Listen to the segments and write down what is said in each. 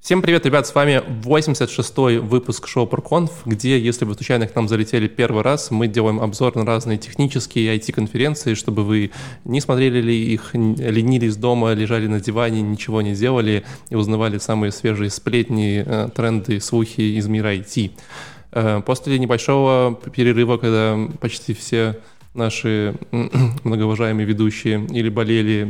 Всем привет, ребят, с вами 86-й выпуск шоу ProConf, где, если вы случайно к нам залетели первый раз, мы делаем обзор на разные технические IT-конференции, чтобы вы не смотрели ли их, ленились дома, лежали на диване, ничего не делали и узнавали самые свежие сплетни, тренды, слухи из мира IT. После небольшого перерыва, когда почти все наши многоуважаемые ведущие или болели,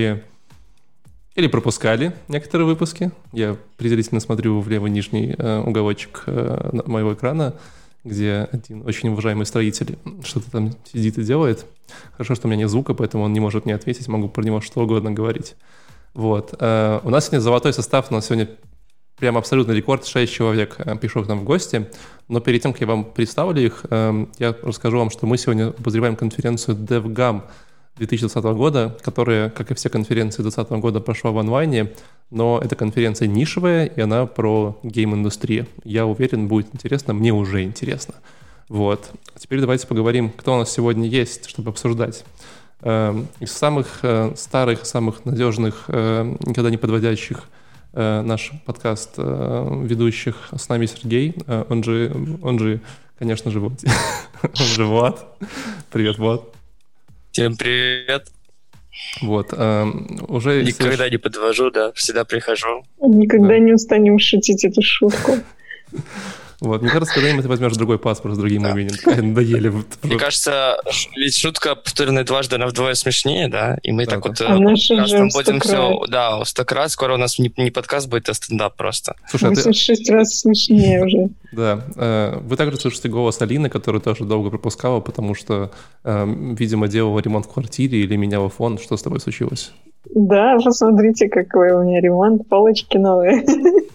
или пропускали некоторые выпуски. Я презрительно смотрю в левый нижний уголочек моего экрана, где один очень уважаемый строитель что-то там сидит и делает. Хорошо, что у меня нет звука, поэтому он не может мне ответить, могу про него что угодно говорить. Вот. У нас сегодня золотой состав, у нас сегодня прям абсолютный рекорд, 6 человек пришло к нам в гости. Но перед тем, как я вам представлю их, я расскажу вам, что мы сегодня обозреваем конференцию DevGam 2020 года, которая, как и все конференции 2020 года, прошла в онлайне, но эта конференция нишевая, и она про гейм-индустрию. Я уверен, будет интересно, мне уже интересно. Вот. Теперь давайте поговорим, кто у нас сегодня есть, чтобы обсуждать. Из самых старых, самых надежных, никогда не подводящих наш подкаст ведущих с нами Сергей, он же, конечно же, вот. Он же Влад. Привет, Влад. Всем привет. Вот, уже... Никогда не подвожу, да, всегда прихожу. Никогда не устанем шутить эту шутку. Вот, мне кажется, когда-нибудь ты возьмешь другой паспорт с другим именем. Надоели. Мне кажется, ведь шутка, повторенная дважды, она вдвое смешнее, да? И мы так вот подкастом будем все... Да, 100 раз. Скоро у нас не подкаст будет, а стендап просто. Слушай, 86 раз смешнее уже. Да. Вы также слышите голос Алины, которую тоже долго пропускала, потому что, видимо, делала ремонт в квартире или меняла фон. Что с тобой случилось? Да, посмотрите, какой у меня ремонт. Полочки новые.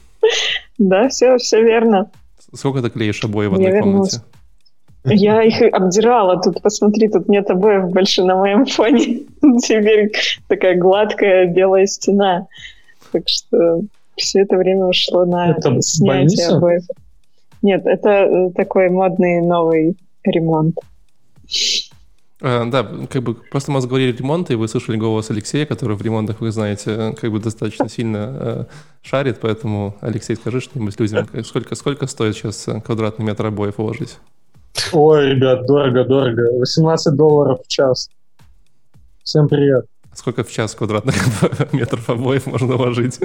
Да, все верно. Сколько ты клеишь обои в одной комнате? Я их обдирала. Тут, посмотри, тут нет обоев больше на моем фоне. Теперь такая гладкая белая стена. Так что все это время ушло на снятие обоев. Нет, это такой модный новый ремонт. Да, как бы просто мы разговаривали ремонт, и вы слышали голос Алексея, который в ремонтах, вы знаете, как бы достаточно сильно шарит, поэтому, Алексей, скажи что-нибудь людям, сколько стоит сейчас квадратный метр обоев уложить? Ой, ребят, дорого. $18 в час. Всем привет. Сколько в час квадратных метров обоев можно уложить?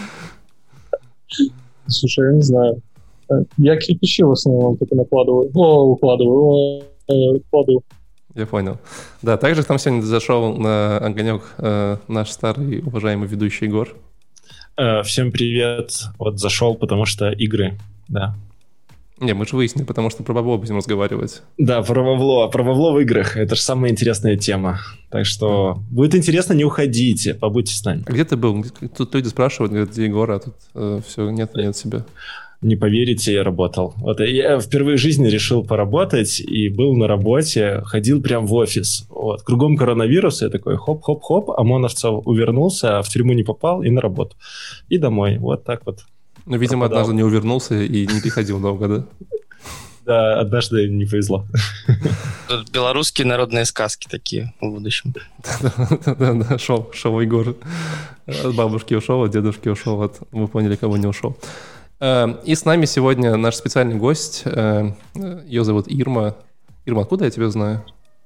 Слушай, я не знаю. Я кирпичи в основном только укладываю. Я понял. Да, также там сегодня зашел на огонек наш старый уважаемый ведущий Егор. Всем привет. Вот зашел, потому что игры, да. Не, мы же выяснили, потому что про бабло будем разговаривать. Да, про бабло в играх. Это же самая интересная тема. Так что будет интересно, не уходите, побудьте с нами. А где ты был? Тут люди спрашивают, говорят, где Егор, а тут все, нет себя. Не поверите, я работал. Вот я впервые в жизни решил поработать и был на работе, ходил прям в офис. Вот. Кругом коронавирус, я такой хоп-хоп-хоп, ОМОНовцев увернулся, а в тюрьму не попал и на работу. И домой. Вот так вот. Ну, видимо, пропадал. Однажды не увернулся и не приходил долго, да? Да, однажды не повезло. Тут белорусские народные сказки такие в будущем. Да, шел Егор. От бабушки ушел, от дедушки ушел, вы поняли, кого не ушел. И с нами сегодня наш специальный гость. Ее зовут Ирма. Ирма, откуда я тебя знаю?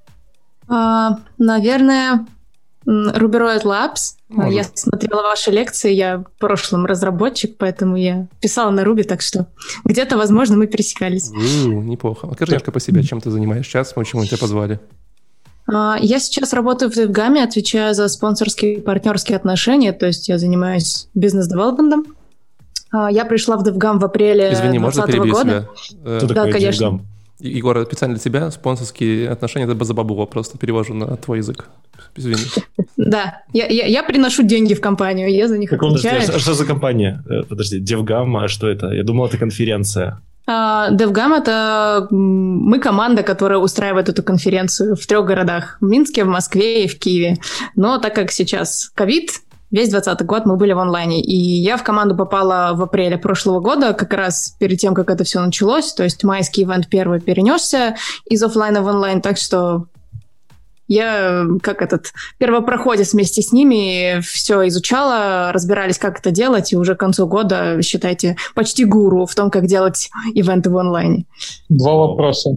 Наверное, Rubyroid Labs. Может. Я смотрела ваши лекции, я в прошлом разработчик, поэтому я писала на Ruby, так что где-то, возможно, мы пересекались. Неплохо. Расскажи немножко по себе, чем ты занимаешься сейчас, почему тебя позвали? Я сейчас работаю в DevGam, отвечаю за спонсорские и партнерские отношения, то есть я занимаюсь бизнес-девелопментом. Я пришла в DevGam в апреле 2020 года. Кто такой конечно. DevGam? Егор, специально для тебя спонсорские отношения — это за бабло, просто перевожу на твой язык. Извини. Да, я приношу деньги в компанию, я за них отвечаю. Что за компания? Подожди, DevGam, а что это? Я думал, это конференция. DevGam — это мы команда, которая устраивает эту конференцию в 3 городах. В Минске, в Москве и в Киеве. Но так как сейчас ковид, весь 2020 год мы были в онлайне. И я в команду попала в апреле прошлого года, как раз перед тем, как это все началось. То есть майский ивент первый перенесся из офлайна в онлайн, так что Я первопроходец вместе с ними все изучала, разбирались, как это делать, и уже к концу года, считайте, почти гуру в том, как делать ивенты в онлайне. Два вопроса.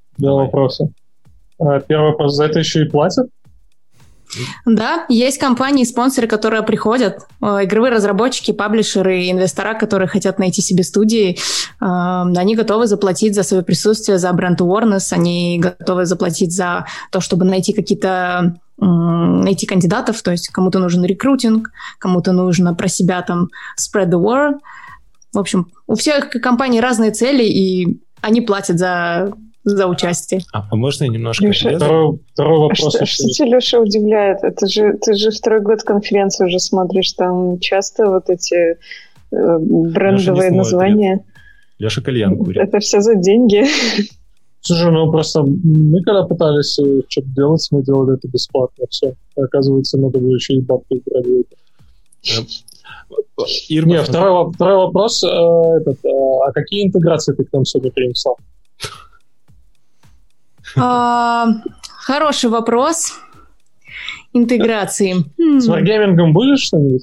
Первый вопрос, за это еще и платят? Да, есть компании, спонсоры, которые приходят, игровые разработчики, паблишеры, инвестора, которые хотят найти себе студии, они готовы заплатить за свое присутствие, за бренд awareness, они готовы заплатить за то, чтобы найти кандидатов, то есть кому-то нужен рекрутинг, кому-то нужно про себя там spread the word. В общем, у всех компаний разные цели, и они платят за участие. А можно я немножко... Леша, Второй вопрос. Что тебя, Леша, удивляет? Ты же второй год конференции уже смотришь, там часто вот эти брендовые названия. Леша кальян курит. Это все за деньги. Слушай, просто мы когда пытались что-то делать, мы делали это бесплатно, все. Оказывается, надо было еще и бабки брать. Нет, второй вопрос. А какие интеграции ты к нам сегодня принесла? Хороший вопрос. Интеграции. С Wargaming будешь что-нибудь?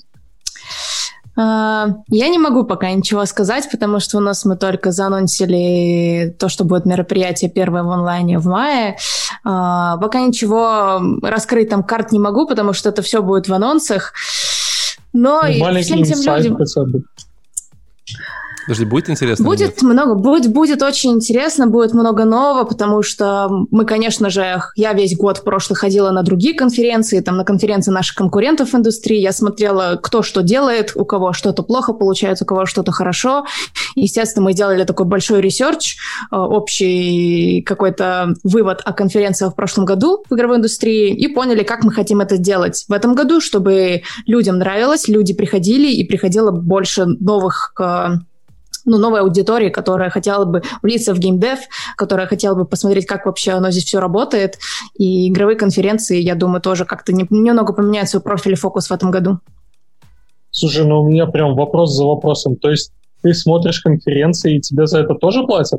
Я не могу пока ничего сказать, потому что мы только заанонсили то, что будет мероприятие первое в онлайне в мае. Пока ничего раскрыть там карт не могу, потому что это все будет в анонсах. Но и всем тем людям... Подожди, будет интересно? Будет много, будет очень интересно, будет много нового, потому что мы, конечно же, я весь год прошлый ходила на другие конференции, там на конференции наших конкурентов в индустрии, я смотрела, кто что делает, у кого что-то плохо получается, у кого что-то хорошо. Естественно, мы делали такой большой ресерч, общий какой-то вывод о конференциях в прошлом году в игровой индустрии и поняли, как мы хотим это делать в этом году, чтобы людям нравилось, люди приходили и приходило больше новой аудитории, которая хотела бы влиться в геймдев, которая хотела бы посмотреть, как вообще оно здесь все работает. И игровые конференции, я думаю, тоже как-то немного поменяют свой профиль и фокус в этом году. Слушай, у меня прям вопрос за вопросом. То есть ты смотришь конференции, и тебе за это тоже платят?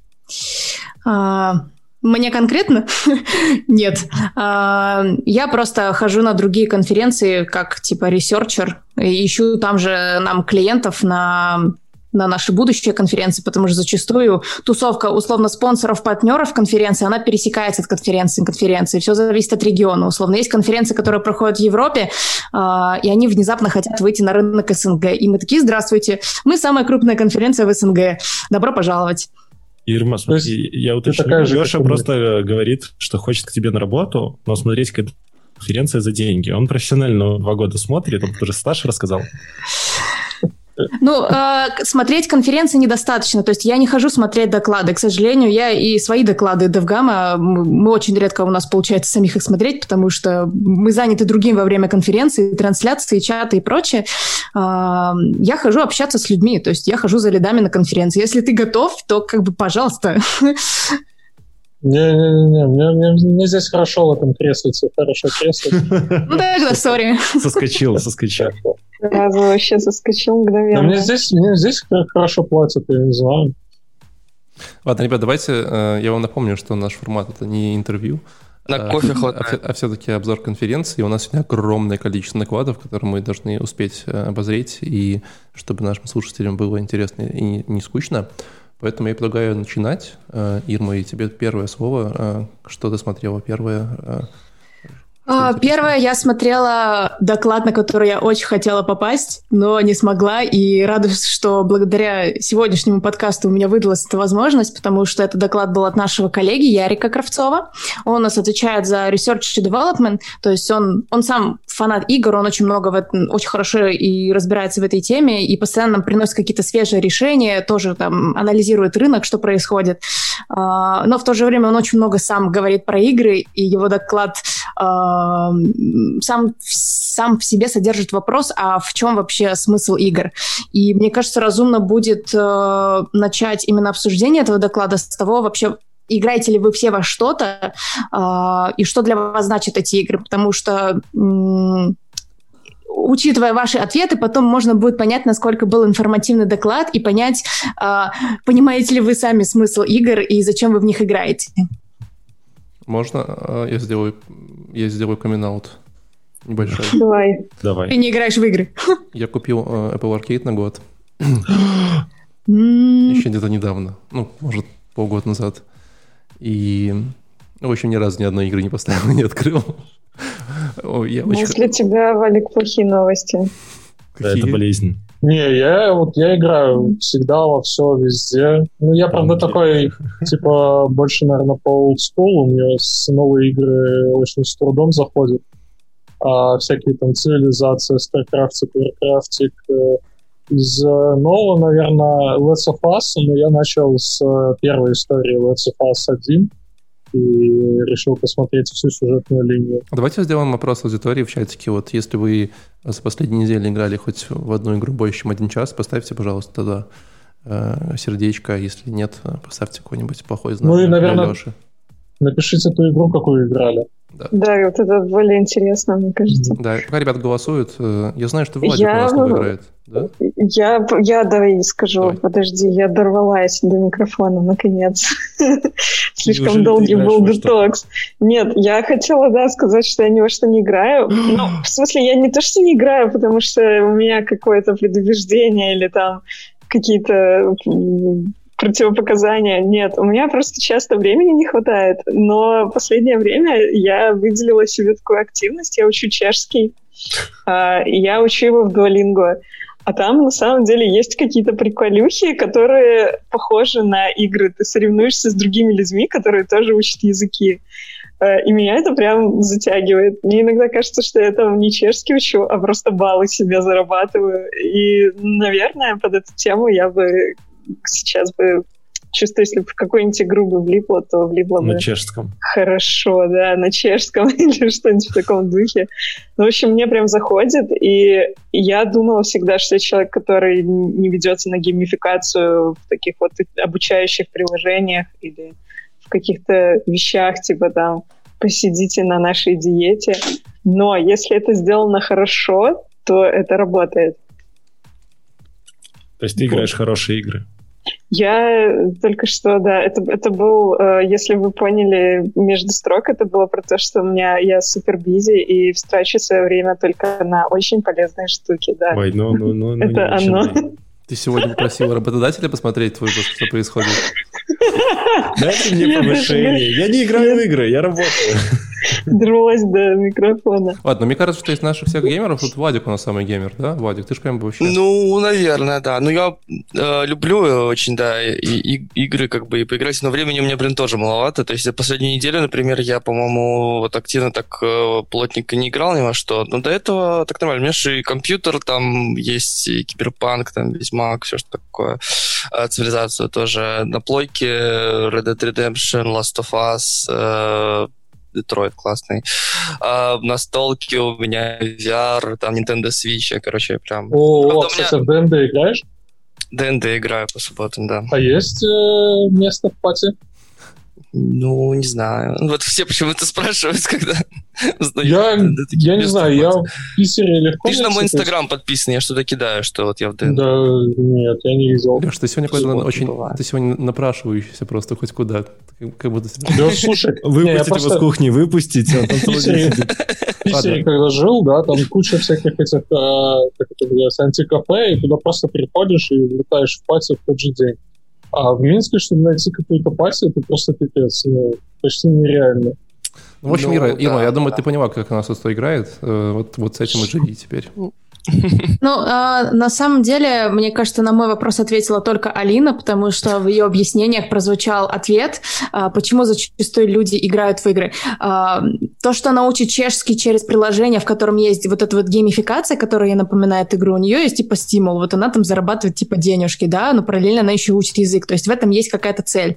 Мне конкретно? Нет. Я просто хожу на другие конференции, как типа ресерчер, и ищу там же нам клиентов на наши будущие конференции, потому что зачастую тусовка условно спонсоров, партнеров конференции, она пересекается от конференции к конференции. Все зависит от региона. Условно, есть конференции, которые проходят в Европе, и они внезапно хотят выйти на рынок СНГ. И мы такие: здравствуйте, мы самая крупная конференция в СНГ. Добро пожаловать. Ирма, смотри, я уточню. Леша просто говорит, что хочет к тебе на работу, но смотреть конференция за деньги. Он профессионально 2 года смотрит, он уже стаж рассказал. Смотреть конференции недостаточно. То есть я не хожу смотреть доклады. К сожалению, я и свои доклады DevGamma, мы очень редко у нас получается самих их смотреть, потому что мы заняты другим во время конференции, трансляции, чаты и прочее. Я хожу общаться с людьми, то есть я хожу за лидами на конференции. Если ты готов, то пожалуйста. Не, мне здесь хорошо в этом кресле, все хорошо кресло. Ну тогда, сори. Соскочил. Сразу вообще соскочил мгновенно. Мне здесь хорошо платят, я не знаю. Ладно, ребят, давайте я вам напомню, что наш формат — это не интервью, На кофе хватает. а все-таки обзор конференции. У нас сегодня огромное количество докладов, которые мы должны успеть обозреть, и чтобы нашим слушателям было интересно и не скучно. Поэтому я предлагаю начинать. Ирма, и тебе первое слово. Что ты смотрела первое? Первое, я смотрела доклад, на который я очень хотела попасть, но не смогла, и радуюсь, что благодаря сегодняшнему подкасту у меня выдалась эта возможность, потому что этот доклад был от нашего коллеги Ярика Кравцова. Он у нас отвечает за Research and Development, то есть он сам фанат игр, он очень очень хорошо и разбирается в этой теме, и постоянно нам приносит какие-то свежие решения, тоже там анализирует рынок, что происходит. Но в то же время он очень много сам говорит про игры, и его доклад сам в себе содержит вопрос, а в чем вообще смысл игр? И мне кажется, разумно будет начать именно обсуждение этого доклада с того вообще, играете ли вы все во что-то, и что для вас значат эти игры, потому что учитывая ваши ответы, потом можно будет понять, насколько был информативный доклад, и понять, понимаете ли вы сами смысл игр и зачем вы в них играете. Можно я сделаю камин-аут небольшой? Давай. Ты не играешь в игры. Я купил Apple Arcade на год. Еще где-то недавно. Ну, может, полгода назад. И, в общем, ни разу ни одной игры не поставил, не открыл. Если у тебя, Валик, плохие новости. Да, это болезнь. Не, я играю всегда во все, везде. Ну, я, правда, такой, типа, больше, наверное, по олдскулу. У меня новые игры очень с трудом заходят. А всякие там цивилизации, StarCraft, Warcraft. Из нового, наверное, Last of Us, но я начал с первой истории Last of Us 1 и решил посмотреть всю сюжетную линию. Давайте сделаем опрос аудитории в чатике. Вот если вы за последнюю неделю играли хоть в одну игру больше, чем 1 час, поставьте, пожалуйста, тогда сердечко. Если нет, поставьте какой-нибудь плохой знак. Ну и, наверное, напишите ту игру, какую играли. Да, вот это более интересно, мне кажется. Да, пока ребята голосуют, я знаю, что Владик у нас не играет. Да? Я давай скажу, давай. Подожди, я дорвалась до микрофона, наконец. Слишком долгий был детокс. Нет, я хотела, сказать, что я ни во что не играю. Ну, в смысле, я не то, что не играю, потому что у меня какое-то предубеждение или там какие-то противопоказания. Нет, у меня просто часто времени не хватает, но в последнее время я выделила себе такую активность. Я учу чешский, я учу его в Duolingo, а там на самом деле есть какие-то приколюхи, которые похожи на игры. Ты соревнуешься с другими людьми, которые тоже учат языки. И меня это прям затягивает. Мне иногда кажется, что я там не чешский учу, а просто баллы себе зарабатываю. И, наверное, под эту тему я бы сейчас чувствую, если бы в какую-нибудь игру бы влипла, то влипла бы... На чешском. Хорошо, да, на чешском или что-нибудь в таком духе. Ну, в общем, мне прям заходит, и я думала всегда, что я человек, который не ведется на геймификацию в таких вот обучающих приложениях или в каких-то вещах, типа там посидите на нашей диете. Но если это сделано хорошо, то это работает. То есть ты играешь в хорошие игры? Я только что, да, это был, если вы поняли, между строк, это было про то, что я супер бизи и встрачу свое время только на очень полезные штуки, да. Ой, это оно. Ты сегодня попросил работодателя посмотреть твой выпуск, что происходит? Дайте мне повышение. Я не играю в игры, я работаю. Дралась до микрофона. Ладно, мне кажется, что из наших всех геймеров тут Владик у нас самый геймер, да? Владик, ты же прям вообще... Ну, наверное, да. Ну, я люблю очень, да, и игры как бы и поиграть, но времени у меня, тоже маловато. То есть за последнюю неделю, например, я, по-моему, вот активно так плотненько не играл ни во что. Но до этого так нормально. У меня же и компьютер, там есть и Киберпанк, там Ведьмак, все что такое. Цивилизацию тоже. На плойке Red Dead Redemption, Last of Us, Detroit классный. На столке у меня VR, там Nintendo Switch, короче, прям... Кстати, в D&D играешь? D&D играю по субботам, да. А есть место в пати? Ну, не знаю. Вот все почему-то спрашивают, когда я не знаю, я в Питере легко... Ты же на мой Инстаграм подписан, я что-то кидаю, что вот я в ДНД. Да, нет, я не видел. Леш, ты сегодня какой-то очень... Ты сегодня напрашивающийся просто хоть куда. Как будто... Да, слушай... Выпустить его с кухни, выпустить, а там в Питере, когда жил, да, там куча всяких этих, как это называется, антикафе, и туда просто приходишь и влетаешь в пати в тот же день. А в Минске, чтобы найти какую-то пати, это просто пипец. Почти нереально. Ну, в общем, Ира, я думаю, ты поняла, как она с играет. Вот с этим и живи теперь. Ну, на самом деле, мне кажется, на мой вопрос ответила только Алина, потому что в ее объяснениях прозвучал ответ, почему зачастую люди играют в игры. То, что она учит чешский через приложение, в котором есть вот эта вот геймификация, которая ей напоминает игру, у нее есть типа стимул, вот она там зарабатывает типа денежки, да, но параллельно она еще учит язык, то есть в этом есть какая-то цель.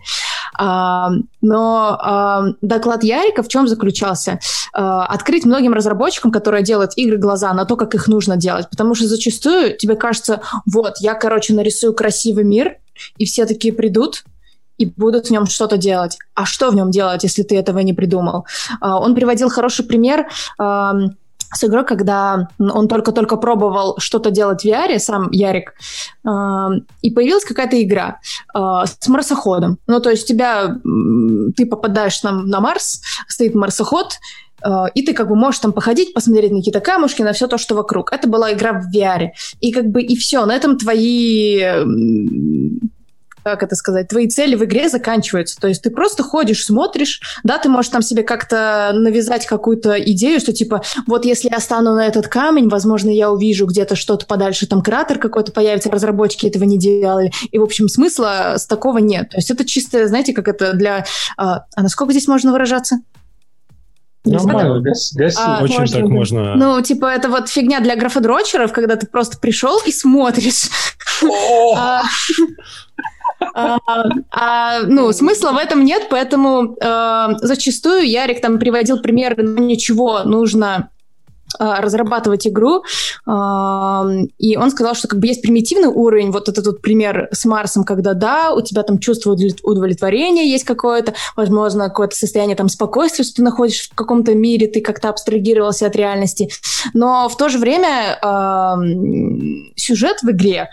Но доклад Ярика в чем заключался? Открыть многим разработчикам, которые делают игры, глаза на то, как их нужно делать. Потому что зачастую тебе кажется, вот, я, нарисую красивый мир, и все такие придут и будут в нем что-то делать. А что в нем делать, если ты этого не придумал? Он приводил хороший пример. с игрой, когда он только-только пробовал что-то делать в VR, сам Ярик, и появилась какая-то игра с марсоходом. Ну, то есть ты попадаешь на Марс, стоит марсоход, и ты как бы можешь там походить, посмотреть на какие-то камушки, на все то, что вокруг. Это была игра в VR. И как бы и все. На этом твои... как это сказать, твои цели в игре заканчиваются. То есть ты просто ходишь, смотришь, да, ты можешь там себе как-то навязать какую-то идею, что типа, вот если я стану на этот камень, возможно, я увижу где-то что-то подальше, там кратер какой-то появится, разработчики этого не делали. И, в общем, смысла с такого нет. То есть это чисто, знаете, как это для... А насколько здесь можно выражаться? Нормально, очень так можно... Ну, типа, это вот фигня для графодрочеров, когда ты просто пришел и смотришь. Ну, смысла в этом нет, поэтому зачастую Ярик там приводил примеры, ничего нужно разрабатывать игру, и он сказал, что как бы есть примитивный уровень, вот этот вот пример с Марсом, когда да, у тебя там чувство удовлетворения есть какое-то, возможно, какое-то состояние там спокойствия, что ты находишься в каком-то мире, ты как-то абстрагировался от реальности, но в то же время сюжет в игре,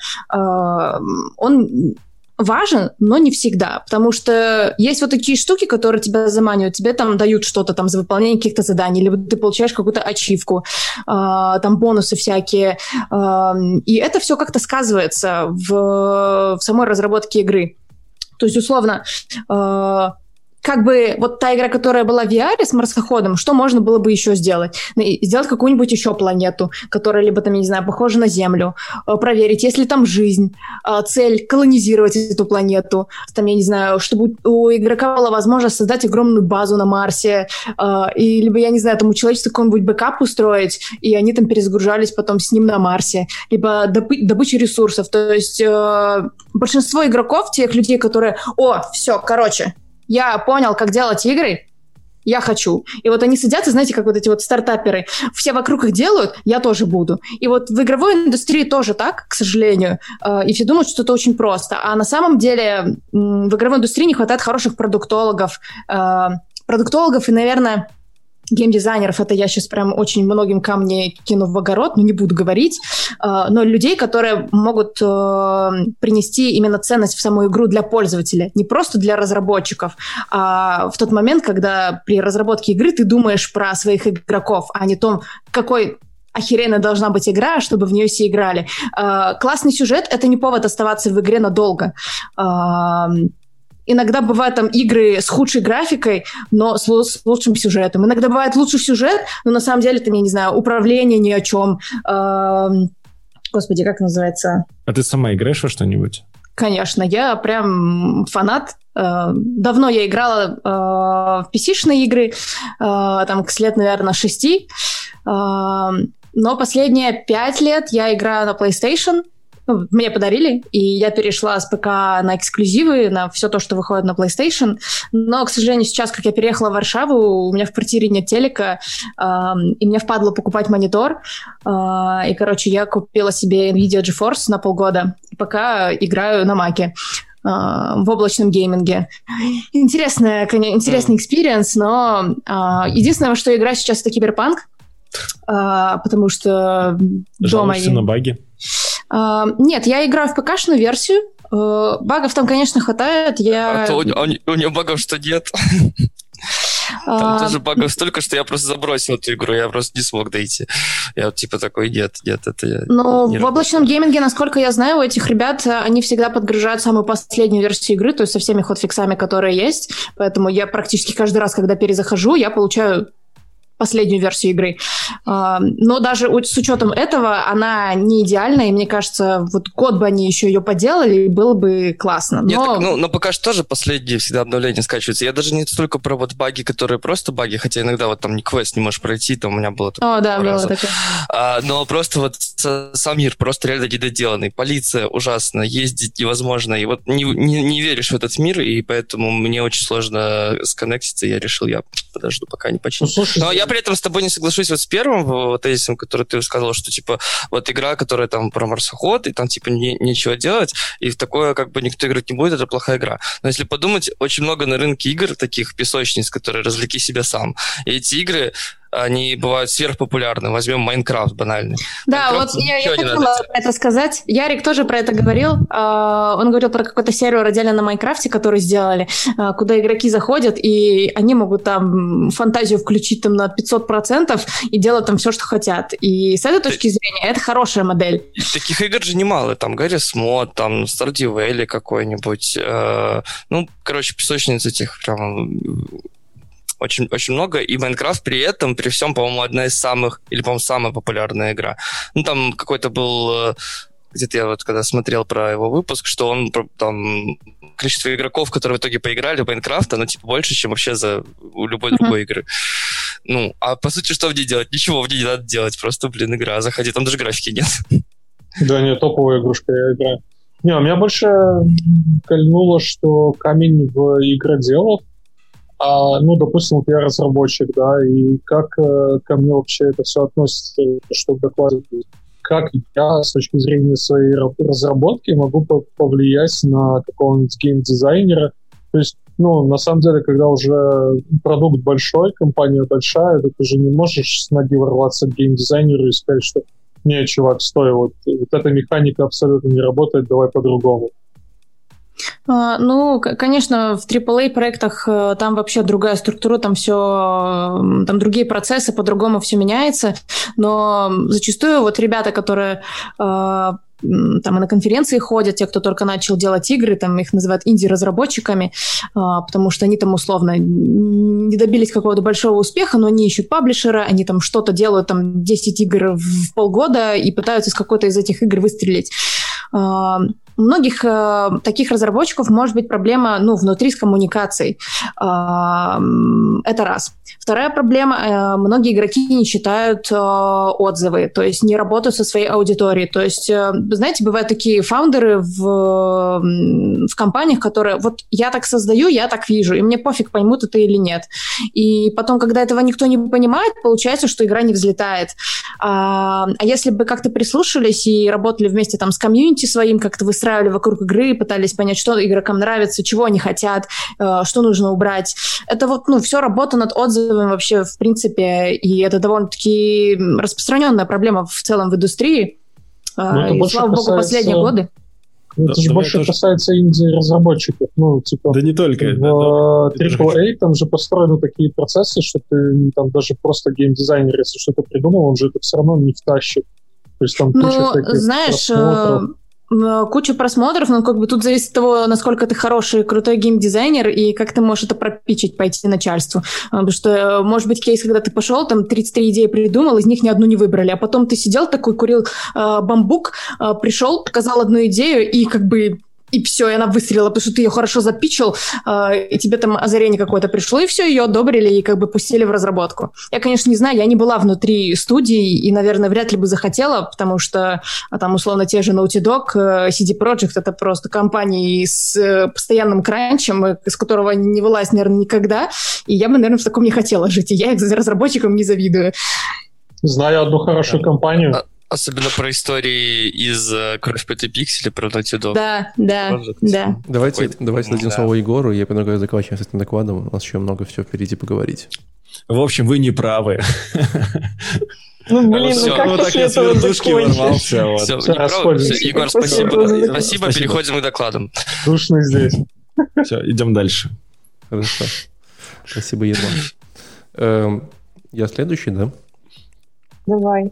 он важен, но не всегда, потому что есть вот такие штуки, которые тебя заманивают, тебе там дают что-то там за выполнение каких-то заданий, либо ты получаешь какую-то ачивку, там бонусы всякие, и это все как-то сказывается в самой разработке игры. То есть, условно, как бы вот та игра, которая была в VR с марсоходом, что можно было бы еще сделать? Сделать какую-нибудь еще планету, которая либо там, я не знаю, похожа на Землю, проверить, есть ли там жизнь, цель колонизировать эту планету, там, я не знаю, чтобы у игрока была возможность создать огромную базу на Марсе, и либо, я не знаю, там у человечества какой-нибудь бэкап устроить, и они там перезагружались потом с ним на Марсе, либо добыча ресурсов. То есть большинство игроков, тех людей, которые, все, короче, я понял, как делать игры, я хочу. И вот они сидят, и знаете, как вот эти вот стартаперы, все вокруг их делают, я тоже буду. И вот в игровой индустрии тоже так, к сожалению, и все думают, что это очень просто. А на самом деле в игровой индустрии не хватает хороших продуктологов и, наверное, геймдизайнеров. Это я сейчас прям очень многим камни кину в огород, но не буду говорить. Но людей, которые могут принести именно ценность в саму игру для пользователя. Не просто для разработчиков, а в тот момент, когда при разработке игры ты думаешь про своих игроков, а не о том, какой охеренно должна быть игра, чтобы в нее все играли. Классный сюжет — это не повод оставаться в игре надолго. Иногда бывают там игры с худшей графикой, но с лучшим сюжетом. Иногда бывает лучший сюжет, но на самом деле там, я не знаю, управление ни о чем. Господи, как называется? А ты сама играешь во что-нибудь? Конечно, я прям фанат. Давно я играла в PC-шные игры, там с лет, наверное, 6. Но последние 5 лет я играю на PlayStation. Ну, мне подарили, и я перешла с ПК на эксклюзивы, на все то, что выходит на PlayStation. Но, к сожалению, сейчас, как я переехала в Варшаву, у меня в квартире нет телека, и мне впадло покупать монитор. И, короче, я купила себе NVIDIA GeForce на полгода, и пока играю на Маке в облачном гейминге. Интересный экспириенс, но единственное, во что я играю сейчас, это Киберпанк, потому что дома... Жалуешься на баги? Нет, я играю в ПК-шную версию. Багов там, конечно, хватает. У нее багов что нет? Там тоже багов столько, что я просто забросил эту игру, я просто не смог дойти. Я вот типа такой, нет, это я... Ну, в облачном гейминге, насколько я знаю, у этих ребят, они всегда подгружают самую последнюю версию игры, то есть со всеми хотфиксами, которые есть. Поэтому я практически каждый раз, когда перезахожу, я получаю последнюю версию игры. Но даже с учетом этого она не идеальная, и мне кажется, вот год бы они еще ее поделали, было бы классно. Нет, так, но пока что тоже последние всегда обновления скачиваются. Я даже не столько про вот баги, которые просто баги, хотя иногда вот там не квест не можешь пройти, там у меня было такое. О, да, было такое. Но просто вот сам мир просто реально недоделанный. Полиция ужасно, ездить невозможно, и вот не веришь в этот мир, и поэтому мне очень сложно сконнектиться, я решил, я подожду, пока не починю. Но я при этом с тобой не соглашусь вот с первым вот тезисом, который ты сказал, что типа вот игра, которая там про марсоход, и там типа нечего делать, и в такое как бы никто играть не будет, это плохая игра. Но если подумать, очень много на рынке игр таких песочниц, которые развлеки себя сам. И эти игры они бывают сверхпопулярны. Возьмем Майнкрафт банальный. Да, Майнкрафт, вот я хотела про это сказать. Ярик тоже про это говорил. Он говорил про какой-то сервер отдельно на Майнкрафте, который сделали, куда игроки заходят, и они могут там фантазию включить там на 500% и делать там все, что хотят. И с этой точки зрения это хорошая модель. Таких игр же немало. Там Garry's Mod, там Stardew Valley какой-нибудь. Песочниц этих прям... Очень, очень много, и Майнкрафт при этом, при всем, по-моему, одна из самых, или, по-моему, самая популярная игра. Там какой-то был, где-то я вот когда смотрел про его выпуск, что он там количество игроков, которые в итоге поиграли в Майнкрафт, оно больше, чем вообще у любой другой игры. А по сути, что в ней делать? Ничего в ней не надо делать, просто, игра, заходи, там даже графики нет. Да, не, топовая игрушка, я играю. Не, меня больше кольнуло, что камень в игроделах. Допустим, вот я разработчик, да, и как ко мне вообще это все относится, что докладывать, как я с точки зрения своей разработки могу повлиять на какого-нибудь геймдизайнера. То есть, на самом деле, когда уже продукт большой, компания большая, ты же не можешь с ноги ворваться к геймдизайнеру и сказать, что не, чувак, стой, вот эта механика абсолютно не работает, давай по-другому. Конечно, в AAA-проектах там вообще другая структура, там другие процессы, по-другому все меняется, но зачастую вот ребята, которые там и на конференции ходят, те, кто только начал делать игры, там их называют инди-разработчиками, потому что они там условно не добились какого-то большого успеха, но они ищут паблишера, они там что-то делают, там 10 игр в полгода и пытаются из какой-то из этих игр выстрелить. У многих таких разработчиков может быть проблема внутри с коммуникацией. Это раз. Вторая проблема. Многие игроки не читают отзывы, то есть не работают со своей аудиторией. То есть, знаете, бывают такие фаундеры в компаниях, которые вот я так создаю, я так вижу, и мне пофиг, поймут это или нет. И потом, когда этого никто не понимает, получается, что игра не взлетает. А если бы как-то прислушались и работали вместе там с комьюнити своим, как-то выстраивали вокруг игры, пытались понять, что игрокам нравится, чего они хотят, что нужно убрать. Это вот, все работа над отзывами вообще, в принципе, и это довольно-таки распространенная проблема в целом в индустрии. И, слава богу, последние годы. Это же больше касается инди-разработчиков. Да не только. В AAA там же построены такие процессы, что ты там даже просто геймдизайнер, если что-то придумал, он же это все равно не втащит. То есть там куча таких просмотров. Куча просмотров, но тут зависит от того, насколько ты хороший, крутой геймдизайнер, и как ты можешь это пропичить, пойти начальству. Потому что, может быть, кейс, когда ты пошел, там 33 идеи придумал, из них ни одну не выбрали, а потом ты сидел такой, курил бамбук, пришел, показал одну идею, и и все, и она выстрелила, потому что ты ее хорошо запичил, и тебе там озарение какое-то пришло, и все, ее одобрили и пустили в разработку. Я, конечно, не знаю, я не была внутри студии, и, наверное, вряд ли бы захотела, потому что там, условно, те же Naughty Dog, CD Projekt — это просто компании с постоянным кранчем, из которого не вылазь, наверное, никогда, и я бы, наверное, в таком не хотела жить, и я их разработчикам не завидую. Знаю одну хорошую компанию. Особенно про истории из «Кровь, пот и пиксели», про Naughty Dog. Да. Давайте дадим слово Егору, я предлагаю заканчивать с этим докладом, у нас еще много всего впереди поговорить. В общем, вы не правы. Как так я с вертушки ворвался. Егор, спасибо, переходим к докладам. Душный здесь. Все, идем дальше. Хорошо. Спасибо, Егор. Я следующий, да? Давай.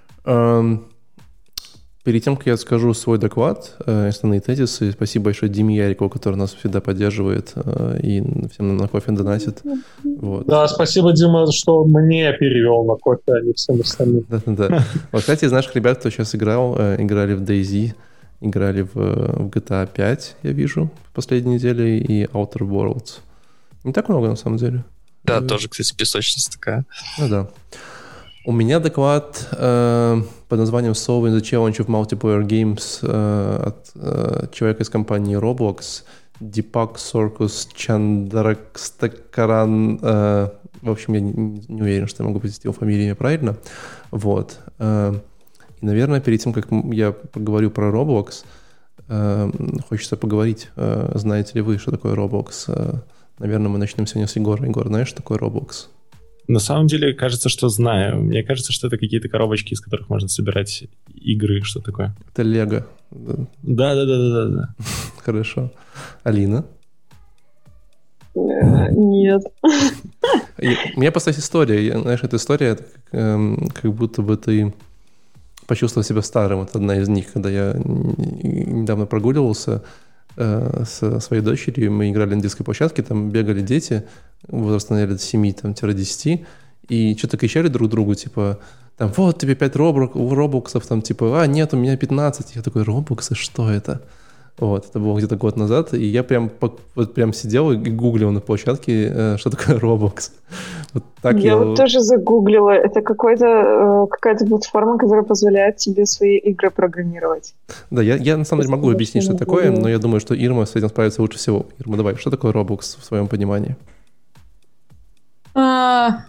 Перед тем, как я скажу свой доклад, основные тезисы, спасибо большое Диме Ярикову, который нас всегда поддерживает и всем на кофе донатит. Вот. Да, спасибо, Дима, что мне перевел на кофе, а не всем остальным. Да. Вот, кстати, из наших ребят, кто сейчас играли в DayZ, играли в GTA 5, я вижу, в последней неделе, и Outer Worlds. Не так много, на самом деле. Да, тоже, кстати, песочница такая. Ну да. У меня доклад под названием Solving the Challenge of Multiplayer Games от человека из компании Roblox, Deepak Sorkus Chandrasekharan. В общем, я не уверен, что я могу произнести его фамилию правильно. Вот. И, наверное, перед тем, как я поговорю про Roblox, хочется поговорить, знаете ли вы, что такое Roblox. Наверное, мы начнем сегодня с Егора. Егор, знаешь, что такое Roblox? На самом деле, кажется, что знаю. Мне кажется, что это какие-то коробочки, из которых можно собирать игры, что такое. Это Лего. Да. Хорошо. Алина? Нет. У меня просто есть история. Знаешь, эта история, как будто бы ты почувствовал себя старым. Вот одна из них, когда я недавно прогуливался со своей дочерью, мы играли на детской площадке, там бегали дети, возраста, наверное, от 7-10, и что-то кричали друг другу, типа, там, вот тебе 5 робоксов, там, типа, нет, у меня 15. Я такой, робоксы, что это? Вот, это было где-то год назад, и я прям сидел и гуглил на площадке, что такое Roblox. Вот так я вот тоже загуглила. Это какая-то платформа, которая позволяет тебе свои игры программировать. Да, я на самом деле могу объяснить, что такое, но я думаю, что Ирма с этим справится лучше всего. Ирма, давай, что такое Roblox в своем понимании? Она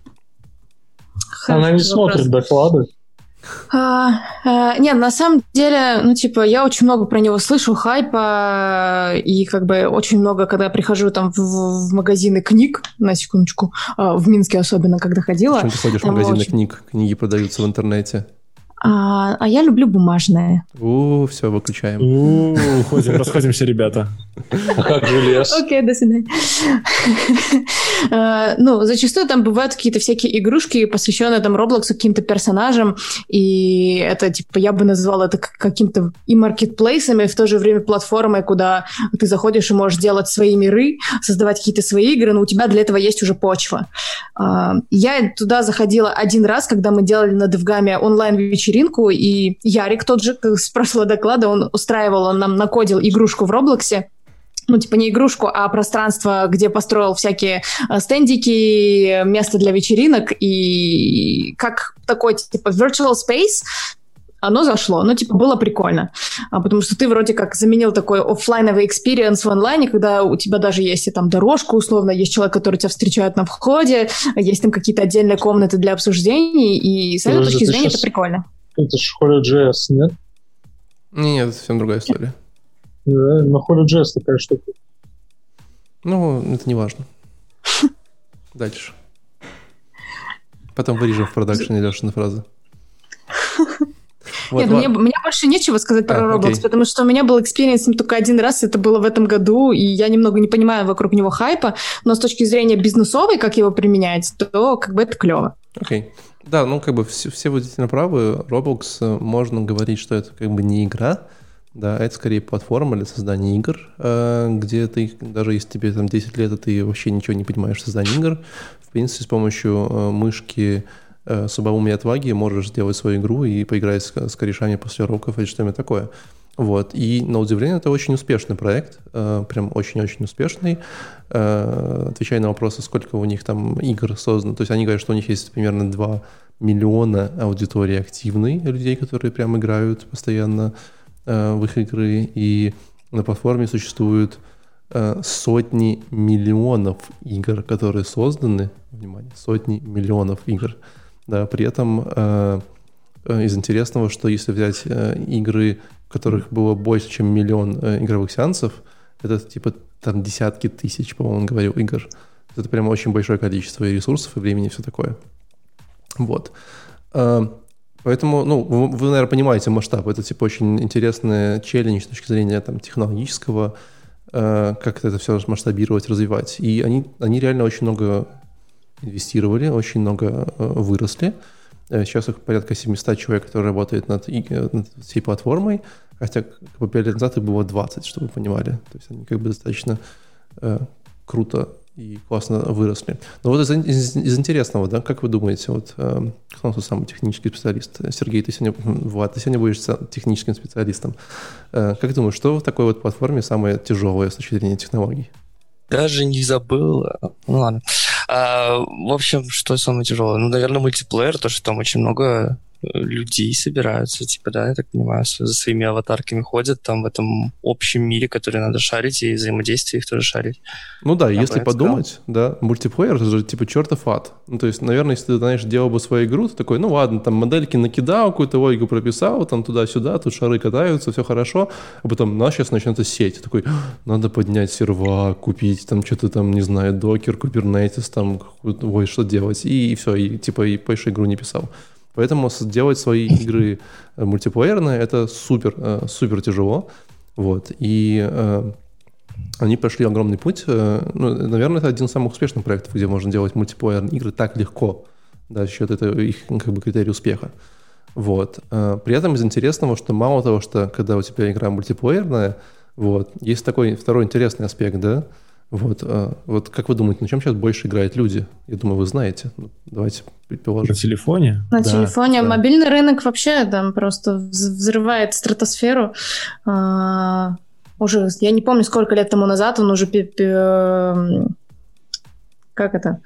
не смотрит доклады. Нет, на самом деле, я очень много про него слышу, хайпа, и как бы очень много, когда прихожу там в магазины книг, на секундочку, в Минске особенно, когда ходила. Почему ты ходишь в магазины книг? Книги продаются в интернете. А я люблю бумажные. Все, выключаем. Расходимся, ребята. А как же лес? Окей, до свидания. Зачастую там бывают какие-то всякие игрушки, посвященные там Роблоксу, каким-то персонажам, и это, я бы назвала это каким-то и маркетплейсами, и в то же время платформой, куда ты заходишь и можешь делать свои миры, создавать какие-то свои игры, но у тебя для этого есть уже почва. Я туда заходила один раз, когда мы делали на DevGAM онлайн-вечеринку, и Ярик, тот же, с прошлого доклада, он нам накодил игрушку в Роблоксе. Не игрушку, а пространство, где построил всякие стендики, место для вечеринок, и как такой, virtual space, оно зашло. Было прикольно. Потому что ты вроде как заменил такой офлайновый экспириенс в онлайне, когда у тебя даже есть там дорожка, условно, есть человек, который тебя встречает на входе, есть там какие-то отдельные комнаты для обсуждений, и с этой точки зрения это прикольно. Это же Holy.js, нет? Нет, это совсем другая история. Да, на Holy.js такая штука. Это не важно. Дальше. Потом вырежем в продакшене Лешины фразы. Нет, мне больше нечего сказать про Roblox, потому что у меня был экспириенс с ним только один раз, это было в этом году, и я немного не понимаю вокруг него хайпа, но с точки зрения бизнесовой, как его применять, то это клево. Окей. Да, все вы действительно правы. Roblox, можно говорить, что это не игра, да, это скорее платформа для создания игр, где ты, даже если тебе там 10 лет, и ты вообще ничего не понимаешь в создании игр, в принципе, с помощью мышки слабоумия и отваги можешь сделать свою игру и поиграть с корешами после уроков или что-нибудь такое. Вот. И, на удивление, это очень успешный проект, прям очень-очень успешный. Отвечая на вопросы, сколько у них там игр создано, то есть они говорят, что у них есть примерно 2 миллиона аудитории активной, людей, которые прям играют постоянно в их игры, и на платформе существуют сотни миллионов игр, которые созданы, внимание, сотни миллионов игр. Да, при этом из интересного, что если взять игры, в которых было больше, чем 1 миллион игровых сеансов, это там десятки тысяч, по-моему, он говорил, игр. Это прямо очень большое количество и ресурсов, и времени, и все такое. Вот. Поэтому, вы, наверное, понимаете масштаб. Это очень интересный челлендж с точки зрения технологического, как это все масштабировать, развивать. И они реально очень много инвестировали, очень много выросли. Сейчас их порядка 700 человек, которые работают над всей платформой, хотя 5 лет назад их было 20, чтобы вы понимали. То есть они достаточно круто и классно выросли. Но вот из интересного, да, как вы думаете, кто у нас самый технический специалист? Сергей, Влад, ты сегодня будешь техническим специалистом. Как думаешь, что в такой платформе самое тяжелое с точки зрения технологий? Даже не забыл. Ладно. В общем, что самое тяжелое? Наверное, мультиплеер, то, что там очень много людей собираются, типа, да, я так понимаю, за своими аватарками ходят там в этом общем мире, который надо шарить, и взаимодействие их тоже шарить. Ну да, если подумать, да, мультиплеер — это же типа чертов ад. Ну, то есть, наверное, если ты, знаешь, делал бы свою игру, ты такой, ну ладно, там модельки накидал, какую-то логику прописал, там туда-сюда, тут шары катаются, все хорошо, а потом, сейчас начнется сеть. Такой, надо поднять сервак, купить там что-то там, не знаю, докер, Kubernetes, там, ой, что делать, и все, и типа и больше игру не писал. Поэтому делать свои игры мультиплеерные — это супер тяжело. Вот. И они прошли огромный путь. Наверное, это один из самых успешных проектов, где можно делать мультиплеерные игры так легко. Да, за счет этого их как бы критерий успеха. Вот. При этом из интересного, что мало того, что когда у тебя игра мультиплеерная, вот, есть такой второй интересный аспект, да. Вот как вы думаете, на чем сейчас больше играют люди? Я думаю, вы знаете. Давайте предположим. На телефоне? На телефоне. Да. Мобильный рынок вообще там просто взрывает стратосферу. Уже, я не помню, сколько лет тому назад он уже... Как это?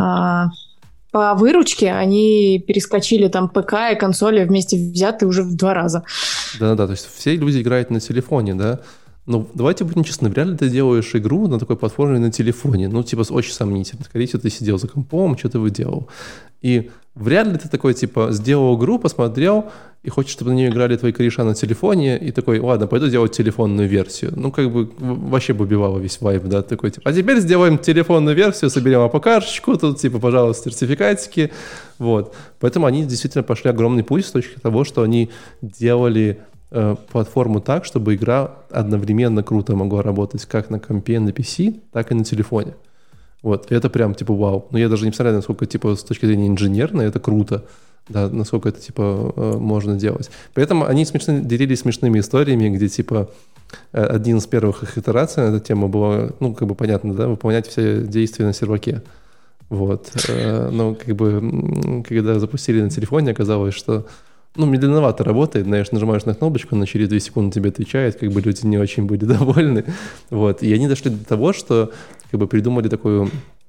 По выручке они перескочили там ПК и консоли вместе взятые уже в 2 раза. Да, то есть все люди играют на телефоне, да? Ну, давайте будем честны, вряд ли ты делаешь игру на такой платформе на телефоне. Ну, типа, очень сомнительно. Скорее всего, ты сидел за компом, что-то выделал. И вряд ли ты такой, типа, сделал игру, посмотрел, и хочешь, чтобы на нее играли твои кореша на телефоне, и такой, ладно, пойду делать телефонную версию. Ну, как бы, вообще бы убивало весь вайб, да, такой, типа, а теперь сделаем телефонную версию, соберем АПК-шечку, тут, типа, пожалуйста, сертификатики, вот. Поэтому они действительно пошли огромный путь с точки того, что они делали платформу так, чтобы игра одновременно круто могла работать как на компе, на PC, так и на телефоне. Вот, и это прям, типа, вау. Но я даже не представляю, насколько, типа, с точки зрения инженерной это круто, да, насколько это, типа, можно делать. При этом они делились смешными историями, где, типа, один из первых их итераций на эту тему было, ну, как бы понятно, да, выполнять все действия на серваке. Вот. Но, как бы, когда запустили на телефоне, оказалось, что медленновато работает, знаешь, нажимаешь на кнопочку, она через 2 секунды тебе отвечает, как бы люди не очень были довольны. Вот. И они дошли до того, что как бы придумали такую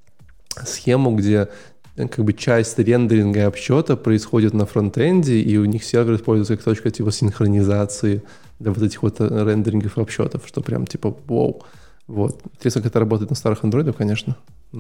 схему, где как бы часть рендеринга и обсчета происходит на фронтенде, и у них сервер используется как точка типа синхронизации для вот этих вот рендерингов и обсчетов, что прям типа вау. Вот. Интересно, как это работает на старых андроидах, конечно.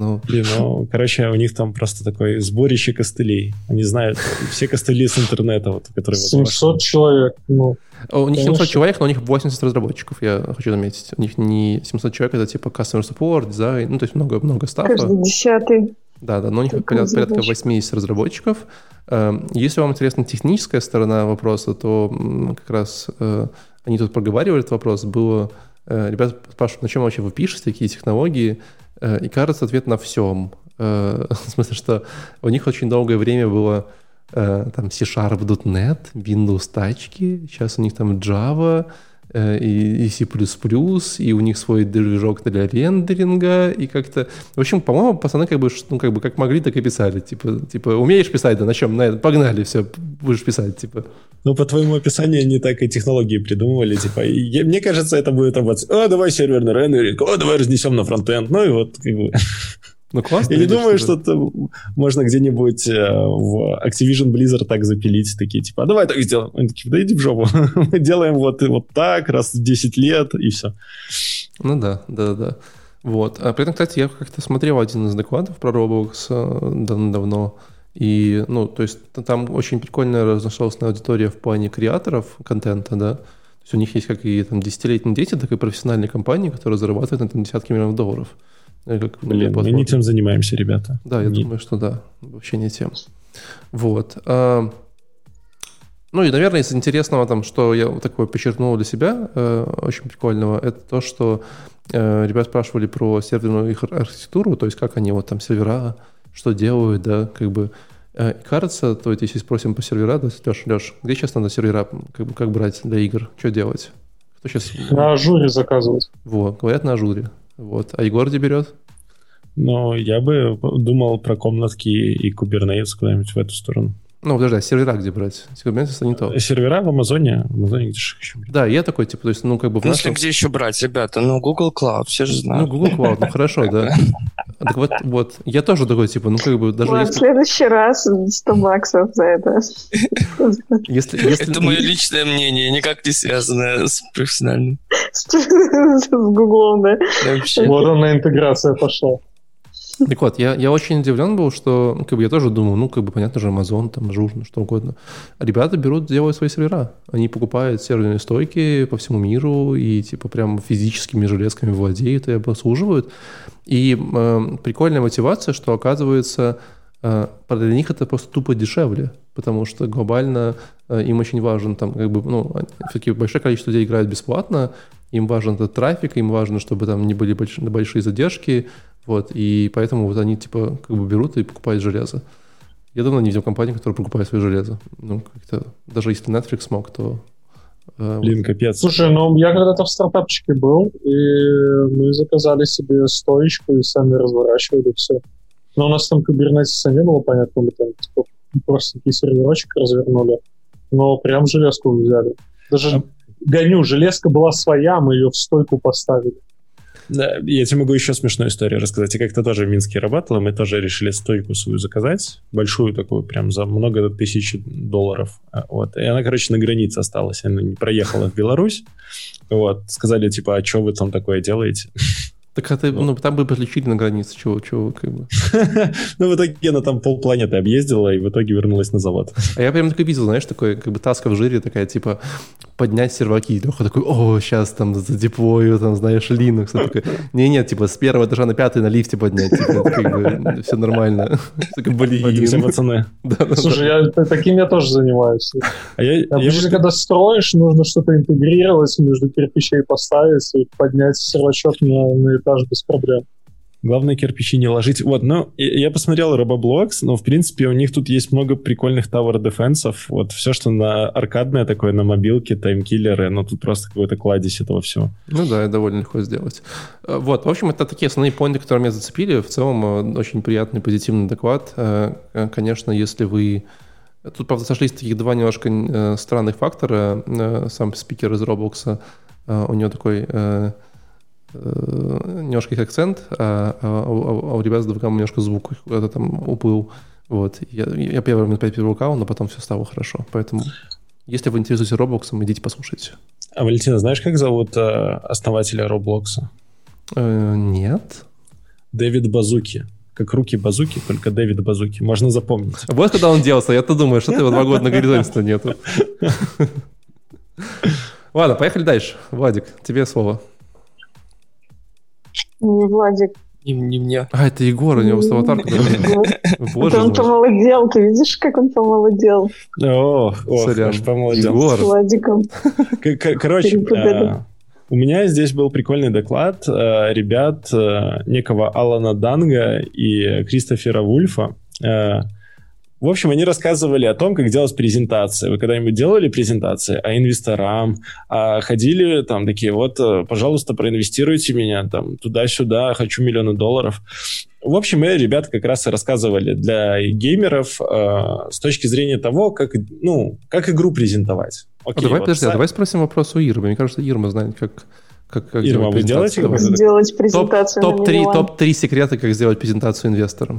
Короче, у них там просто такое сборище костылей. Они знают все костыли с интернета, вот, которые... 700 человек. У них 700 человек, но у них 80 разработчиков, я хочу заметить. У них не 700 человек, это типа customer support, дизайн, ну, то есть много стафа. Каждый 10-й. Да, но у них порядка 80 разработчиков. Если вам интересна техническая сторона вопроса, то как раз они тут проговаривали этот вопрос. Было... Ребята спрашивают, на чем вообще вы пишете, какие технологии, и кажется, ответ на всем. В смысле, что у них очень долгое время было там C-Sharp, .NET, Windows тачки, сейчас у них там Java и C++, и у них свой движок для рендеринга, и как-то... В общем, по-моему, пацаны как бы как могли, так и писали. Типа умеешь писать, да на чем? Погнали, все, будешь писать, типа. По твоему описанию они так и технологии придумывали, типа. И мне кажется, это будет работать. Давай серверный рендеринг, давай разнесем на фронтенд. Ну и вот, как бы... Ну, классно. Я не думаю, что это можно где-нибудь в Activision Blizzard так запилить, такие, типа, а давай так сделаем. Они такие, да иди в жопу. Мы делаем вот так, раз в 10 лет, и все. Ну да. Вот. А при этом, кстати, я как-то смотрел один из докладов про Roblox давно, и, то есть там очень прикольная разношерстная аудитория в плане креаторов контента, да. То есть у них есть как и там 10-летние дети, так и профессиональные компании, которые зарабатывают на этом десятки миллионов долларов. Мы не тем занимаемся, ребята. Да, я думаю, что да, вообще не тем. Вот. И, наверное, из интересного, там, что я такое подчеркнул для себя, очень прикольного, это то, что ребята спрашивали про серверную их архитектуру, то есть как они вот там сервера, что делают, да, как бы. И кажется, то есть если спросим по сервера, да, Леш, где сейчас надо сервера, как брать для игр, что делать? Кто сейчас... На Ажуре заказывать. Вот, говорят на Ажуре. Вот. А Егор где берет? Я бы думал про комнатки и Kubernetes куда-нибудь в эту сторону. Подожди, а сервера где брать? Kubernetes это не то. Сервера в Амазоне. Где же еще брать? Да, я такой, типа, то есть, как бы... Где еще брать, ребята? Google Cloud, все же знают. Google Cloud, хорошо, да. Так вот, я тоже такой, типа, ну, как бы, даже В следующий раз $100 за это. Это мое личное мнение, никак не связанное с профессиональным. С Гуглом, да? Вот она интеграция пошла. Так вот, я очень удивлен был, что, как бы, я тоже думал, ну, как бы, понятно же, Amazon, там, Жужно, что угодно. Ребята делают свои сервера. Они покупают серверные стойки по всему миру и, типа, прям физическими железками владеют и обслуживают. И прикольная мотивация, что, оказывается, для них это просто тупо дешевле, потому что глобально им очень важен, там, как бы, ну, все-таки большое количество людей играют бесплатно, им важен этот трафик, им важно, чтобы там не были большие задержки, вот, и поэтому вот они, типа, как бы берут и покупают железо. Я давно не видел компании, которые покупают свое железо. Ну, как-то, даже если Netflix смог, то... Блин, капец. Слушай, ну, я когда-то в стартапчике был, и мы заказали себе стоечку и сами разворачивали все. Но у нас там кубернетиса не было, понятно, мы там, типа, просто такие серверочек развернули. Но прям железку взяли. Даже гоню, железка была своя, мы ее в стойку поставили. Да, я тебе могу еще смешную историю рассказать. Я как-то тоже в Минске работал, и мы тоже решили стойку свою заказать, большую такую, прям за много тысяч $1000. Вот. И она, короче, на границе осталась, она не проехала в Беларусь. Вот. Сказали, типа, а что вы там такое делаете? Так а ты, ну, там бы подлечили на границе, чего, как бы. Ну, в итоге она там полпланеты объездила и в итоге вернулась на завод. А я прям такой видел, знаешь, такой, как бы таска в жире, такая, типа, поднять серваки. Леха такой, о, сейчас там задеплою, там, знаешь, Linux. Такой, нет, типа, с 1 этажа на 5 на лифте поднять, типа, как бы, все нормально. Блин. Все пацаны. Слушай, таким я тоже занимаюсь. Обычно, когда строишь, нужно что-то интегрировать, между кирпичей поставить и поднять сервачок на этаж без проблем. Главное, кирпичи не ложить. Вот, ну, я посмотрел Roblox, но, в принципе, у них тут есть много прикольных Tower Defense. Вот, все, что на аркадное такое, на мобилке, таймкиллеры, но тут просто какой-то кладезь этого всего. Ну да, довольно легко сделать. Вот, в общем, это такие основные поинты, которые меня зацепили. В целом, очень приятный, позитивный доклад. Конечно, если вы... Тут, правда, сошлись таких два немножко странных фактора. Сам спикер из Roblox, у него такой... немножко их акцент, а у ребят с ДВК немножко звук куда-то там уплыл. Вот. Я первый минут 5 переругал, но потом все стало хорошо. Поэтому, если вы интересуетесь Роблоксом, идите послушайте. А, Валентина, знаешь, как зовут основателя Роблокса? Нет. Дэвид Базуки. Как руки базуки, только Дэвид Базуки. Можно запомнить. Вот когда он делался, я-то думаю, что ты его 2 года на горизонте нету. Ладно, поехали дальше. Владик, тебе слово. Не Владик. Не мне. А, это Егор, у него с аватаркой. Это он помолодел, ты видишь, как он помолодел? Ох, аж помолодел. Егор. С Владиком. Короче, у меня здесь был прикольный доклад ребят некого Алана Данга и Кристофера Вульфа. В общем, они рассказывали о том, как делать презентации. Вы когда-нибудь делали презентации инвесторам? Ходили там такие, вот, пожалуйста, проинвестируйте меня там туда-сюда, хочу $1 миллион. В общем, ребята как раз и рассказывали для геймеров с точки зрения того, как игру презентовать. Окей, давай спросим вопрос у Ирмы. Мне кажется, Ирма знает, как Ирма, вы делаете сделать презентацию Топ-3 секрета, как сделать презентацию инвесторам.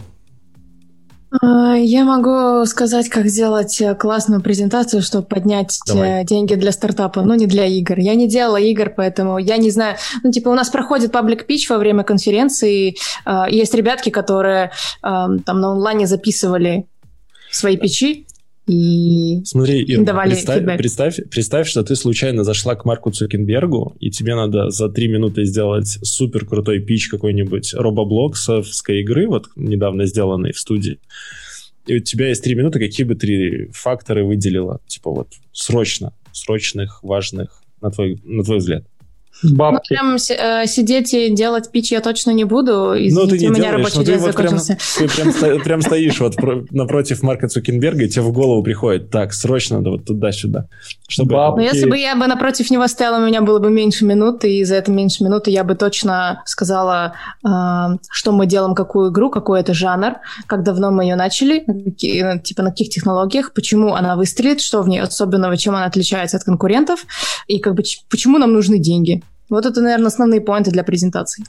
Я могу сказать, как сделать классную презентацию, чтобы поднять деньги для стартапа, но не для игр. Я не делала игр, поэтому я не знаю. У нас проходит паблик питч во время конференции. Есть ребятки, которые там на онлайне записывали свои питчи и смотри, Ир, давали фидбэк. Представь, что ты случайно зашла к Марку Цукербергу, и тебе надо за 3 минуты сделать супер крутой питч какой-нибудь робоблоксовской игры, вот недавно сделанной в студии. И у тебя есть 3 минуты, какие бы 3 фактора выделила? Типа вот срочных, важных, на твой взгляд. Бабки. Прям сидеть и делать питч я точно не буду. Извините, у меня рабочий день закончился. Ты прям стоишь вот напротив Марка Цукерберга, и тебе в голову приходит, так, срочно надо вот туда-сюда. Но если бы я бы напротив него стояла, у меня было бы меньше минуты, и за это меньше минуты я бы точно сказала, что мы делаем, какую игру, какой это жанр, как давно мы ее начали, типа на каких технологиях, почему она выстрелит, что в ней особенного, чем она отличается от конкурентов, и как бы почему нам нужны деньги. Вот это, наверное, основные поинты для презентации.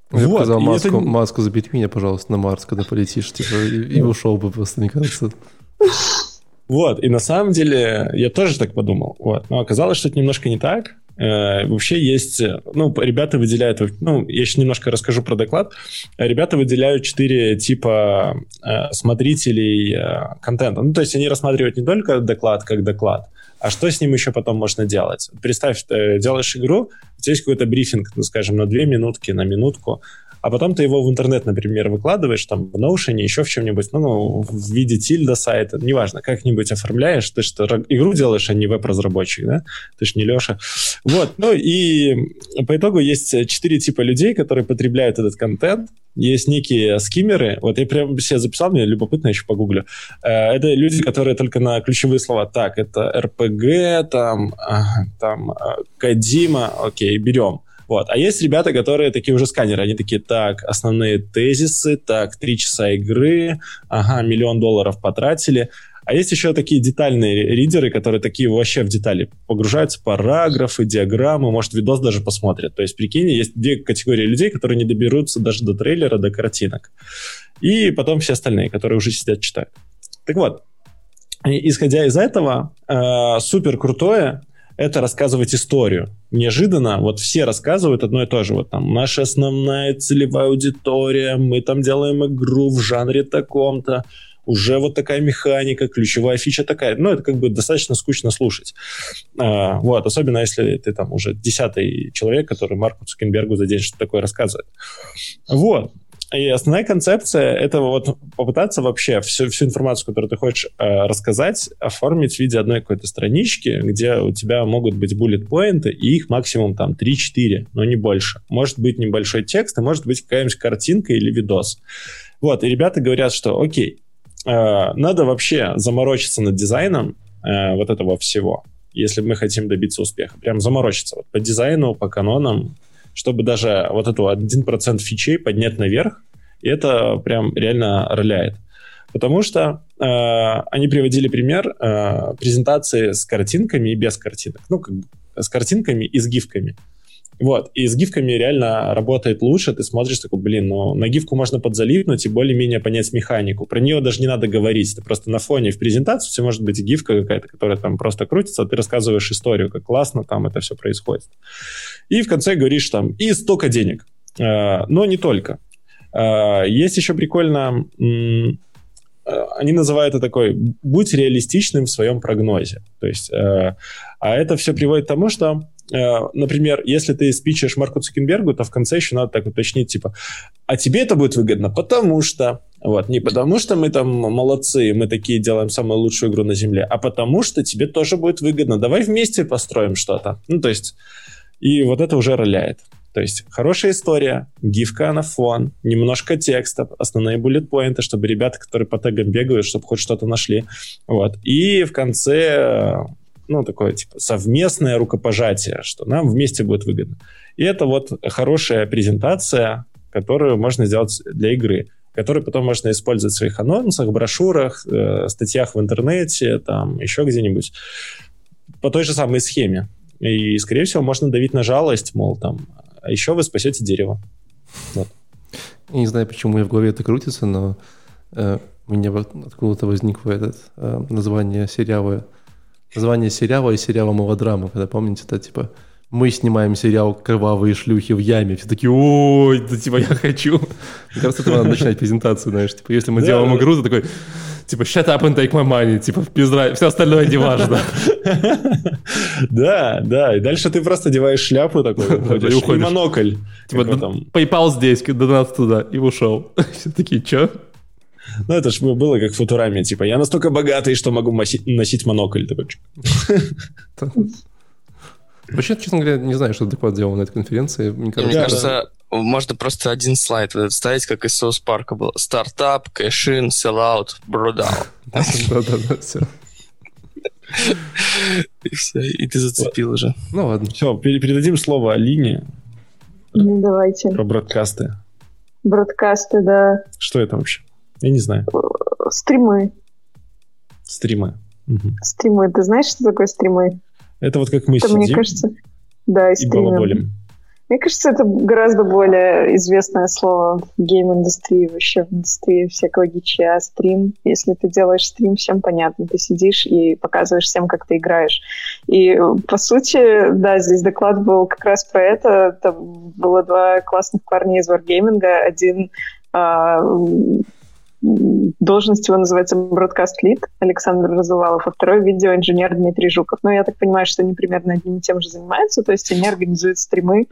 Я бы Вот, сказал и Маску, забери меня, пожалуйста, на Марс, когда полетишь, типа, и ушел бы просто, мне кажется. Вот, и на самом деле я тоже так подумал, вот, но оказалось, что это немножко не так. Вообще есть, ребята выделяют, я еще немножко расскажу про доклад. Ребята выделяют 4 типа смотрителей контента. То есть они рассматривают не только доклад как доклад, а что с ним еще потом можно делать. Представь, ты делаешь игру, у тебя есть какой-то брифинг, скажем, на 2 минутки, на минутку, а потом ты его в интернет, например, выкладываешь, там, в Notion, еще в чем-нибудь, в виде тильда сайта, неважно, как-нибудь оформляешь, ты что, игру делаешь, а не веб-разработчик, да? Ты ж не Леша. Вот, и по итогу есть 4 типа людей, которые потребляют этот контент. Есть некие скиммеры, вот я прям себе записал, мне любопытно, еще погуглю. Это люди, которые только на ключевые слова, так, это РПГ, там Кодзима, окей, берем. Вот. А есть ребята, которые такие уже сканеры, они такие, так, основные тезисы, так, 3 часа игры, ага, $1 миллион потратили. А есть еще такие детальные ридеры, которые такие вообще в детали погружаются, параграфы, диаграммы, может, видос даже посмотрят. То есть, прикинь, есть 2 категории людей, которые не доберутся даже до трейлера, до картинок. И потом все остальные, которые уже сидят, читают. Так вот, исходя из этого, супер крутое это рассказывать историю. Неожиданно вот все рассказывают одно и то же. Вот там наша основная целевая аудитория, мы там делаем игру в жанре таком-то, уже вот такая механика, ключевая фича такая. Это как бы достаточно скучно слушать. Вот, особенно если ты там уже 10-й человек, который Марку Цукербергу за день что-то такое рассказывает. Вот. И основная концепция — это вот попытаться вообще всю информацию, которую ты хочешь рассказать, оформить в виде одной какой-то странички, где у тебя могут быть буллет-поинты, и их максимум там 3-4, но не больше. Может быть небольшой текст, а может быть какая-нибудь картинка или видос. Вот, и ребята говорят, что окей, надо вообще заморочиться над дизайном вот этого всего, если мы хотим добиться успеха. Прям заморочиться вот по дизайну, по канонам, чтобы даже вот эту 1% фичей поднять наверх, и это прям реально роляет. Потому что они приводили пример презентации с картинками и без картинок. С картинками и с гифками. Вот, и с гифками реально работает лучше, ты смотришь такой, на гифку можно подзалипнуть и более-менее понять механику. Про нее даже не надо говорить, ты просто на фоне в презентации, у тебя может быть гифка какая-то, которая там просто крутится, а ты рассказываешь историю, как классно там это все происходит. И в конце говоришь там, и столько денег. Но не только. Есть еще прикольно, они называют это такой, будь реалистичным в своем прогнозе. То есть, а это все приводит к тому, что например, если ты спичишь Марку Цукербергу, то в конце еще надо так уточнить, типа, а тебе это будет выгодно, потому что, вот, не потому что мы там молодцы, мы такие делаем самую лучшую игру на Земле, а потому что тебе тоже будет выгодно, давай вместе построим что-то. То есть, и вот это уже роляет. То есть, хорошая история, гифка на фон, немножко текста, основные буллет-поинты, чтобы ребята, которые по тегам бегают, чтобы хоть что-то нашли. Вот. И в конце такое, типа, совместное рукопожатие, что нам вместе будет выгодно. И это вот хорошая презентация, которую можно сделать для игры, которую потом можно использовать в своих анонсах, брошюрах, статьях в интернете, там, еще где-нибудь, по той же самой схеме. И, скорее всего, можно давить на жалость, мол, там, а еще вы спасете дерево. Вот. Я не знаю, почему я в голове это крутится, но у меня откуда-то возникло название сериала и сериала «Мелодрама», когда, помните, это типа мы снимаем сериал «Кровавые шлюхи в яме», все такие, ой, да типа я хочу. Мне кажется, это надо начинать презентацию, знаешь, типа если мы делаем игру, то такой, типа shut up and take my money, типа все остальное не важно. Да, и дальше ты просто одеваешь шляпу такой, уходишь, и монокль. Типа PayPal здесь, донат туда, и ушел. Все такие, чё? Это ж было как в Футураме, типа, я настолько богатый, что могу носить монокль. Такой. Вообще, честно говоря, не знаю, что доклад делал на этой конференции. Мне кажется, можно просто один слайд вставить, как из Соус Парка было. Стартап, кэш-ин, sell-out, bro-down. Да, все. И все, и ты зацепил уже. Ну ладно. Все, передадим слово Алине. Давайте. Про бродкасты. Бродкасты, да. Что это вообще? Я не знаю. Стримы. Угу. Стримы. Ты знаешь, что такое стримы? Это вот как мы это, сидим мне кажется, да, и балаболим. Мне кажется, это гораздо более известное слово в гейм-индустрии, вообще в индустрии всякого гича, стрим. Если ты делаешь стрим, всем понятно. Ты сидишь и показываешь всем, как ты играешь. И, по сути, да, здесь доклад был как раз про это. Там было 2 классных парня из Wargaming. Один... должность его называется Broadcast Lead Александр Разувалов, а второй видеоинженер Дмитрий Жуков. Но я так понимаю, что они примерно одним и тем же занимаются, то есть они организуют стримы.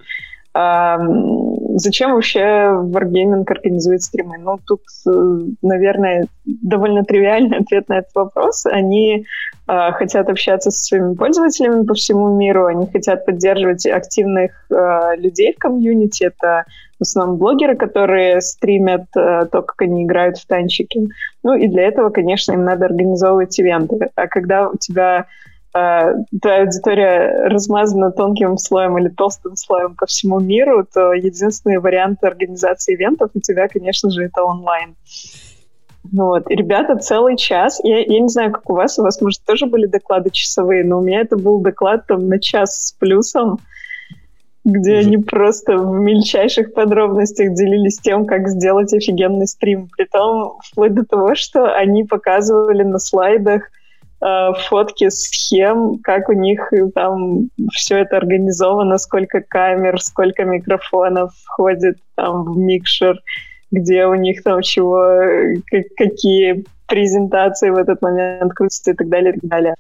Зачем вообще Wargaming организует стримы? Ну, тут, наверное, довольно тривиальный ответ на этот вопрос. Они хотят общаться со своими пользователями по всему миру, они хотят поддерживать активных людей в комьюнити. Это в основном блогеры, которые стримят то, как они играют в танчики. Ну и для этого, конечно, им надо организовывать ивенты. А когда у тебя твоя аудитория размазана тонким слоем или толстым слоем по всему миру, то единственный вариант организации ивентов у тебя, конечно же, это онлайн. Вот. И ребята целый час, я не знаю, как у вас, может, тоже были доклады часовые, но у меня это был доклад там на час с плюсом, где они просто в мельчайших подробностях делились тем, как сделать офигенный стрим. Притом вплоть до того, что они показывали на слайдах фотки схем, как у них там все это организовано, сколько камер, сколько микрофонов входит там в микшер, где у них там чего, какие презентации в этот момент крутятся и так далее, и так далее.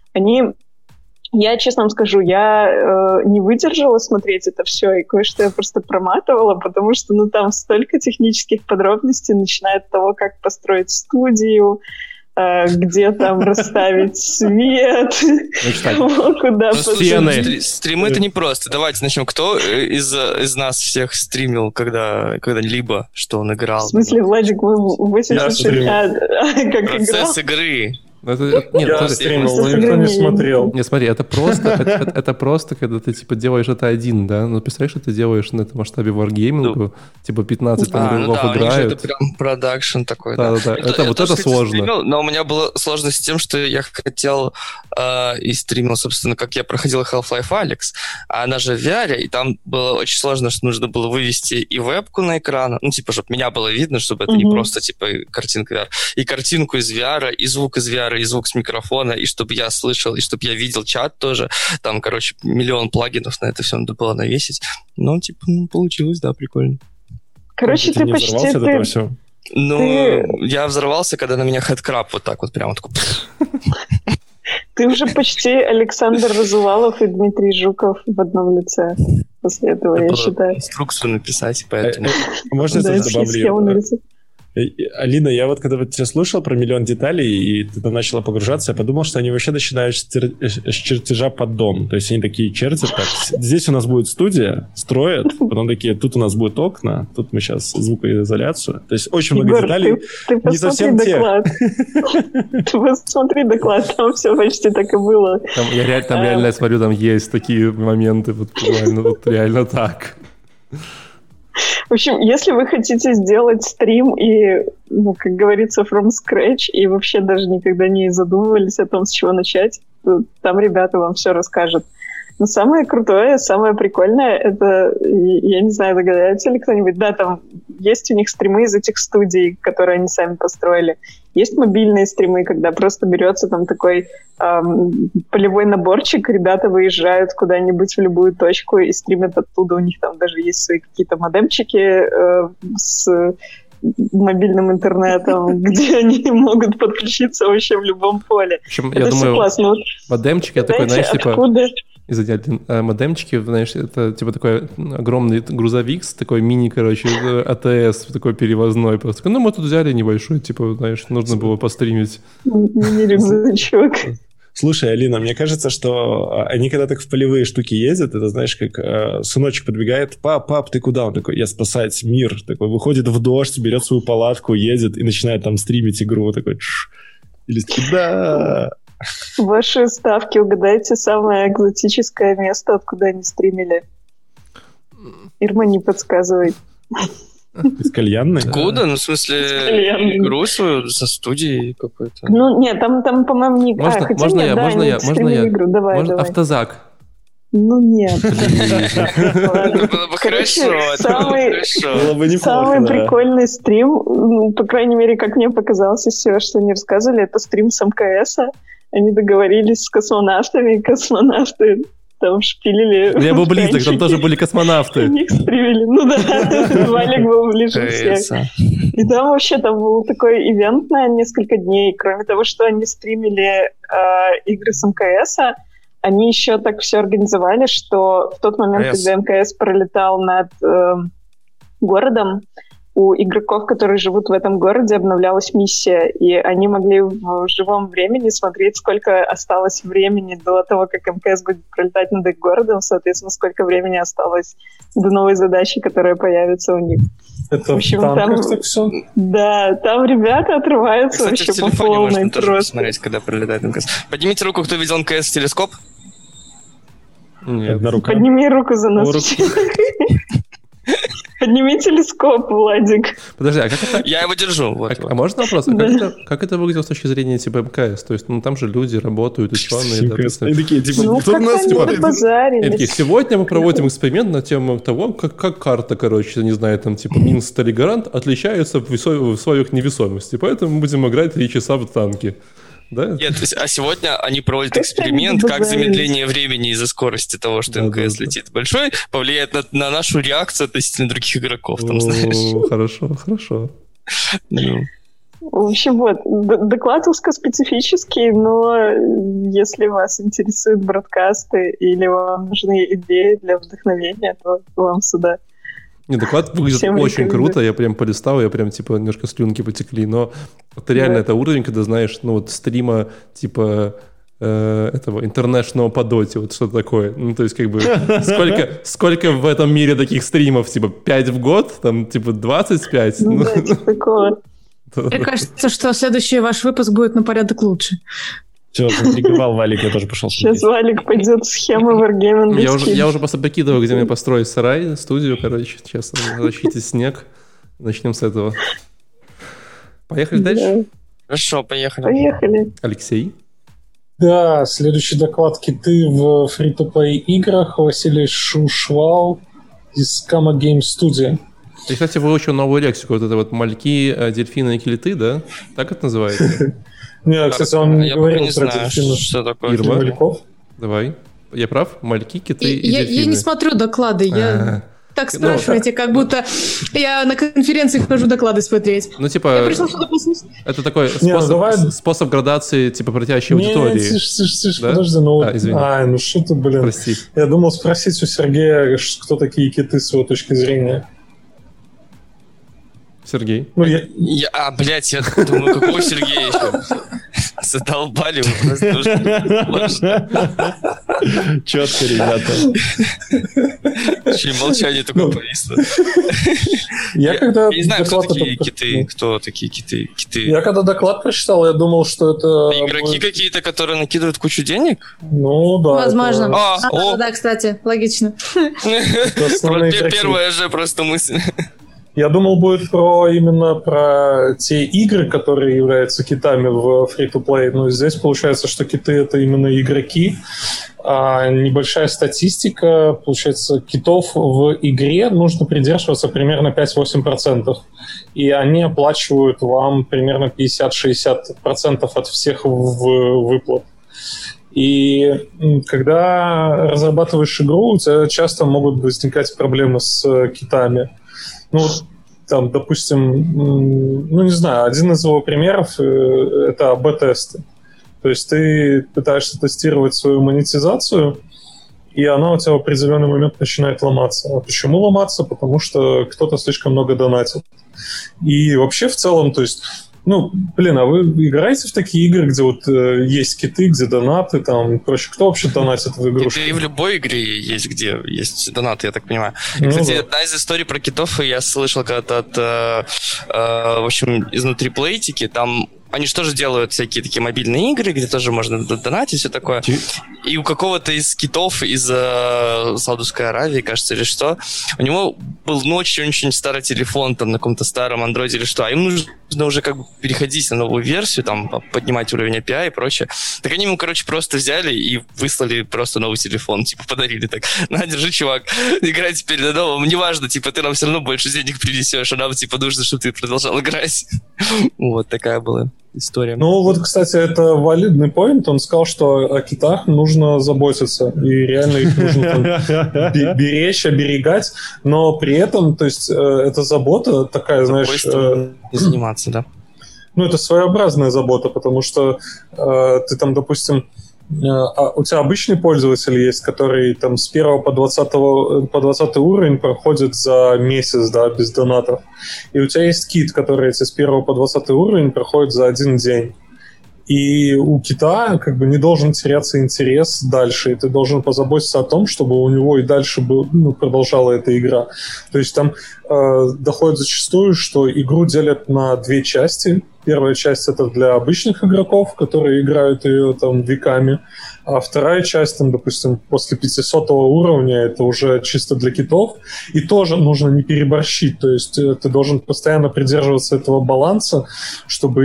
Я, честно вам скажу, я не выдержала смотреть это все, и кое-что я просто проматывала, потому что там столько технических подробностей, начиная от того, как построить студию, где там расставить свет, куда посмотреть. Стримы — это непросто. Давайте начнем. Кто из нас всех стримил когда-либо, что он играл? В смысле, Владик, вы 86 как играл? Процесс игры. Я стримил, но никто не смотрел. Не, смотри, это просто, когда ты, типа, делаешь это один, да? Ну, представляешь, что ты делаешь на этом масштабе Wargaming, типа, 15 игроков играют. Это прям продакшн такой, да. Это сложно. Но у меня была сложность с тем, что я хотел и стримил, собственно, как я проходил Half-Life Alyx, а она же в VR, и там было очень сложно, что нужно было вывести и вебку на экран, ну, типа, чтобы меня было видно, чтобы это не просто, типа, картинка VR, и картинку из VR, и звук из VR, и звук с микрофона, и чтобы я слышал, и чтобы я видел чат тоже. Там, короче, миллион плагинов на это все надо было навесить. Ну, типа, получилось, да, прикольно. Короче, ты почти... Я взорвался, когда на меня хэдкраб вот так вот прямо такой... Ты уже почти Александр Разувалов и Дмитрий Жуков в одном лице. После этого, я считаю. Инструкцию написать, поэтому... Можно я тоже добавлю? Алина, я вот когда тебя слушал про миллион деталей, и ты там начала погружаться, я подумал, что они вообще начинают с чертежа под дом. То есть они такие чертят, так, здесь у нас будет студия, строят, потом такие, тут у нас будут окна, тут мы сейчас звукоизоляцию. То есть очень много деталей. Ты посмотри доклад. Ты посмотри доклад, там все почти так и было. Я реально, я смотрю, там есть такие моменты, вот реально так. В общем, если вы хотите сделать стрим и, как говорится, from scratch, и вообще даже никогда не задумывались о том, с чего начать, то там ребята вам все расскажут. Но самое крутое, самое прикольное, это, я не знаю, догадается ли кто-нибудь, да, там есть у них стримы из этих студий, которые они сами построили. Есть мобильные стримы, когда просто берется там такой полевой наборчик, ребята выезжают куда-нибудь в любую точку и стримят оттуда. У них там даже есть свои какие-то модемчики с мобильным интернетом, где они могут подключиться вообще в любом поле. Причем, я думаю, классно. Модемчик, я такой, знаешь, типа... Модемчики, знаешь, это типа такой огромный грузовик с такой мини, короче, АТС, такой перевозной. Просто. Ну, мы тут взяли небольшой, типа, знаешь, нужно было постримить. Мини-рюкзачок. Слушай, Алина, мне кажется, что они когда так в полевые штуки ездят, это, знаешь, как сыночек подбегает, пап, ты куда? Он такой, я спасать мир. Такой выходит в дождь, берет свою палатку, едет и начинает там стримить игру. Такой, или такой, да... Ваши ставки, угадайте самое экзотическое место, откуда они стримили. Ирма, не подсказывай. Из кальянной? Откуда? Ну, в смысле, игру свою со студией какой-то? Ну, нет, там по-моему, не... Можно я? Давай. Автозак. Ну нет. Было бы хорошо. Самый прикольный стрим, по крайней мере, как мне показалось из всего, что они рассказывали, это стрим с МКСа. Они договорились с космонавтами, и космонавты там шпилили. Я был близок, там тоже были космонавты. Них стримили. Ну да, Валик был ближе всех. И там вообще был такой ивент на несколько дней. Кроме того, что они стримили игры с МКСа, они еще так все организовали, что в тот момент, когда МКС пролетал над городом, у игроков, которые живут в этом городе, обновлялась миссия, и они могли в живом времени смотреть, сколько осталось времени до того, как МКС будет пролетать над их городом, соответственно, сколько времени осталось до новой задачи, которая появится у них. Это в общем, там все? Да, там ребята отрываются вообще по полной просто. Посмотреть, когда пролетает МКС. Поднимите руку, кто видел МКС в телескоп. Нет, одна рука. Подними руку за нас. Подними телескоп, Владик. Подожди, а как это? Я его держу. Вот. А можно вопрос? Как это выглядело с точки зрения типа МКС? То есть, там же люди работают, ученые. И такие, типа, кто нас смотрит? Сегодня мы проводим эксперимент на тему того, как карта, не знаю, там, типа, Минск, Сталинград отличаются в своих невесомости. Поэтому мы будем играть 3 часа в танки. Да? Нет, а сегодня они проводят эксперимент, как замедление времени из-за скорости того, что МКС летит большой, повлияет на нашу реакцию относительно других игроков. Там, знаешь. Хорошо. В общем, доклад узкоспецифический, но если вас интересуют бродкасты или вам нужны идеи для вдохновения, то вам сюда. Доклад выглядит очень круто, я прям полистал, я прям, типа, немножко слюнки потекли, но это реально это уровень, когда, знаешь, стрима, типа, этого интернешнного по доте, вот что-то такое. Ну, то есть, как бы, сколько в этом мире таких стримов, типа, 5 в год, там, типа, 25? Ну, да, типа такого. Мне кажется, что следующий ваш выпуск будет на порядок лучше. Все, заинтриговал Валик, я тоже пошел смотреть. Сейчас Валик пойдет схемы Wargaming. Я уже просто прикидываю, где мне построить сарай, студию, Сейчас защитить снег. Начнем с этого. Поехали дальше? Хорошо, поехали. Алексей? Да, следующий доклад «Киты в фри-то-плей играх». Василий Шушвал из Kama Game Studio. Ты, кстати, выучил новую лексику. Вот это вот мальки, дельфины и киты, да? Так это называется? Нет, кстати, он не говорил про дельфинов. Что такое? Ирма, давай. Я прав? Мальки, киты и дельфины. Я не смотрю доклады, я... Так спрашиваете, как будто я на конференции хожу доклады смотреть. Ну, типа, я пришла сюда послушать. Это такой способ градации, типа, протящей аудитории. Тише, подожди, извини. Что ты, блин. Прости. Я думал спросить у Сергея, кто такие киты с его точки зрения. Сергей. Блядь, я думаю, какой Сергей еще? Задолбали вы просто уже. Четко, ребята. Еще и молчание такое повисло. Я не знаю, кто такие киты. Я когда доклад прочитал, я думал, что это... Игроки какие-то, которые накидывают кучу денег? Ну, да. Возможно. Да, кстати, логично. Первая же просто мысль. Я думал, будет именно про те игры, которые являются китами в free-to-play, но здесь получается, что киты — это именно игроки. А небольшая статистика, получается, китов в игре нужно придерживаться примерно 5-8%. И они оплачивают вам примерно 50-60% от всех выплат. И когда разрабатываешь игру, у тебя часто могут возникать проблемы с китами. Ну, там, допустим, не знаю, один из его примеров — это АБ-тесты. То есть ты пытаешься тестировать свою монетизацию, и она у тебя в определенный момент начинает ломаться. А почему ломаться? Потому что кто-то слишком много донатит. И вообще в целом, то есть... а вы играете в такие игры, где вот есть киты, где донаты, там, короче, кто вообще донатит в игрушку? И в любой игре есть, где есть донаты, я так понимаю. Кстати, одна из историй про китов я слышал когда-то от, в общем, изнутри Плейтики, там они же тоже делают всякие такие мобильные игры, где тоже можно донатить, все такое. И у какого-то из китов из Саудовской Аравии, кажется, или что, у него был очень-очень старый телефон, там, на каком-то старом андроиде или что, а им нужно уже как бы переходить на новую версию, там, поднимать уровень API и прочее. Так они ему, короче, просто взяли и выслали просто новый телефон, типа, подарили так. На, держи, чувак, играй теперь на новом, неважно, типа, ты нам все равно больше денег принесешь, а нам, типа, нужно, чтобы ты продолжал играть. Вот такая была история. Ну вот, кстати, это валидный поинт. Он сказал, что о китах нужно заботиться, и реально их нужно беречь, оберегать, но при этом, то есть, эта забота такая, знаешь... не заниматься, да? Ну, это своеобразная забота, потому что ты там, допустим, у тебя обычный пользователь есть, который там с 1 по 20 уровень проходит за месяц, да, без донатов. И у тебя есть кит, который с 1 по 20 уровень проходит за один день. И у кита как бы не должен теряться интерес дальше, и ты должен позаботиться о том, чтобы у него и дальше продолжала эта игра. То есть там доходит зачастую, что игру делят на две части. Первая часть — это для обычных игроков, которые играют ее там веками, а вторая часть, там, допустим, после 500 уровня, это уже чисто для китов. И тоже нужно не переборщить, то есть ты должен постоянно придерживаться этого баланса, чтобы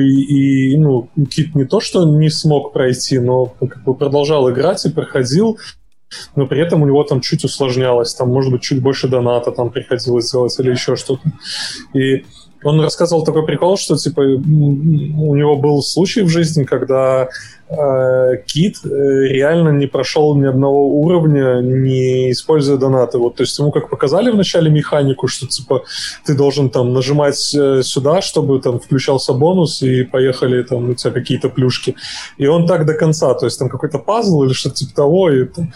кит не то, что не смог пройти, но как бы продолжал играть и проходил, но при этом у него там чуть усложнялось, там, может быть, чуть больше доната там приходилось делать или еще что-то. И он рассказывал такой прикол, что типа у него был случай в жизни, когда кит реально не прошел ни одного уровня, не используя донаты. Вот, то есть ему как показали в начале механику, что типа ты должен там нажимать сюда, чтобы там включался бонус, и поехали там у тебя какие-то плюшки. И он так до конца, то есть там какой-то пазл или что-то типа того, и там,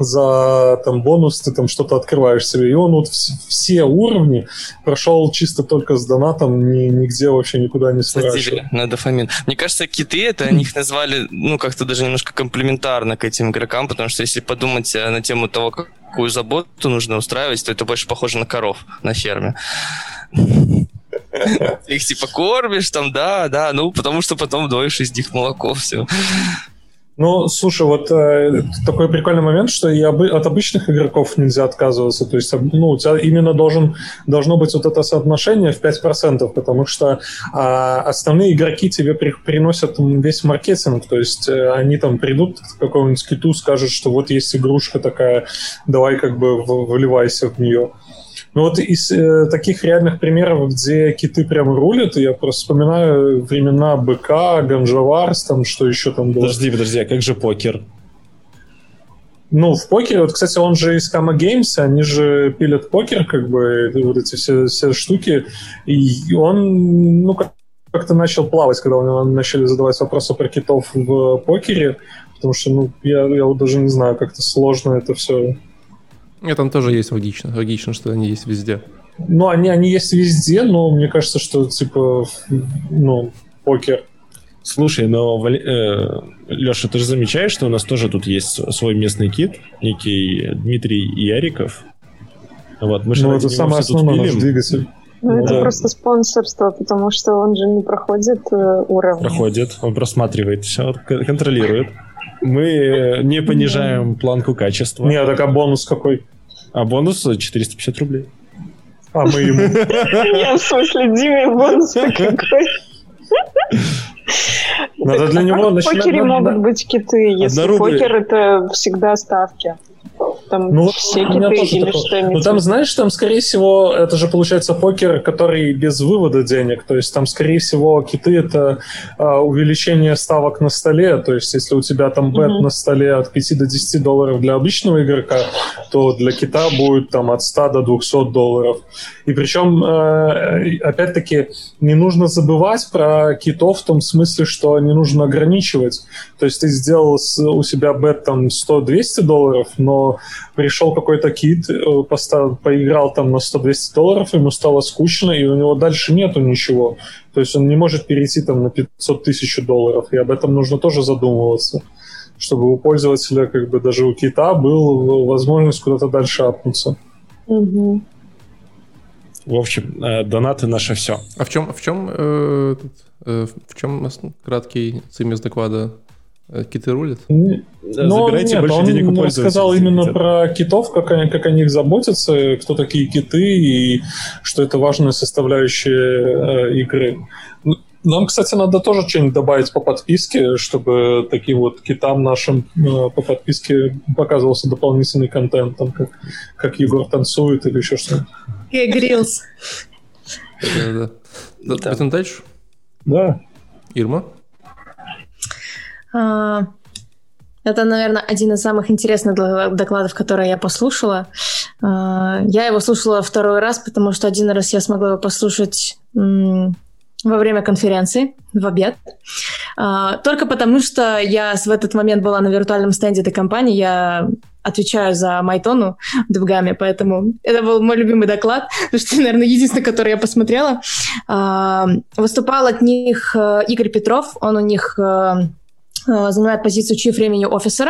за там бонус ты там что-то открываешь себе. И он вот все уровни прошел чисто только с донатом, нигде вообще никуда не сворачивал. На дофамин. Мне кажется, киты, это они их назвали, как-то даже немножко комплементарно к этим игрокам, потому что если подумать на тему того, какую заботу нужно устраивать, то это больше похоже на коров на ферме. Их типа кормишь там, да, потому что потом доишь из них молоко, все. Ну, слушай, вот такой прикольный момент, что и от обычных игроков нельзя отказываться. То есть, у тебя именно должно быть вот это соотношение в 5%, потому что основные игроки тебе приносят весь маркетинг. То есть, они там придут к какому-нибудь киту, скажут, что вот есть игрушка такая, давай как бы вливайся в нее. Ну вот из таких реальных примеров, где киты прям рулят, я просто вспоминаю времена БК, Ганжаварс, там что еще там было. Подожди, а как же покер? Ну, в покере, вот, кстати, он же из Kama Games, они же пилят покер, как бы, вот эти все штуки, и он, как-то начал плавать, когда у него начали задавать вопросы про китов в покере, потому что, я вот даже не знаю, как-то сложно это все... Нет, там тоже есть логично, что они есть везде. Ну, они есть везде, но мне кажется, что, типа, покер. Слушай, но, Леша, ты же замечаешь, что у нас тоже тут есть свой местный кит, некий Дмитрий Яриков. Вот, мы же это самый основной наш двигатель. Это просто спонсорство, потому что он же не проходит уровень. Проходит, он просматривает все, контролирует. Мы не понижаем планку качества. Не, так а бонус какой? А бонус 450 рублей. А мы ему... Я в смысле, Диме бонус какой? Надо для него начинать... В покере могут быть киты, если покер — это всегда ставки. Там все киты или что-нибудь. Ну там, знаешь, там, скорее всего, это же получается покер, который без вывода денег. То есть там, скорее всего, киты — это увеличение ставок на столе. То есть если у тебя там бет на столе от 5 до $10 для обычного игрока, то для кита будет там от 100 до $200. И причем, опять-таки, не нужно забывать про китов в том смысле, что не нужно ограничивать. То есть ты сделал у себя бет там $100-200, но пришел какой-то кит, поиграл там на $100-200, ему стало скучно, и у него дальше нету ничего. То есть он не может перейти там на $500,000, и об этом нужно тоже задумываться, чтобы у пользователя, как бы даже у кита, была возможность куда-то дальше апнуться. Угу. В общем, донаты наше все. А в чем краткий цимис доклада? Киты рулят? Забирайте больше денег у пользователей. Он сказал именно про китов, как о них заботятся, кто такие киты и что это важная составляющая игры. Нам, кстати, надо тоже что-нибудь добавить по подписке, чтобы таким вот китам нашим по подписке показывался дополнительный контент, там, как Егор танцует или еще что-нибудь. Грилс. Да. Пойдем дальше? Да. Ирма? Это, наверное, один из самых интересных докладов, которые я послушала. Я его слушала второй раз, потому что один раз я смогла его послушать во время конференции, в обед. Только потому, что я в этот момент была на виртуальном стенде этой компании, я отвечаю за Майтону Девгами, поэтому это был мой любимый доклад, потому что, наверное, единственный, который я посмотрела. Выступал от них Игорь Петров, он у них занимает позицию Chief Revenue Officer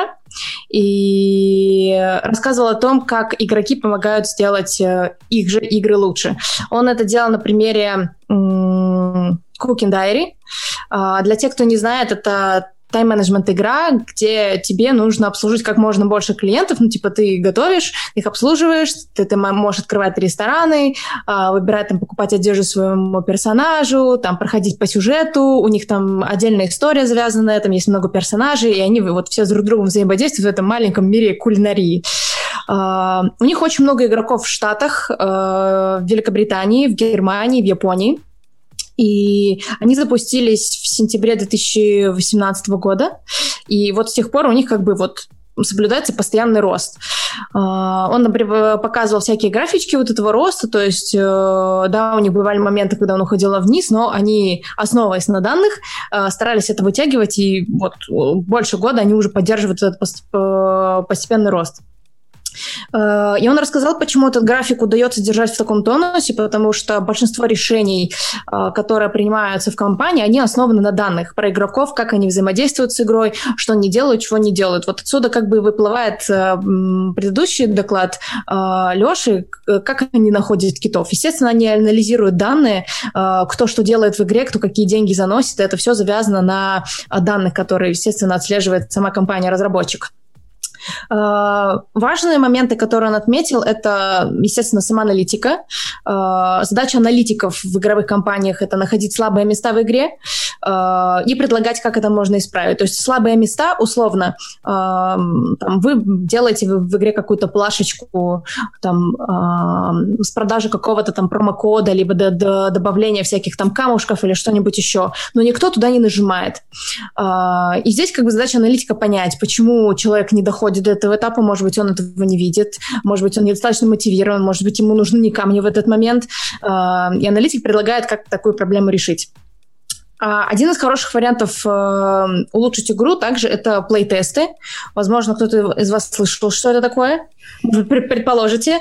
и рассказывал о том, как игроки помогают сделать их же игры лучше. Он это делал на примере Cooking Diary. Для тех, кто не знает, это тайм-менеджмент игра, где тебе нужно обслужить как можно больше клиентов. Ну, типа, ты готовишь, их обслуживаешь, ты можешь открывать рестораны, выбирать, там, покупать одежду своему персонажу, там, проходить по сюжету, у них там отдельная история завязанная, там есть много персонажей, и они вот все друг с другом взаимодействуют в этом маленьком мире кулинарии. У них очень много игроков в Штатах, в Великобритании, в Германии, в Японии. И они запустились в сентябре 2018 года. И вот с тех пор у них как бы вот соблюдается постоянный рост. Он, например, показывал всякие графички вот этого роста, то есть, да, у них бывали моменты, когда он уходил вниз, но они, основываясь на данных, старались это вытягивать, и вот больше года они уже поддерживают этот постепенный рост. И он рассказал, почему этот график удается держать в таком тонусе, потому что большинство решений, которые принимаются в компании, они основаны на данных про игроков, как они взаимодействуют с игрой, что они делают, чего не делают. Вот отсюда как бы выплывает предыдущий доклад Лёши, как они находят китов. Естественно, они анализируют данные, кто что делает в игре, кто какие деньги заносит, и это все завязано на данных, которые, естественно, отслеживает сама компания-разработчик. Важные моменты, которые он отметил, это, естественно, сама аналитика. Задача аналитиков в игровых компаниях – это находить слабые места в игре и предлагать, как это можно исправить. То есть слабые места, условно, там, вы делаете в игре какую-то плашечку там, с продажи какого-то там промокода, либо добавления всяких там камушков или что-нибудь еще, но никто туда не нажимает. И здесь как бы задача аналитика понять, почему человек не доходит до этого этапа, может быть, он этого не видит, может быть, он недостаточно мотивирован, может быть, ему нужны не камни в этот момент, и аналитик предлагает, как такую проблему решить. Один из хороших вариантов улучшить игру также это плей-тесты. Возможно, кто-то из вас слышал, что это такое? Предположите?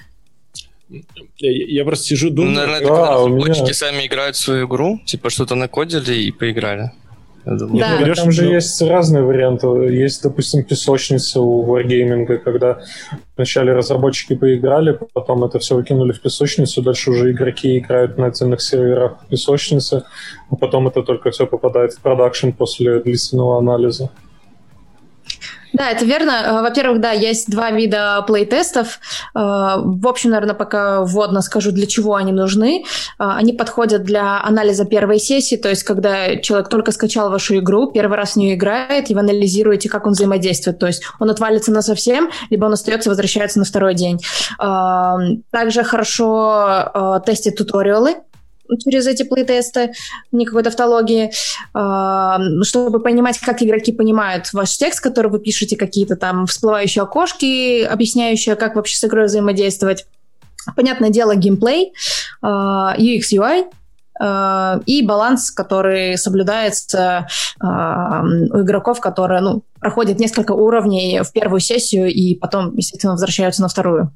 Я просто сижу, думаю... Наверное, это когда разработчики сами играют в свою игру, типа что-то накодили и поиграли. Да. Там же есть разные варианты. Есть, допустим, песочница у Wargaming, когда вначале разработчики поиграли, потом это все выкинули в песочницу, дальше уже игроки играют на отдельных серверах в песочнице, а потом это только все попадает в продакшн после длительного анализа. Да, это верно. Во-первых, да, есть два вида плей-тестов. В общем, наверное, пока вводно скажу, для чего они нужны. Они подходят для анализа первой сессии, то есть когда человек только скачал вашу игру, первый раз в нее играет, и вы анализируете, как он взаимодействует. То есть он отвалится насовсем, либо он остается и возвращается на второй день. Также хорошо тестить туториалы через эти плей-тесты, никакой тавтологии, чтобы понимать, как игроки понимают ваш текст, который вы пишете, какие-то там всплывающие окошки, объясняющие, как вообще с игрой взаимодействовать. Понятное дело, геймплей, UX, UI и баланс, который соблюдается у игроков, которые проходят несколько уровней в первую сессию и потом, естественно, возвращаются на вторую.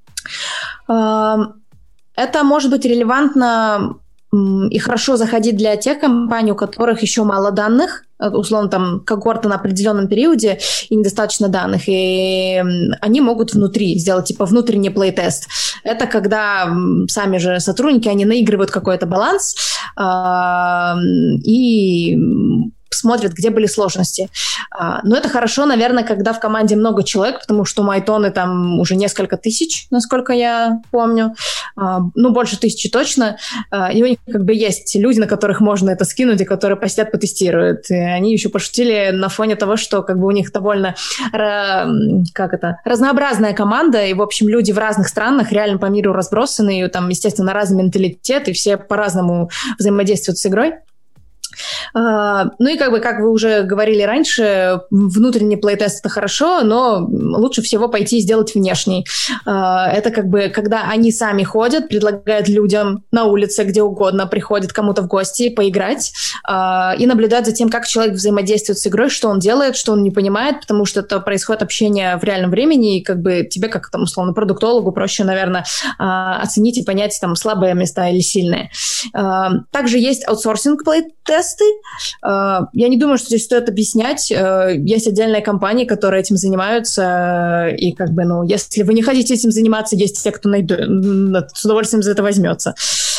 Это может быть релевантно и хорошо заходить для тех компаний, у которых еще мало данных, условно, там, когорта на определенном периоде и недостаточно данных, и они могут внутри сделать, типа, внутренний плейтест. Это когда сами же сотрудники, они наигрывают какой-то баланс и смотрят, где были сложности. Но это хорошо, наверное, когда в команде много человек, потому что майтоны там уже несколько тысяч, насколько я помню. Больше 1000 точно. И у них как бы есть люди, на которых можно это скинуть, и которые посидят, потестируют. И они еще пошутили на фоне того, что как бы у них довольно разнообразная команда, и, в общем, люди в разных странах реально по миру разбросаны, и там, естественно, разный менталитет, и все по-разному взаимодействуют с игрой. Ну и как вы уже говорили раньше, внутренний плейтест — это хорошо, но лучше всего пойти и сделать внешний. Это как бы, когда они сами ходят, предлагают людям на улице, где угодно, приходят кому-то в гости поиграть и наблюдать за тем, как человек взаимодействует с игрой, что он делает, что он не понимает, потому что это происходит общение в реальном времени, и как бы тебе, как там, условно, продуктологу, проще, наверное, оценить и понять там слабые места или сильные. Также есть аутсорсинг плейтесты. Я не думаю, что здесь стоит объяснять. Есть отдельные компании, которые этим занимаются, и как бы, если вы не хотите этим заниматься, есть те, кто с удовольствием за это возьмется.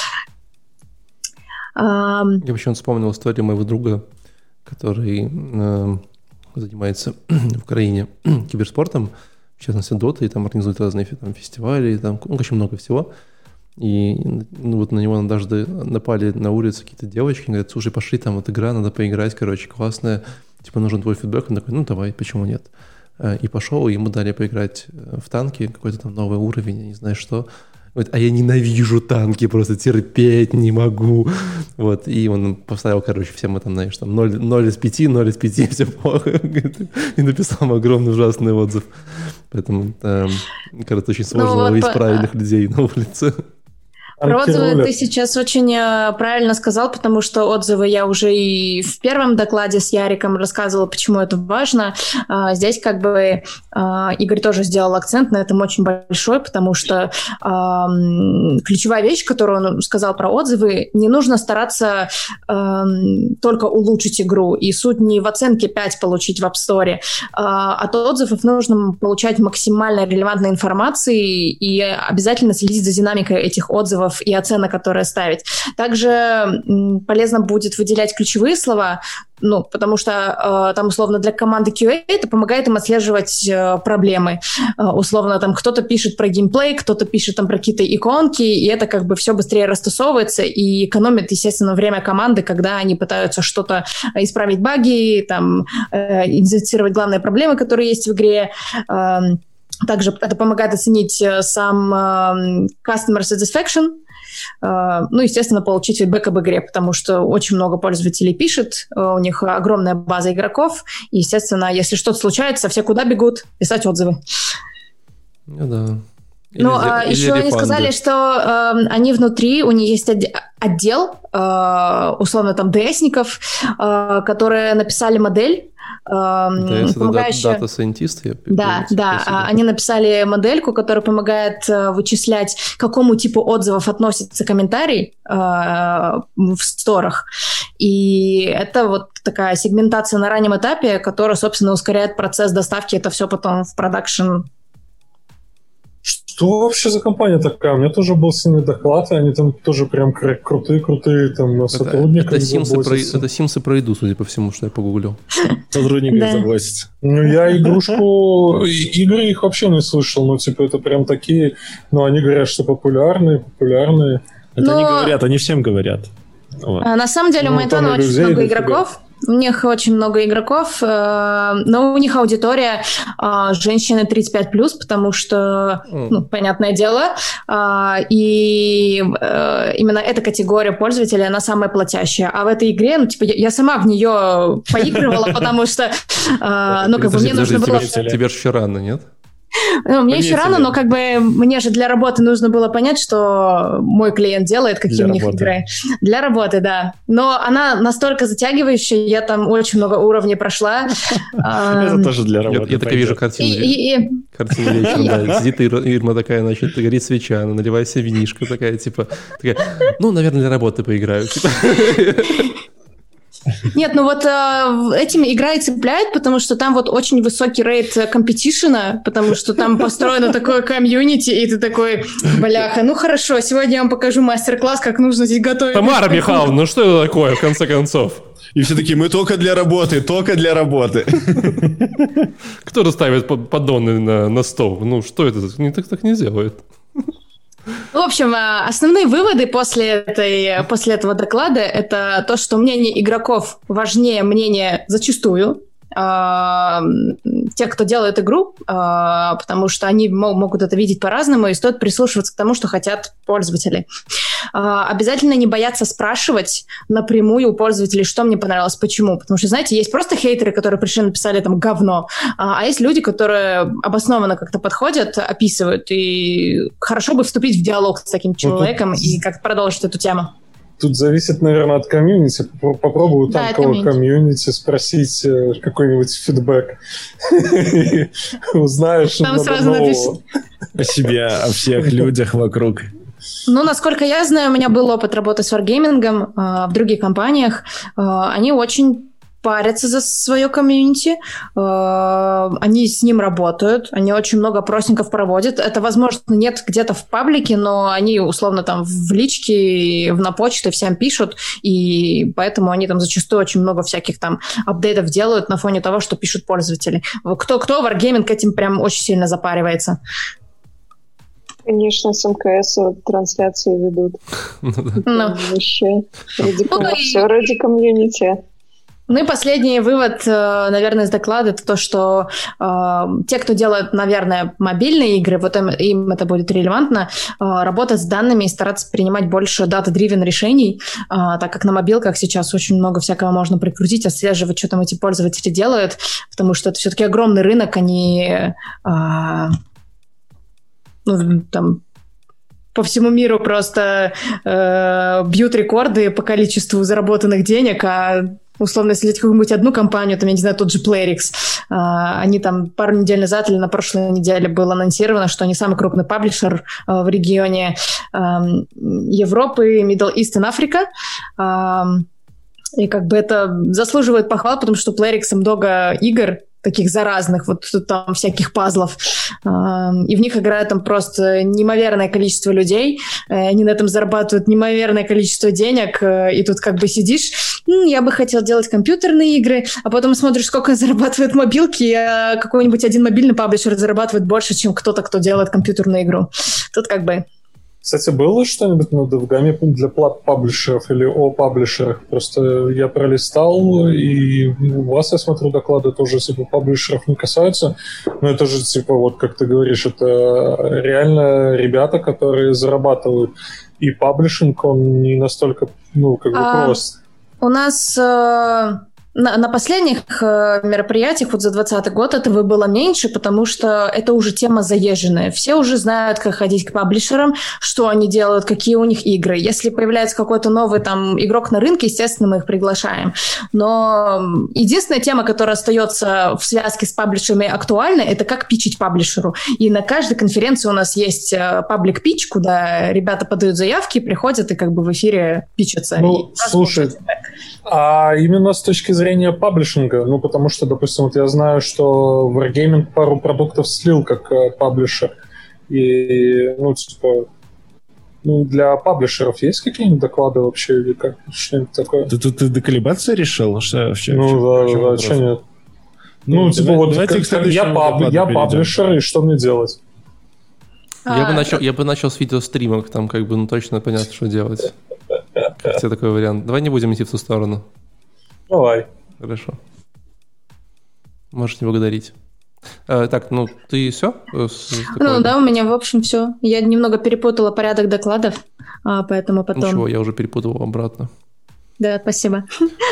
Я почему-то вспомнил историю моего друга, который занимается в Украине киберспортом, в частности, дота, и там организует разные фестивали, там очень много всего. И вот на него однажды напали на улице какие-то девочки, говорят: слушай, пошли, там вот игра, надо поиграть, короче, классная, типа нужен твой фидбэк. Он такой: давай, почему нет? И пошел, и ему дали поиграть в танки, какой-то там новый уровень, я не знаю что. Говорит: а я ненавижу танки, просто терпеть не могу. Вот, и он поставил, короче, всем там, знаешь, там 0 из 5, 0 из 5, все плохо. И написал огромный ужасный отзыв. Поэтому, кажется, очень сложно ловить правильных людей на улице. Про отзывы ты сейчас очень правильно сказал, потому что отзывы я уже и в первом докладе с Яриком рассказывала, почему это важно. Здесь как бы Игорь тоже сделал акцент на этом очень большой, потому что ключевая вещь, которую он сказал про отзывы, не нужно стараться только улучшить игру, и суть не в оценке 5 получить в App Store, от отзывов нужно получать максимально релевантной информации и обязательно следить за динамикой этих отзывов и оценок, которые ставить. Также полезно будет выделять ключевые слова, потому что там, условно, для команды QA это помогает им отслеживать проблемы. Условно, там кто-то пишет про геймплей, кто-то пишет там про какие-то иконки, и это как бы все быстрее растусовывается и экономит, естественно, время команды, когда они пытаются что-то исправить баги, там, идентифицировать главные проблемы, которые есть в игре. Также это помогает оценить сам customer satisfaction, естественно, получить фидбэк об игре, потому что очень много пользователей пишет, у них огромная база игроков, и, естественно, если что-то случается, все куда бегут? Писать отзывы. Да. Еще они сказали, что они внутри, у них есть отдел, условно, там, DS-ников, которые написали модель, помогающая... Это дата-сайентисты? Да. Они написали модельку, которая помогает вычислять, к какому типу отзывов относится комментарий в сторах. И это вот такая сегментация на раннем этапе, которая, собственно, ускоряет процесс доставки. Это все потом в продакшн. Что вообще за компания такая? У меня тоже был сильный доклад, и они там тоже прям крутые там сотрудники. Это Sims про еду, судя по всему, что я погуглил. Сотрудников заботятся. Я игры их вообще не слышал, это прям такие, они говорят, что популярные. Это они говорят, они всем говорят. Вот. На самом деле у Майтона очень много игроков. У них очень много игроков, но у них аудитория женщины 35+, потому что, понятное дело, и именно эта категория пользователей, она самая платящая. А в этой игре, я сама в нее поигрывала, потому что, мне нужно было... Тебе же еще рано, нет? Мне еще рано, но мне же для работы нужно было понять, что мой клиент делает, какие у них игры. Для работы, да. Но она настолько затягивающая, я там очень много уровней прошла. Это тоже для работы. Я так вижу картину. Картину вечером, да. Сидит Ирма такая, значит, горит свеча, она наливает себе винишко, такая, наверное, для работы поиграю. Нет, ну вот этим игра и цепляет, потому что там вот очень высокий рейт компетишена, потому что там построено такое комьюнити, и ты такой, бляха, ну хорошо, сегодня я вам покажу мастер-класс, как нужно здесь готовить. Тамара Михайловна, ну что это такое, в конце концов? И все такие, мы только для работы, только для работы. Кто расставит поддоны на стол? Ну что это? Так не делают. В общем, основные выводы после этого доклада — это то, что мнение игроков важнее мнения зачастую тех, кто делает игру, потому что они могут это видеть по-разному, и стоит прислушиваться к тому, что хотят пользователи. Обязательно не бояться спрашивать напрямую у пользователей, что мне понравилось, почему. Потому что, знаете, есть просто хейтеры, которые пришли, написали там говно, а есть люди, которые обоснованно как-то подходят, описывают, и хорошо бы вступить в диалог с таким человеком и как-то продолжить эту тему. Тут зависит, наверное, от комьюнити. Попробую танкового комьюнити спросить какой-нибудь фидбэк. Узнаешь много нового. О себе, о всех людях вокруг. Ну, насколько я знаю, у меня был опыт работы с Wargaming в других компаниях. Они очень парятся за свое комьюнити, они с ним работают, они очень много опросников проводят. Это, возможно, нет где-то в паблике, но они, условно, там в личке, на почте всем пишут, и поэтому они там зачастую очень много всяких там апдейтов делают на фоне того, что пишут пользователи. Кто Wargaming этим прям очень сильно запаривается. Конечно, с МКС трансляции ведут. Вообще, все ради комьюнити. Ну и последний вывод, наверное, из доклада, это то, что те, кто делают, наверное, мобильные игры, вот им это будет релевантно, работать с данными и стараться принимать больше data-driven решений, так как на мобилках сейчас очень много всякого можно прикрутить, отслеживать, что там эти пользователи делают, потому что это все-таки огромный рынок, они там по всему миру просто бьют рекорды по количеству заработанных денег, а условно, если взять какую-нибудь одну компанию, там, я не знаю, тот же PlayerX, они там пару недель назад или на прошлой неделе было анонсировано, что они самый крупный паблишер в регионе Европы, Middle East и Африка. И как бы это заслуживает похвал, потому что у PlayerX много игр, таких заразных, вот там всяких пазлов, и в них играет там просто неимоверное количество людей, они на этом зарабатывают неимоверное количество денег, и тут как бы сидишь, я бы хотел делать компьютерные игры, а потом смотришь, сколько зарабатывают мобилки, а какой-нибудь один мобильный паблишер зарабатывает больше, чем кто-то, кто делает компьютерную игру. Тут как бы... Кстати, было что-нибудь на DevGam для паблишеров или о паблишерах? Просто я пролистал, и у вас, я смотрю, доклады тоже типа паблишеров не касаются. Но это же, типа, вот как ты говоришь, это реально ребята, которые зарабатывают. И паблишинг, он не настолько, прост. У нас... На последних мероприятиях вот за 2020 год этого было меньше, потому что это уже тема заезженная. Все уже знают, как ходить к паблишерам, что они делают, какие у них игры. Если появляется какой-то новый там игрок на рынке, естественно, мы их приглашаем. Но единственная тема, которая остается в связке с паблишерами актуальной, это как питчить паблишеру. И на каждой конференции у нас есть паблик-питч, куда ребята подают заявки, приходят и как бы в эфире питчатся. Ну, слушай, а именно с точки зрения паблишинга, потому что, допустим, вот я знаю, что Wargaming пару продуктов слил как паблишер, и, для паблишеров есть какие-нибудь доклады вообще, или как, что-нибудь такое? Ты доколебаться решил? Да, что нет? Я паблишер, и что мне делать? Я бы начал с видеостримов, там как бы точно понятно, что делать. Как тебе такой вариант? Давай не будем идти в ту сторону. Давай. Хорошо. Можешь не благодарить. Так, ты все? Да, у меня, в общем, все. Я немного перепутала порядок докладов, поэтому потом... Ничего, я уже перепутал обратно. Да, спасибо.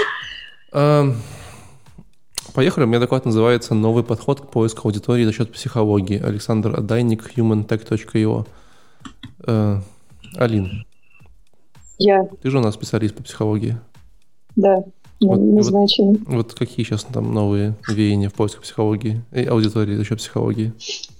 Поехали. У меня доклад называется «Новый подход к поиску аудитории за счет психологии». Александр Отдайник, humantech.io. Алин. Ты же у нас специалист по психологии. Да, назначен. Вот какие сейчас там новые веяния в поиске психологии и аудитории за счет психологии?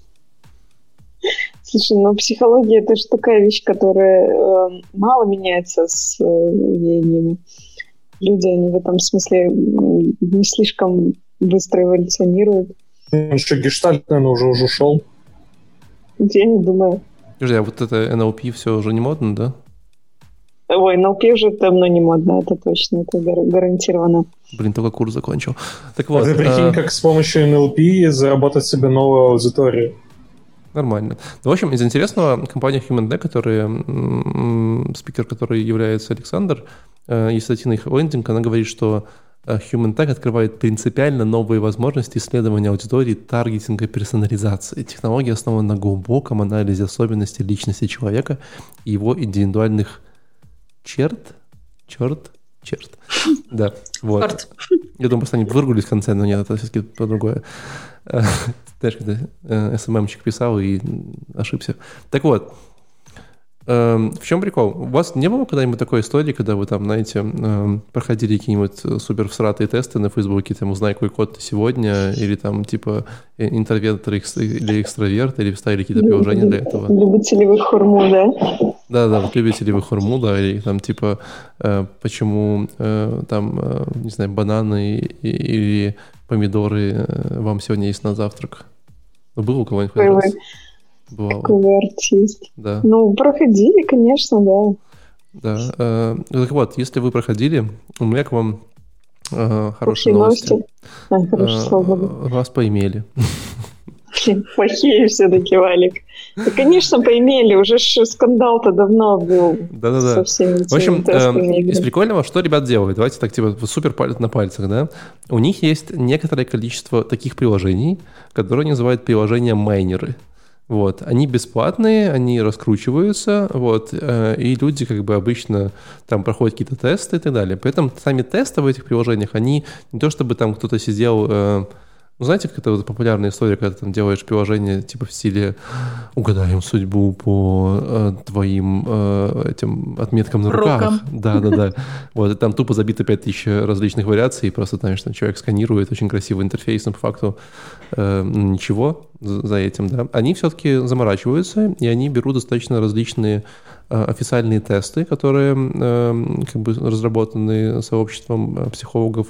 Слушай, психология — это же такая вещь, которая мало меняется с веяниями. люди, они в этом смысле не слишком быстро эволюционируют. Ну что, гештальт, наверное, уже ушел. Я не думаю. Подожди, а вот это NLP все уже не модно, да? Ой, NLP уже давно не модно, это точно, это гарантированно. Блин, только курс закончил. Так вот. Ты прикинь, как с помощью NLP заработать себе новую аудиторию. Нормально. Ну, в общем, из интересного, компания HumanDeck, спикер, который является Александр, если зайти на их лендинг, она говорит, что HumanDeck открывает принципиально новые возможности исследования аудитории, таргетинга и персонализации. Технология основана на глубоком анализе особенностей личности человека и его индивидуальных черт. Да, вот. Черт. Я думаю, просто они выругались в конце, но нет, это все-таки по-другое. Знаешь, когда СММщик писал и ошибся. Так вот, в чем прикол? У вас не было когда-нибудь такой истории, когда вы там, знаете, проходили какие-нибудь супер всратые тесты на Фейсбуке, там, узнай, какой код ты сегодня, или там, типа, интроверт или экстраверт, или вставили какие-то приложения для этого? Любите ли вы хурму, да? Да, вот любите ли вы хурму, да, или там, типа, почему там, не знаю, бананы или помидоры вам сегодня есть на завтрак? Ну, было у кого-нибудь хоть раз? Бывало. Какой вы артист. Да. Ну, проходили, конечно, да. Да. Так вот, если вы проходили, у меня к вам хорошие новости. Хорошо, слава богу. Вас поимели. Плохие все-таки, Валик. Да, конечно, поимели. Уже скандал-то давно был. Да-да-да. Со всеми в общем, тестами. из прикольного, что ребят делают? Давайте так, типа, супер на пальцах, да? У них есть некоторое количество таких приложений, которые называют приложения-майнеры. Вот, они бесплатные, они раскручиваются, вот, и люди как бы обычно там проходят какие-то тесты и так далее. Поэтому сами тесты в этих приложениях, они не то чтобы там кто-то сидел... Ну, знаете, как это вот популярная история, когда ты там делаешь приложение типа в стиле «Угадаем судьбу по твоим этим отметкам на руках». Да. Вот, и там тупо забито 5000 различных вариаций, и просто там человек сканирует, очень красивый интерфейс, но по факту ничего за этим, да. Они все-таки заморачиваются, и они берут достаточно различные официальные тесты, которые как бы разработаны сообществом психологов.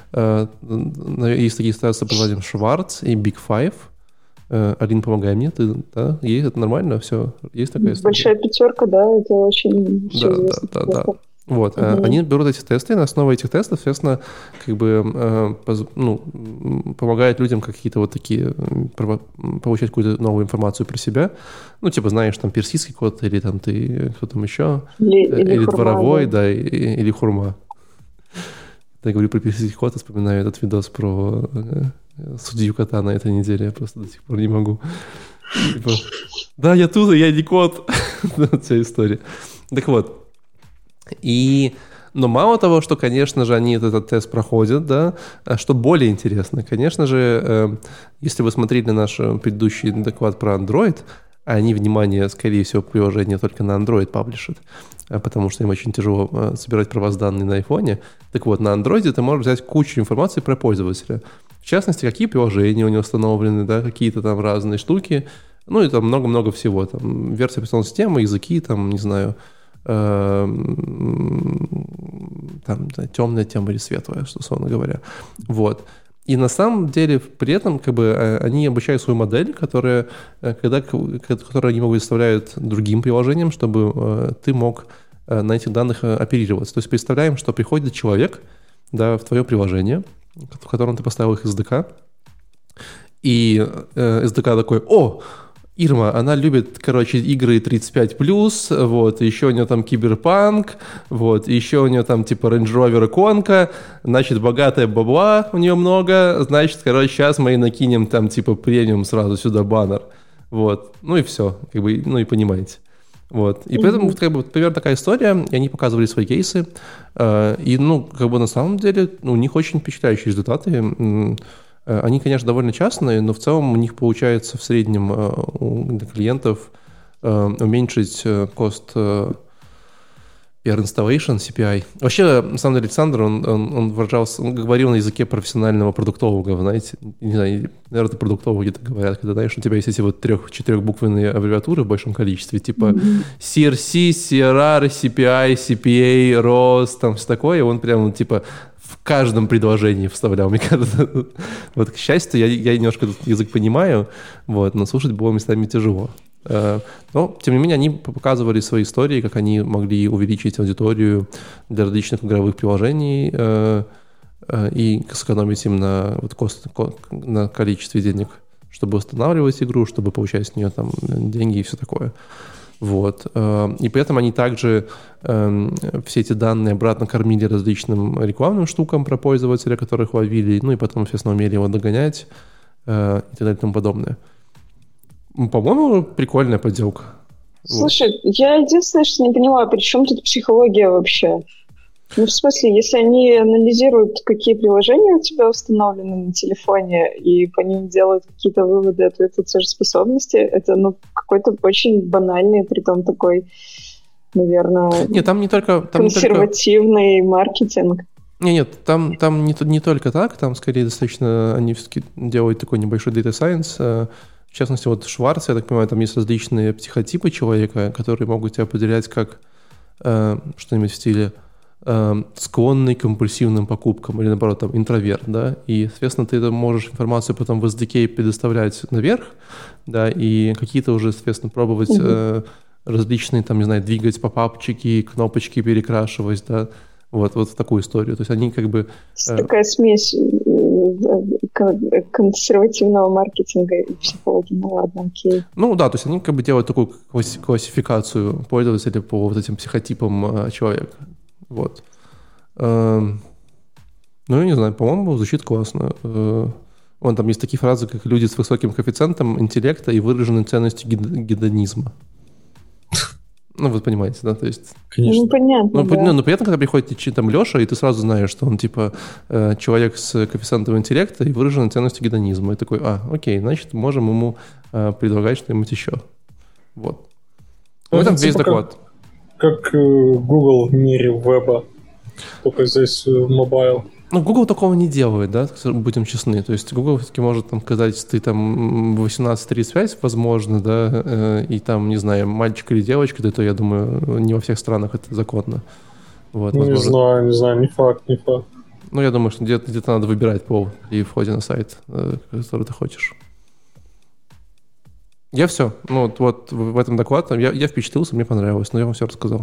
Есть такие тесты под названием Шварц и Big Five. Алин, помогай мне, ты, да? Есть это нормально? Все, есть такая история? Большая пятерка, да, это очень известно. Да. Вот, они берут эти тесты, и на основе этих тестов, соответственно, как бы помогают людям какие-то вот такие получать какую-то новую информацию про себя. Ну, типа, знаешь, там персидский код, или там ты кто там еще, или хурма, дворовой, да, или хурма. Я говорю про персидский код, я вспоминаю этот видос про судью кота на этой неделе, я просто до сих пор не могу. Типа, да, я тут, я не кот. Вся история. Так вот. Но мало того, что, конечно же, они этот тест проходят, да, что более интересно, конечно же, если вы смотрели наш предыдущий доклад про Android, они, внимание, скорее всего, приложение только на Android паблишат, потому что им очень тяжело собирать про вас данные на iPhone. Так вот, на Android ты можешь взять кучу информации про пользователя. В частности, какие приложения у него установлены, да, какие-то там разные штуки, ну и там много-много всего. Там версия операционной системы, языки, там, не знаю, там, темная тема или светлая, условно говоря. Вот. И на самом деле при этом как бы они обучают свою модель, которую они выставляют другим приложениям, чтобы ты мог на этих данных оперироваться. То есть представляем, что приходит человек, да, в твое приложение, в котором ты поставил их SDK, и SDK такой: «О, Ирма, она любит, игры 35+, вот, еще у нее там Киберпанк, вот, еще у нее там типа Range Rover Иконка, значит, богатая бабла у нее много, значит, сейчас мы ей накинем там типа премиум сразу сюда баннер, вот, ну и все, как бы, ну и понимаете». Вот. И поэтому, как бы, примерно такая история, и они показывали свои кейсы, и, ну, как бы на самом деле у них очень впечатляющие результаты. Они, конечно, довольно частные, но в целом у них получается в среднем для клиентов уменьшить cost PR Installation, CPI. Вообще, на самом деле, Александр, он выражался, он говорил на языке профессионального продуктолога, знаете, не знаю, наверное, продуктологи так говорят, когда, знаешь, у тебя есть эти вот 3-4-буквенные аббревиатуры в большом количестве, типа CRC, CRR, CPI, CPA, ROS, там все такое, и он прям, типа, в каждом предложении вставлял, мне кажется. Вот, к счастью, я немножко этот язык понимаю, вот, но слушать было местами тяжело. Но, тем не менее, они показывали свои истории, как они могли увеличить аудиторию для различных игровых приложений и сэкономить им на количестве денег, чтобы устанавливать игру, чтобы получать с нее там деньги и все такое. Вот. И при этом они также все эти данные обратно кормили различным рекламным штукам про пользователя, которых ловили, ну и потом, естественно, умели его догонять и так далее и тому подобное. По-моему, прикольная подделка. Слушай, я единственное, что не поняла, при чем тут психология вообще? Ну, в смысле, если они анализируют, какие приложения у тебя установлены на телефоне, и по ним делают какие-то выводы о твоей платежеспособности, это, какой-то очень банальный, притом такой, наверное, нет, там не только, консервативный маркетинг. Нет, там не только так, там скорее достаточно, они все-таки делают такой небольшой data science. В частности, вот Шварц, я так понимаю, там есть различные психотипы человека, которые могут тебя определять как что-нибудь в стиле склонный к компульсивным покупкам или, наоборот, там, интроверт, да, и, соответственно, ты можешь информацию потом в SDK предоставлять наверх, да, и какие-то уже, соответственно, пробовать различные, там, не знаю, двигать попапчики, кнопочки перекрашивать, да, вот в такую историю. То есть они как бы... Такая смесь консервативного маркетинга и психологии. Ну ладно, окей. Ну да, то есть они как бы делают такую классификацию пользователя по вот этим психотипам человека. Вот. Ну, я не знаю, по-моему, звучит классно. Вон там есть такие фразы, как «люди с высоким коэффициентом интеллекта и выраженной ценностью гедонизма». Ну, вы понимаете, да, то есть... Конечно. Ну, понятно, да. Ну, приятно, когда приходит там Леша, и ты сразу знаешь, что он, типа, человек с коэффициентом интеллекта и выраженной ценностью гедонизма. И такой, окей, значит, можем ему предлагать что-нибудь еще. Вот. В этом весь доклад. Как Google в мире веба, только здесь мобайл. Ну, Google такого не делает, да, будем честны. То есть Google все-таки может там сказать, ты там 18-35, возможно, да, и там, не знаю, мальчик или девочка, это, я думаю, не во всех странах это законно. Вот, не знаю, не факт. Ну, я думаю, что где-то надо выбирать пол при входе на сайт, который ты хочешь. Я все. Ну, вот в этом докладе я впечатлился, мне понравилось, но я вам все рассказал.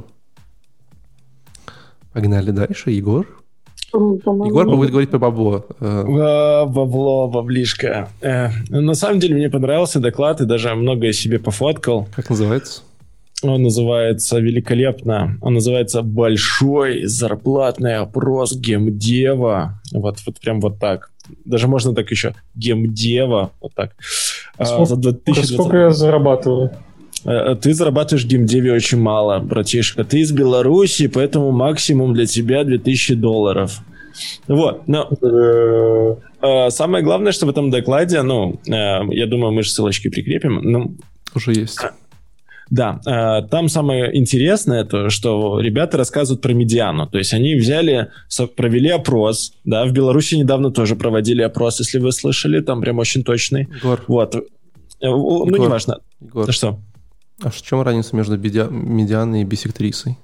Погнали дальше, Егор. Егор будет говорить про бабло. Баблишка. На самом деле мне понравился доклад и даже многое себе пофоткал. Как называется? Он называется великолепно. Он называется «Большой зарплатный опрос геймдева». Вот прям вот так. Даже можно так еще. Геймдева. Вот так. Сколько я зарабатываю? Ты зарабатываешь в геймдеве очень мало, братишка. Ты из Беларуси, поэтому максимум для тебя $2000. Вот. Но самое главное, что в этом докладе, я думаю, мы же ссылочки прикрепим. Уже есть. Да, там самое интересное, то, что ребята рассказывают про медиану. То есть они провели опрос, да, в Беларуси недавно тоже проводили опрос, если вы слышали, там прям очень точный. Егор. Вот. Егор. Неважно. Егор. Что? А в чем разница между медианой и бисектрисой?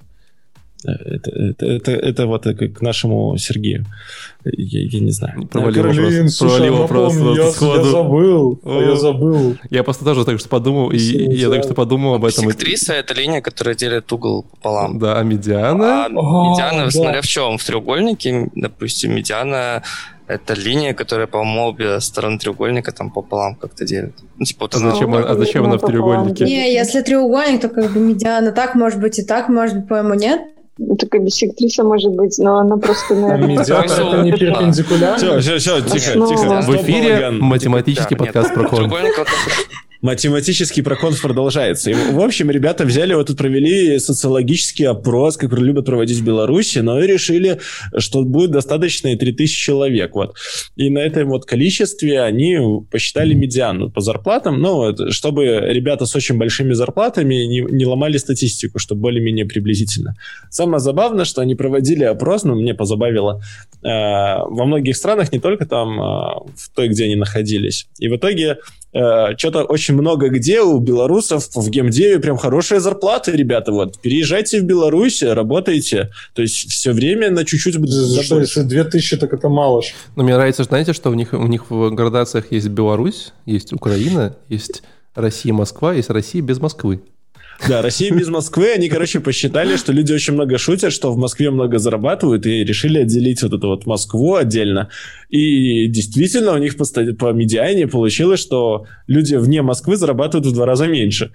Это вот к нашему Сергею. Я не знаю. Провалил вопрос. Я забыл. Я просто тоже так что подумал, и я так что подумал об этом. Бисектриса — это линия, которая делит угол пополам. Да, а медиана? Медиана, смотря в чем. В треугольнике, допустим, медиана — это линия, которая, по-моему, обе стороны треугольника там пополам как-то делит. Ну, типа, вот зачем она в треугольнике? Не, если треугольник, то как бы медиана так может быть и так может быть, по-моему, нет? Такая бисектриса может быть, но она просто, наверное... Медиана — это не перпендикулярно? Все, тихо. В эфире математический подкаст про код. Математический проконф продолжается. И, в общем, ребята взяли, вот тут провели социологический опрос, как любят проводить в Беларуси, но и решили, что будет достаточно и 3000 человек. Вот. И на этом вот количестве они посчитали медиану по зарплатам, ну, чтобы ребята с очень большими зарплатами не ломали статистику, чтобы более-менее приблизительно. Самое забавное, что они проводили опрос, ну, мне позабавило, во многих странах, не только там, в той, где они находились. И в итоге что-то очень много где у белорусов в геймдеве прям хорошие зарплаты, ребята, вот. Переезжайте в Беларусь, работайте. То есть все время на чуть-чуть... Что, если 2000, так это мало ж. Но мне нравится, знаете, что у них в градациях есть Беларусь, есть Украина, есть Россия, Москва, есть Россия без Москвы. Да, Россия без Москвы, они, короче, посчитали, что люди очень много шутят, что в Москве много зарабатывают, и решили отделить вот эту вот Москву отдельно. И действительно у них по медиане получилось, что люди вне Москвы зарабатывают в 2 раза меньше.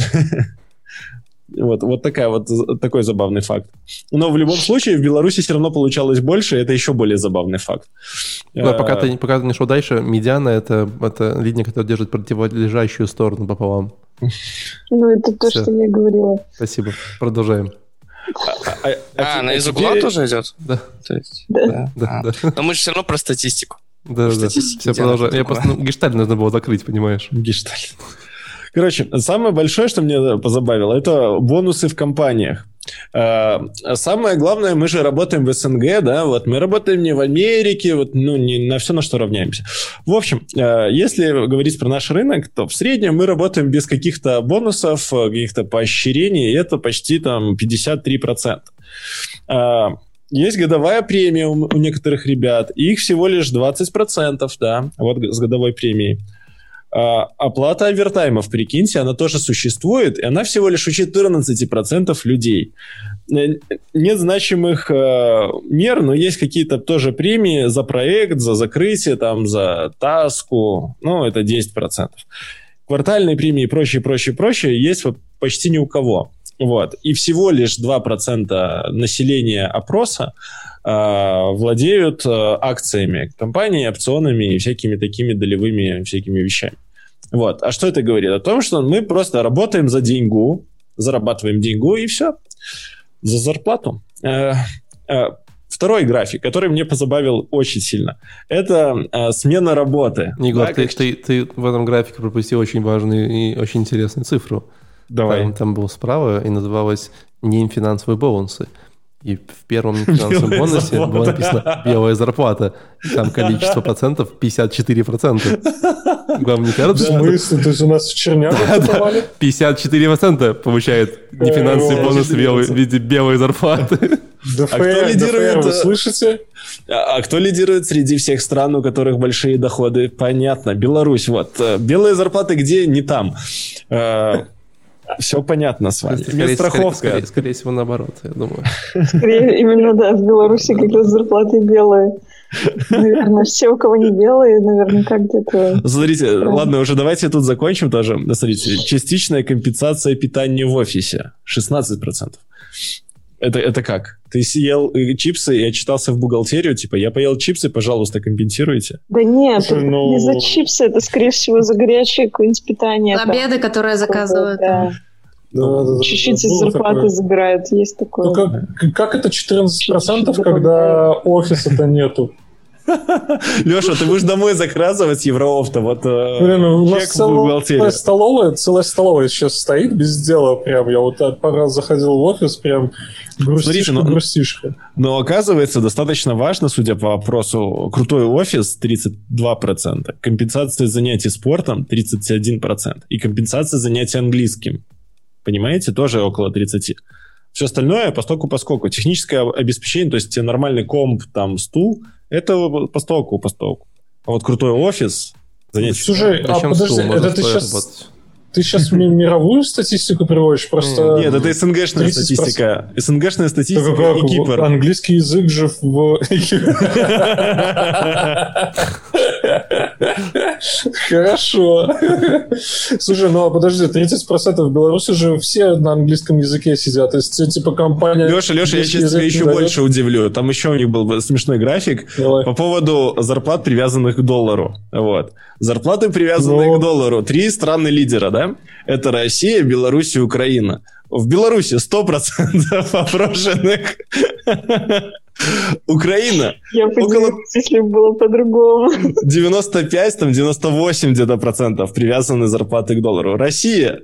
Вот такой забавный факт. Но в любом случае в Беларуси все равно получалось больше, и это еще более забавный факт. Да, пока ты не шел дальше, медиана — это линия, которая держит противолежащую сторону пополам. Ну, это то, что я говорила. Спасибо. Продолжаем. На из угла тоже идет? Да. Да. Но мы же все равно про статистику. Да. Все продолжаем. Я просто гештальт нужно было закрыть, понимаешь? Гештальт. Короче, самое большое, что мне позабавило, это бонусы в компаниях. Самое главное, мы же работаем в СНГ, да, вот мы работаем не в Америке, вот, ну, не на все, на что равняемся. В общем, если говорить про наш рынок, то в среднем мы работаем без каких-то бонусов, каких-то поощрений, и это почти там 53%. Есть годовая премия у некоторых ребят, и их всего лишь 20%, да, вот с годовой премией. Оплата овертаймов, прикиньте, она тоже существует, и она всего лишь у 14% людей. Нет значимых мер, но есть какие-то тоже премии за проект, за закрытие, там, за таску, ну, это 10%. Квартальные премии и прочее есть почти ни у кого. Вот. И всего лишь 2% населения опроса владеют акциями компании, опционами и всякими такими долевыми всякими вещами. Вот. А что это говорит? О том, что мы просто работаем за деньгу, зарабатываем деньгу и все. За зарплату. Второй график, который мне позабавил очень сильно, это смена работы. Егор, да, ты в этом графике пропустил очень важную и очень интересную цифру. Давай. Там был справа и называлось «Нефинансовые бонусы». И в первом финансовом бонусе было написано «белая зарплата». И там количество процентов 54%. Вам не кажется? В смысле? То есть у нас в чернях попали? 54% получает нефинансовый бонус в виде белой зарплаты. ДФР, вы слышите? А кто лидирует среди всех стран, у которых большие доходы? Понятно, Беларусь. Вот. Белые зарплаты где? Не там. Все понятно с вами. Страховка. Скорее всего, наоборот, я думаю. Именно, да, в Беларуси как раз зарплаты белые. Наверное, все, у кого не белые, наверняка где-то... Смотрите, ладно, уже давайте тут закончим тоже. Смотрите, частичная компенсация питания в офисе. 16%. Это как? Ты съел чипсы и отчитался в бухгалтерию, типа, я поел чипсы, пожалуйста, компенсируйте. Да нет, это не за чипсы, это, скорее всего, за горячее какое-нибудь питание. Обеды, там, которые заказывают. Да. Чуть-чуть из зарплаты забирают, есть такое. Ну, как это 14%, когда офиса-то нету? Леша, ты будешь домой заказывать Евроофта, вот у нас целая столовая сейчас стоит без дела, прям, я вот пару раз заходил в офис, прям грустишка. Но оказывается, достаточно важно, судя по опросу, крутой офис 32%, компенсация занятий спортом 31% и компенсация занятий английским, понимаете, тоже около 30%. Все остальное поскольку техническое обеспечение, то есть нормальный комп, там, стул, это постоку. А вот крутой офис... Слушай, подожди, это ты сейчас мировую статистику приводишь? Просто нет, это СНГшная статистика. СНГшная статистика и Кипр. Английский язык же в... Хорошо. Слушай, ну а подожди, 30% в Беларуси же все на английском языке сидят. То есть, типа, компания... Леша, я сейчас тебя еще больше удивлю. Там еще у них был смешной график по поводу зарплат, привязанных к доллару. Вот. Зарплаты, привязанные к доллару. 3 страны лидера, да? Это Россия, Беларусь и Украина. В Беларуси 100% опрошенных. Украина. Я поделюсь, если было по-другому. 95-98 где-то процентов привязаны зарплаты к доллару. Россия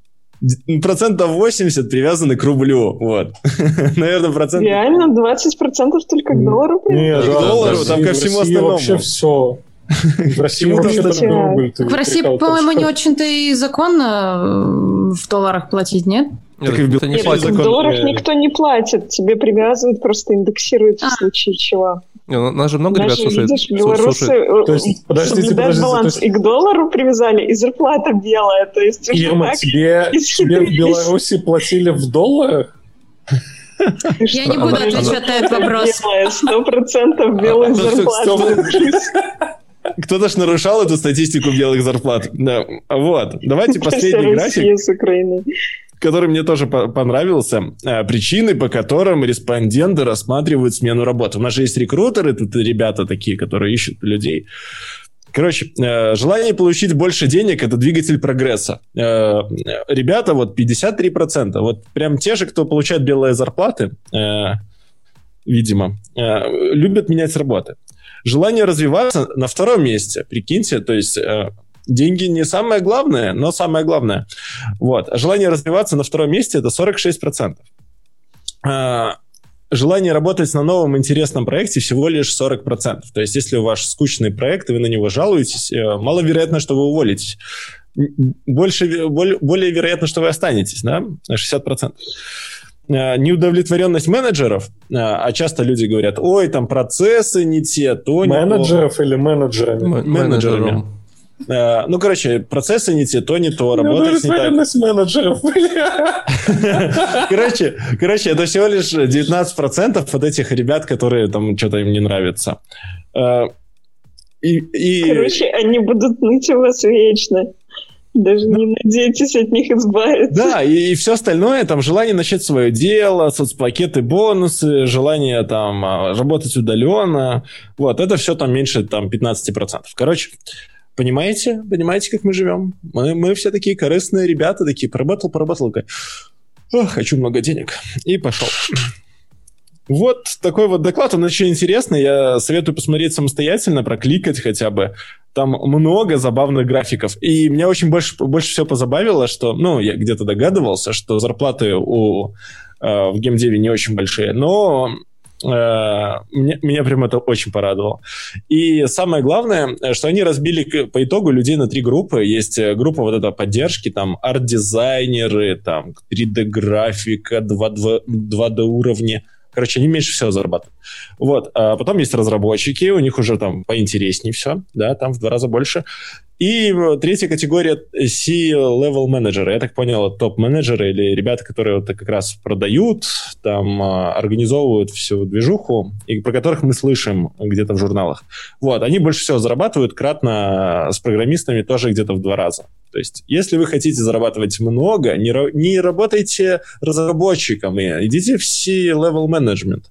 80% привязаны к рублю. Вот. Наверное, процент... Реально? 20% только к доллару? Нет, к доллару, там ко всему остальному. Вообще все. В России вообще рубль. В России, по-моему, не очень-то и законно в долларах платить, нет? Так Нет, в долларах никто не платит. Тебе привязывают, просто индексируют в случае чего. У нас же много ребят слушает. Видишь, белорусы соблюдают баланс. И к доллару привязали, и зарплата белая. То есть, Ирма, тебе в Беларуси платили в долларах? Я не буду отвечать на этот вопрос. 100% белых зарплат. Кто-то ж нарушал эту статистику белых зарплат. Да. Вот. Давайте последний график, который мне тоже понравился. Причины, по которым респонденты рассматривают смену работы. У нас же есть рекрутеры, тут ребята такие, которые ищут людей. Короче, желание получить больше денег – это двигатель прогресса. Ребята, вот 53%, вот прям те же, кто получает белые зарплаты, видимо, любят менять работы. Желание развиваться на втором месте, прикиньте, то есть деньги не самое главное, но самое главное. Вот. А желание развиваться на втором месте – это 46%. Желание работать на новом интересном проекте всего лишь 40%. То есть если у вас скучный проект, и вы на него жалуетесь, маловероятно, что вы уволитесь. Более вероятно, что вы останетесь, да? 60%. Неудовлетворенность менеджеров, а часто люди говорят, ой, там процессы не те, то не то. Менеджеров или менеджерами? Менеджерами. Ну, короче, процессы не те, то не то, работать не так. Менеджеров, Короче, это всего лишь 19% от этих ребят, которые там что-то им не нравится. Короче, они будут ныть у вас вечно. Даже не надейтесь от них избавиться. Да, и все остальное, там, желание начать свое дело, соцпакеты, бонусы, желание там работать удаленно, вот, это все там меньше там 15%. Короче, понимаете, как мы живем? Мы все такие корыстные ребята, такие, поработал, хочу много денег, и пошел. Вот такой вот доклад, он очень интересный, я советую посмотреть самостоятельно, прокликать хотя бы. Там много забавных графиков. И меня очень больше всего позабавило, что, ну, я где-то догадывался, что зарплаты в геймдеве не очень большие, но меня прям это очень порадовало. И самое главное, что они разбили по итогу людей на 3 группы. Есть группа вот этой поддержки, там, арт-дизайнеры, там, 3D-графика, 2D уровни. Короче, они меньше всего зарабатывают. Вот. А потом есть разработчики, у них уже там поинтереснее все, да, там в 2 раза больше. И 3-я категория C-level менеджеры. Я так понял, топ-менеджеры или ребята, которые вот как раз продают, там, организовывают всю движуху, и про которых мы слышим где-то в журналах. Вот. Они больше всего зарабатывают, кратно с программистами тоже где-то в 2 раза. То есть, если вы хотите зарабатывать много, не работайте разработчиками, идите в C-level management.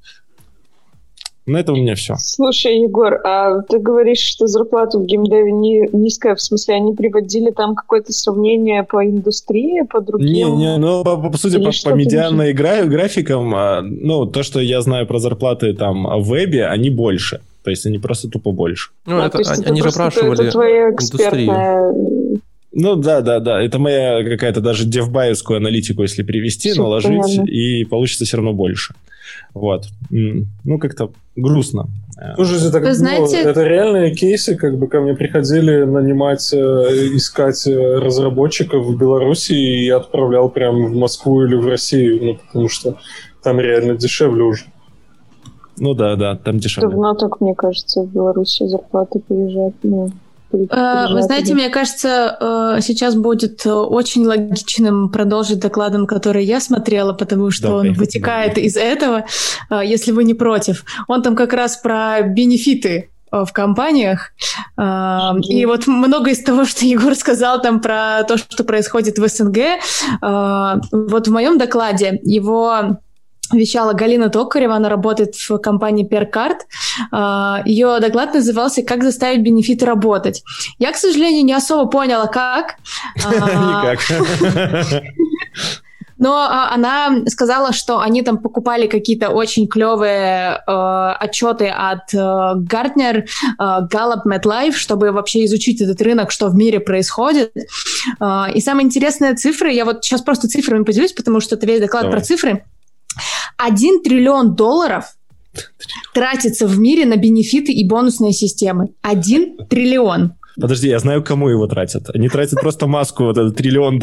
На этом у меня все. Слушай, Егор, а ты говоришь, что зарплата в геймдеве низкая, в смысле, они приводили там какое-то сравнение по индустрии, по другим? Не, ну, по сути, по медианной графикам, ну, то, что я знаю про зарплаты там в вебе, они больше. То есть, они просто тупо больше. Ну, они же опрашивали индустрию. Ну, да. Это моя какая-то даже девбаевскую аналитику, если привести, все наложить, понятно. И получится все равно больше. Вот. Ну, как-то грустно. Слушайте, так, знаете... это реальные кейсы, как бы ко мне приходили нанимать, искать разработчиков в Беларуси, и я отправлял прямо в Москву или в Россию, ну, потому что там реально дешевле уже. Ну да, там дешевле. Давно так, мне кажется, в Беларуси зарплаты приезжают, ну... Вы знаете, мне кажется, сейчас будет очень логичным продолжить докладом, который я смотрела, потому что он вытекает из этого, если вы не против. Он там как раз про бенефиты в компаниях. И вот много из того, что Егор сказал там про то, что происходит в СНГ, вот в моем докладе его вещала Галина Токарева, она работает в компании Percard. Ее доклад назывался «Как заставить бенефиты работать». Я, к сожалению, не особо поняла, как. Никак. Но она сказала, что они там покупали какие-то очень клевые отчеты от Gartner, Gallup, MetLife, чтобы вообще изучить этот рынок, что в мире происходит. И самые интересные цифры, я вот сейчас просто цифрами поделюсь, потому что это весь доклад про цифры. 1 триллион долларов тратится в мире на бенефиты и бонусные системы. 1 триллион. Подожди, я знаю, кому его тратят. Они тратят просто маску, вот этот $1 триллион.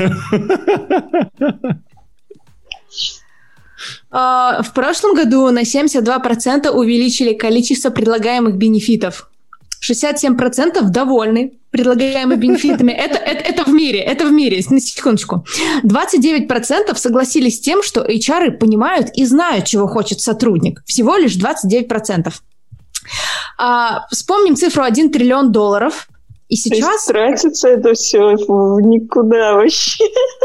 В прошлом году на 72% увеличили количество предлагаемых бенефитов. 67% довольны предлагаемыми бенефитами. Это в мире, на секундочку. 29% согласились с тем, что HR понимают и знают, чего хочет сотрудник. Всего лишь 29%. Вспомним цифру 1 триллион долларов. И сейчас... Тратится это все в никуда вообще.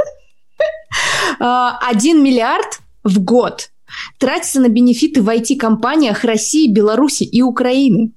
1 миллиард в год тратится на бенефиты в IT-компаниях России, Беларуси и Украины.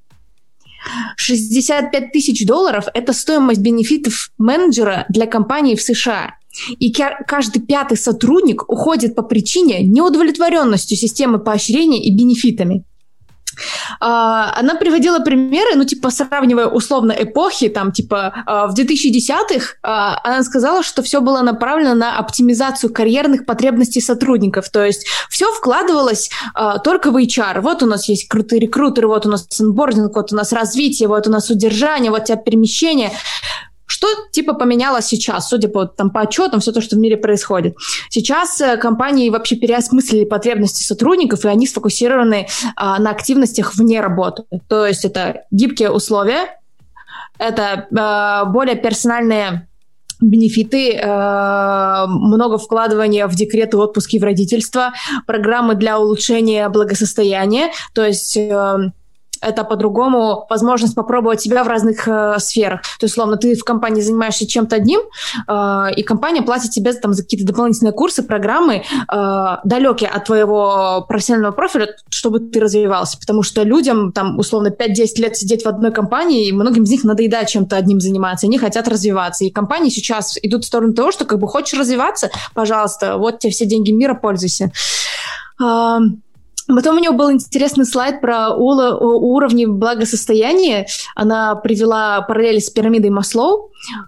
65 тысяч долларов – это стоимость бенефитов менеджера для компании в США. И каждый 5-й сотрудник уходит по причине неудовлетворенности системы поощрения и бенефитами. Она приводила примеры, сравнивая условно эпохи, в 2010-х она сказала, что все было направлено на оптимизацию карьерных потребностей сотрудников, то есть все вкладывалось только в HR. Вот у нас есть крутые рекрутеры, вот у нас онбординг, вот у нас развитие, вот у нас удержание, вот у тебя перемещение. Что поменялось сейчас, судя по отчетам, все то, что в мире происходит? Сейчас компании вообще переосмыслили потребности сотрудников, и они сфокусированы на активностях вне работы. То есть это гибкие условия, это более персональные бенефиты, много вкладывания в декрет и отпуск и в родительство, программы для улучшения благосостояния, то есть... это по-другому возможность попробовать себя в разных сферах. То есть, условно, ты в компании занимаешься чем-то одним, и компания платит тебе за какие-то дополнительные курсы, программы, далекие от твоего профессионального профиля, чтобы ты развивался. Потому что людям, условно, 5-10 лет сидеть в одной компании, и многим из них надоедает чем-то одним заниматься, они хотят развиваться. И компании сейчас идут в сторону того, что хочешь развиваться, пожалуйста, вот тебе все деньги мира, пользуйся. Потом у нее был интересный слайд про уровни благосостояния. Она привела параллели с пирамидой Маслоу.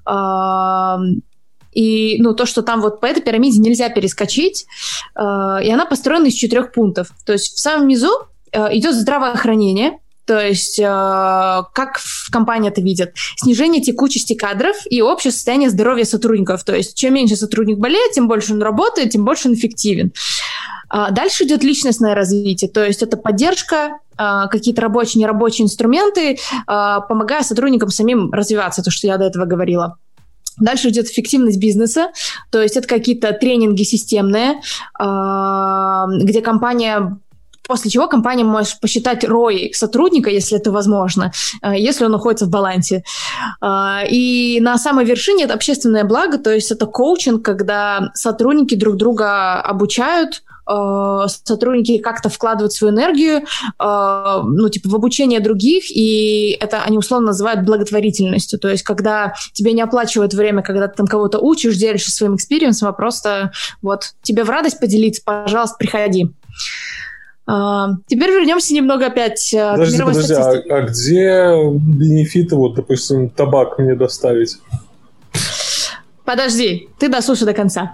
И то, что там по этой пирамиде нельзя перескочить. И она построена из 4 пунктов. То есть в самом низу идет здравоохранение. То есть как компания это видит. Снижение текучести кадров и общее состояние здоровья сотрудников. То есть чем меньше сотрудник болеет, тем больше он работает, тем больше он эффективен. Дальше идет личностное развитие, то есть это поддержка, какие-то рабочие, нерабочие инструменты, помогая сотрудникам самим развиваться, то, что я до этого говорила. Дальше идет эффективность бизнеса, то есть это какие-то тренинги системные, где после чего компания может посчитать ROI сотрудника, если это возможно, если он находится в балансе. И на самой вершине это общественное благо, то есть это коучинг, когда сотрудники друг друга обучают, сотрудники как-то вкладывают свою энергию, в обучение других, и это они условно называют благотворительностью. То есть когда тебе не оплачивают время, когда ты кого-то учишь, делишься своим экспириенсом, а просто тебе в радость поделиться, пожалуйста, приходи. Теперь вернемся немного опять к мировой статистике. А где бенефиты, допустим, табак мне доставить? Подожди, ты дослушай до конца.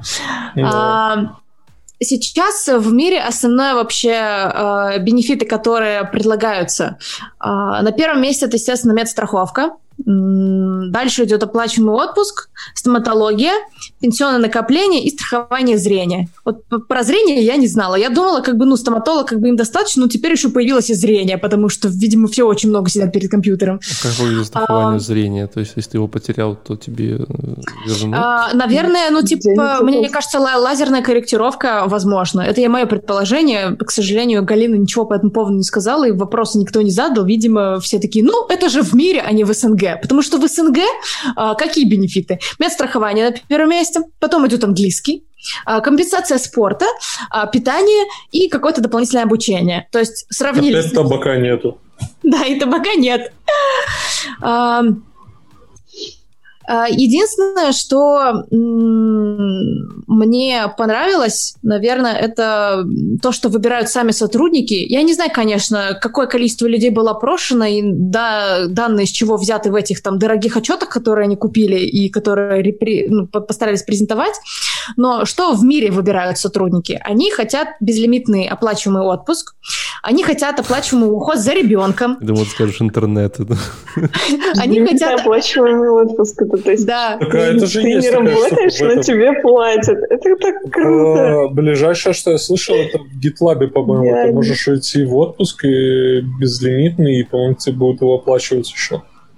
Сейчас в мире основное вообще бенефиты, которые предлагаются. На первом месте это, естественно, медстраховка. Дальше идет оплачиваемый отпуск, стоматология, пенсионное накопление и страхование зрения. Вот про зрение я не знала. Я думала, стоматолог, им достаточно, но теперь еще появилось и зрение, потому что, видимо, все очень много сидят перед компьютером. Как выглядит страхование зрения? То есть, если ты его потерял, то тебе вернут? Наверное, мне кажется, лазерная корректировка возможно. Это мое предположение. К сожалению, Галина ничего по этому поводу не сказала, и вопросы никто не задал. Видимо, все такие, это же в мире, а не в СНГ. Потому что в СНГ какие бенефиты? Медстрахование на первом месте, потом идет английский, компенсация спорта, питание и какое-то дополнительное обучение. То есть сравнили... Опять табака нету. Да, и табака нет. Единственное, что мне понравилось, наверное, это то, что выбирают сами сотрудники. Я не знаю, конечно, какое количество людей было опрошено, и данные с чего взяты в этих дорогих отчетах, которые они купили и которые постарались презентовать. Но что в мире выбирают сотрудники? Они хотят безлимитный оплачиваемый отпуск, они хотят оплачиваемый уход за ребенком. Я думал, ты скажешь интернет. Они хотят оплачиваемый отпуск. То есть да. Это же ты не работаешь, но тебе платят. Это так круто. Ближайшее, что я слышал, это в GitLab, по-моему. Ты можешь уйти в отпуск и безлимитный, и, по-моему, тебе будут его оплачивать еще.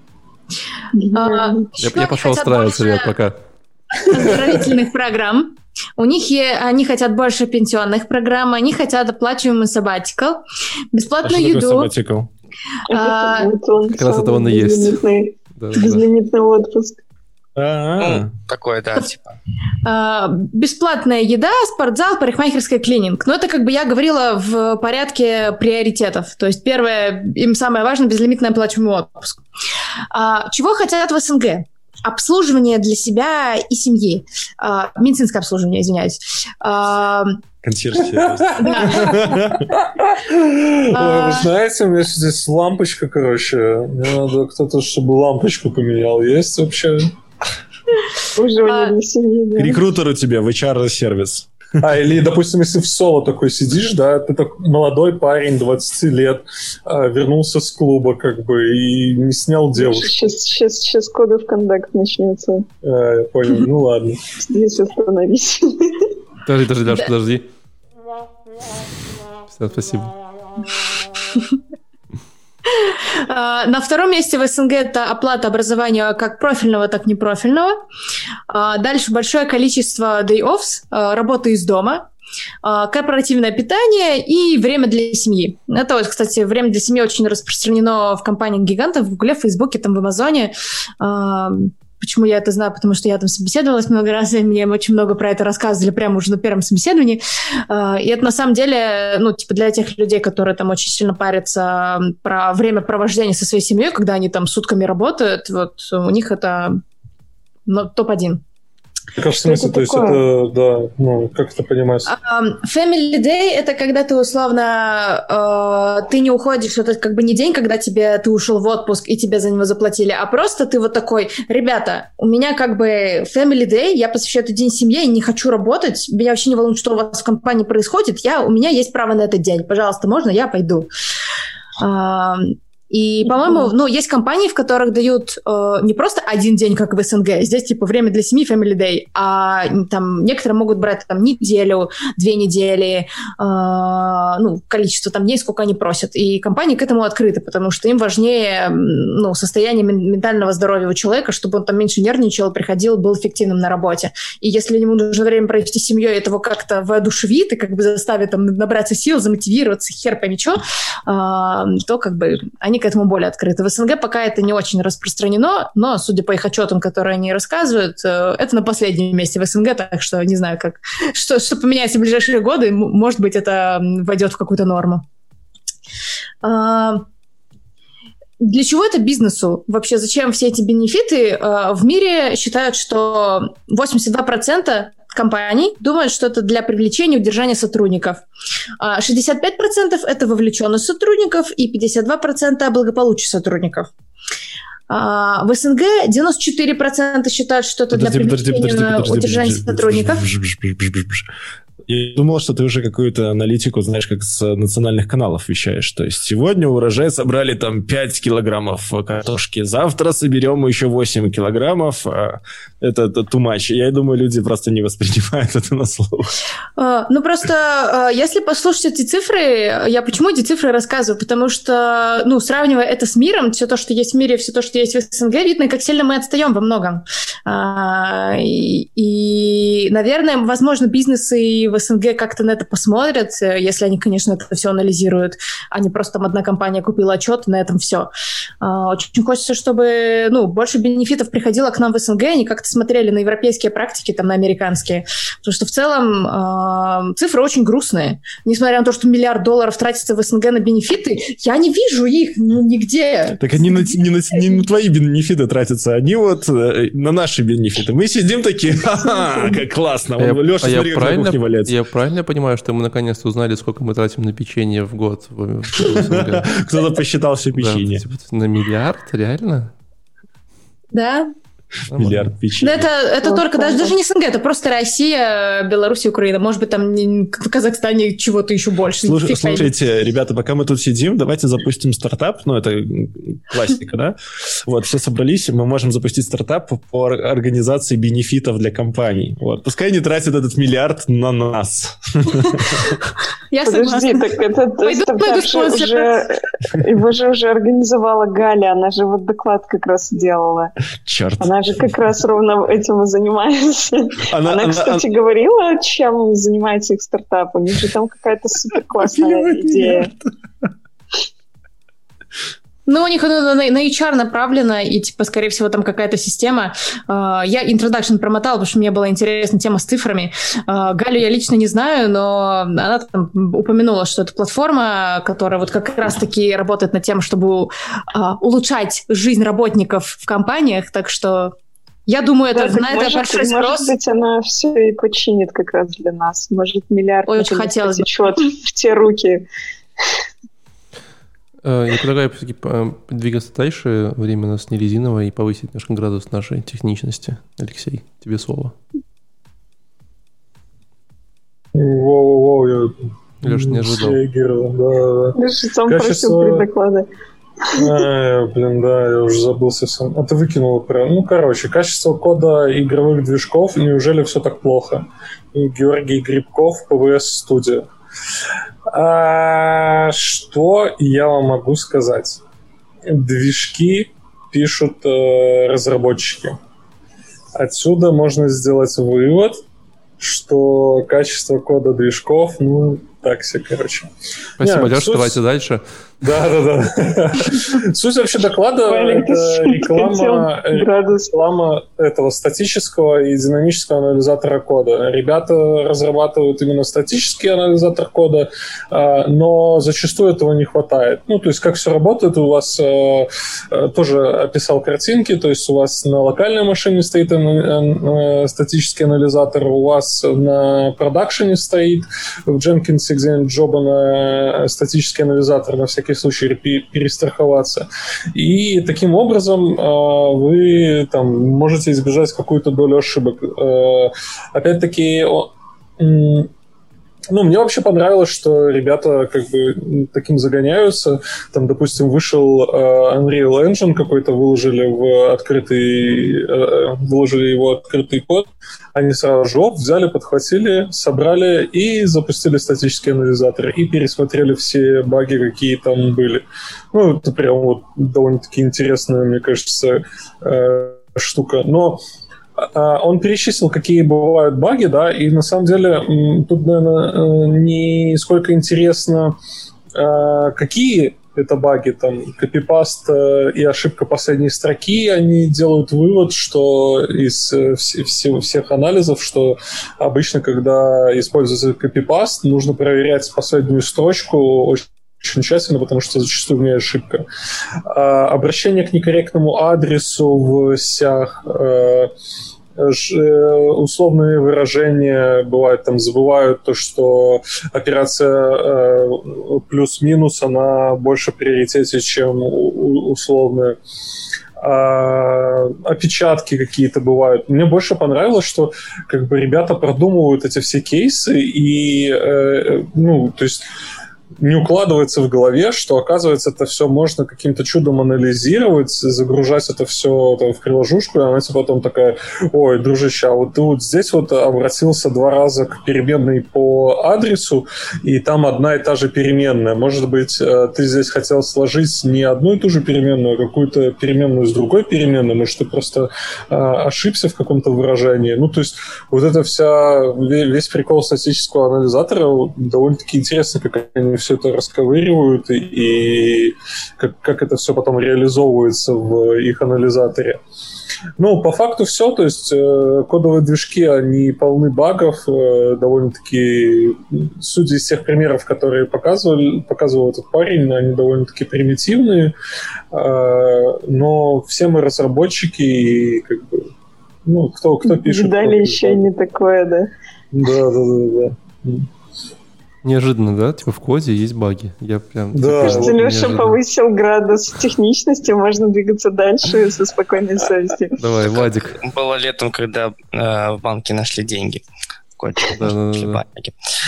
Я пошел устраиваться, ребят, пока. Оздоровительных программ. Они хотят больше пенсионных программ, они хотят оплачиваемый sabbatical, бесплатную еду. Как раз это он и есть. Безлимитный отпуск. Такое, да, типа. Бесплатная еда, спортзал, парикмахерская, клининг. Но это я говорила в порядке приоритетов. То есть первое, им самое важное, безлимитный оплачиваемый отпуск. Чего хотят в СНГ? Обслуживание для себя и семьи. Медицинское обслуживание, извиняюсь. Консьерж-сервис. Вы знаете, у меня здесь лампочка, мне надо кто-то, чтобы лампочку поменял. Есть вообще? Обслуживание для семьи, да. Рекрутер у тебя в HR-сервис. Или, допустим, если в соло такой сидишь, да, ты так молодой парень, 20 лет, вернулся с клуба, и не снял девушку. Сейчас коды в контакт начнется. Я понял, ну ладно. Здесь остановись. Подожди, Ляш, подожди. Все, спасибо. На втором месте в СНГ это оплата образования как профильного, так и непрофильного. Дальше большое количество day-offs, работа из дома, корпоративное питание и время для семьи. Это, кстати, время для семьи очень распространено в компаниях-гигантах, в Гугле, в Фейсбуке, в Амазоне. Почему я это знаю? Потому что я там собеседовалась много раз, и мне очень много про это рассказывали прямо уже на первом собеседовании. И это на самом деле, для тех людей, которые там очень сильно парятся про время провождения со своей семьей, когда они там сутками работают, у них это топ-1. В смысле, то есть это, да, как это понимаешь? Family Day — это когда ты условно, ты не уходишь, это не день, когда ты ушел в отпуск и тебе за него заплатили, а просто ты такой: ребята, у меня Family Day, я посвящаю этот день семье и не хочу работать, меня вообще не волнует, что у вас в компании происходит, у меня есть право на этот день, пожалуйста, можно, я пойду. И, по-моему, есть компании, в которых дают не просто один день, как в СНГ, здесь время для семьи, Family Day, а там некоторые могут брать неделю, 2 недели, количество дней, сколько они просят. И компании к этому открыты, потому что им важнее состояние ментального здоровья у человека, чтобы он меньше нервничал, приходил, был эффективным на работе. И если ему нужно время провести с семьей, этого как-то воодушевит и заставит набраться сил, замотивироваться, хер пойми что, то они к этому более открыты. В СНГ пока это не очень распространено, но, судя по их отчетам, которые они рассказывают, это на последнем месте в СНГ, так что не знаю, что поменяется в ближайшие годы, может быть, это войдет в какую-то норму. Для чего это бизнесу? Вообще, зачем все эти бенефиты? В мире считают, что 82% компаний думают, что это для привлечения и удержания сотрудников. 65% это вовлеченность сотрудников и 52% благополучие сотрудников. В СНГ 94% считают, что это для привлечения и удержания сотрудников. Я думал, что ты уже какую-то аналитику, знаешь, как с национальных каналов вещаешь. То есть сегодня урожай собрали там 5 килограммов картошки, завтра соберем еще 8 килограммов. Это too much. Я думаю, люди просто не воспринимают это на слух. Ну, просто, если послушать эти цифры, я почему эти цифры рассказываю? Потому что, ну, сравнивая это с миром, все то, что есть в мире, все то, что есть в СНГ, видно, как сильно мы отстаем во многом. И, наверное, возможно, бизнесы в СНГ как-то на это посмотрят, если они, конечно, это все анализируют, а не просто там одна компания купила отчет, и на этом все. Очень хочется, чтобы, ну, больше бенефитов приходило к нам в СНГ, они как-то смотрели на европейские практики, там, на американские. Потому что в целом цифры очень грустные. Несмотря на то, что $1 миллиард тратится в СНГ на бенефиты, я не вижу их нигде. Так они не на твои бенефиты тратятся, они вот на наши бенефиты. Мы сидим такие, ха-ха, как классно. Леша, смотри, как на кухне валяется. Я правильно понимаю, что мы наконец-то узнали, сколько мы тратим на печенье в год в СНГ? Кто-то посчитал все печенье. На $1 миллиард? Реально? Да. Миллиард печенья. Это только даже не СНГ, это просто Россия, Беларусь и Украина. Может быть, там в Казахстане чего-то еще больше. Слушайте, ребята, пока мы тут сидим, давайте запустим стартап. Ну, это классика, да? Вот, все собрались, мы можем запустить стартап по организации бенефитов для компаний. Вот. Пускай не тратят этот $1 миллиард на нас. Я Подожди, так его же уже организовала Галя, она же вот доклад как раз делала. Черт. Она же как раз ровно этим и занимается. Она, кстати, говорила, чем занимается их стартап. У них же там какая-то супер классная идея. Ну, у них на HR направлено, и, типа, скорее всего, там какая-то система. Я introduction промотала, потому что мне была интересна тема с цифрами. Галю я лично не знаю, но она там упомянула, что это платформа, которая вот как раз-таки работает над тем, чтобы улучшать жизнь работников в компаниях, так что я думаю, это большой спрос. Может быть, она все и починит как раз для нас. Может, $1 миллиард очень хотелось потечет в те руки. Я предлагаю все-таки двигаться дальше, время у нас не резиновое, и повысить немножко градус нашей техничности. Алексей, тебе слово. Воу-воу-воу, я Леша не ожидал. Да. Леша сам просил при докладе. Я уже забыл совсем. А ты выкинул прям. Ну, короче, качество кода игровых движков, неужели все так плохо? Георгий Грибков, ПВС Студия. Что я вам могу сказать? Движки пишут разработчики. Отсюда можно сделать вывод, что качество кода движков, ну, так себе, короче. Спасибо, Леша, давайте дальше. Да. Суть вообще доклада – это реклама этого статического и динамического анализатора кода. Ребята разрабатывают именно статический анализатор кода, но зачастую этого не хватает. Ну, то есть, как все работает, у вас тоже описал картинки, то есть у вас на локальной машине стоит статический анализатор, у вас на продакшене стоит в Jenkins где-нибудь джоба на статический анализатор на всякий случай перестраховаться. И таким образом вы там можете избежать какую-то долю ошибок. Опять-таки, мне вообще понравилось, что ребята как бы таким загоняются. Там, допустим, вышел Unreal Engine какой-то, выложили его открытый код. Они сразу же взяли, подхватили, собрали и запустили статический анализатор. И пересмотрели все баги, какие там были. Ну, это прям вот довольно-таки интересная, мне кажется, штука. Но он перечислил, какие бывают баги, да, и на самом деле тут, наверное, не сколько интересно, какие это баги, там, копипаст и ошибка последней строки, они делают вывод, что из всех анализов, что обычно, когда используется копипаст, нужно проверять последнюю строчку очень тщательно, потому что зачастую в ней ошибка. Обращение к некорректному адресу в сях, условные выражения бывают, там забывают то, что операция плюс-минус, она больше в приоритете, чем условная. опечатки какие-то бывают. Мне больше понравилось, что как бы ребята продумывают эти все кейсы и, то есть не укладывается в голове, что, оказывается, это все можно каким-то чудом анализировать, загружать это все там в приложушку, и она тебе потом такая: ой, дружище, а вот ты вот здесь вот обратился 2 раза к переменной по адресу, и там одна и та же переменная. Может быть, ты здесь хотел сложить не одну и ту же переменную, а какую-то переменную с другой переменной, может, ты просто ошибся в каком-то выражении. Ну, то есть вот это весь прикол статического анализатора довольно-таки интересно, как они все это расковыривают и как это все потом реализовывается в их анализаторе. Ну, по факту все, то есть кодовые движки, они полны багов, довольно-таки, судя из тех примеров, которые показывал этот парень, они довольно-таки примитивные, но все мы разработчики, и как бы, ну, кто пишет... Дали еще не такое, да? Да. Неожиданно, да? Типа в коде есть баги. Я прям... Да. Кажется, Леша повысил градус техничности, можно двигаться дальше со спокойной совестью. Давай, Владик. Было летом, когда в банке нашли деньги. Нашли баги.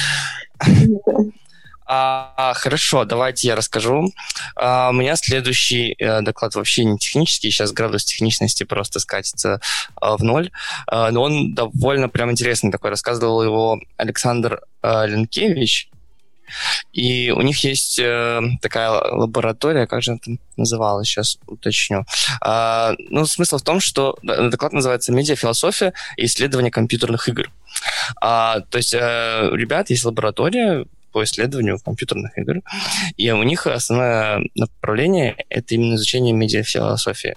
Хорошо, давайте я расскажу. У меня следующий доклад вообще не технический, сейчас градус техничности просто скатится в 0, но он довольно прям интересный такой. Рассказывал его Александр Ленкевич, и у них есть такая лаборатория, как же она там называлась, сейчас уточню. Смысл в том, что доклад называется «Медиафилософия и исследование компьютерных игр». То есть у ребят есть лаборатория по исследованию компьютерных игр, и у них основное направление – это именно изучение медиафилософии.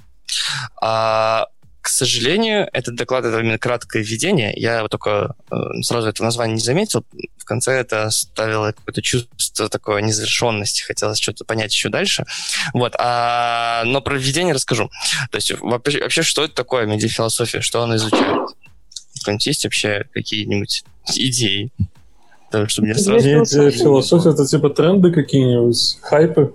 К сожалению, этот доклад – это именно краткое введение. Я вот только сразу это название не заметил. В конце это ставило какое-то чувство такой незавершенности. Хотелось что-то понять еще дальше. Вот. Но про введение расскажу. То есть вообще, что это такое медиафилософия? Что она изучает? Есть вообще какие-нибудь идеи? Чтобы мне сразу... Медиафилософия – это типа тренды какие-нибудь? Хайпы?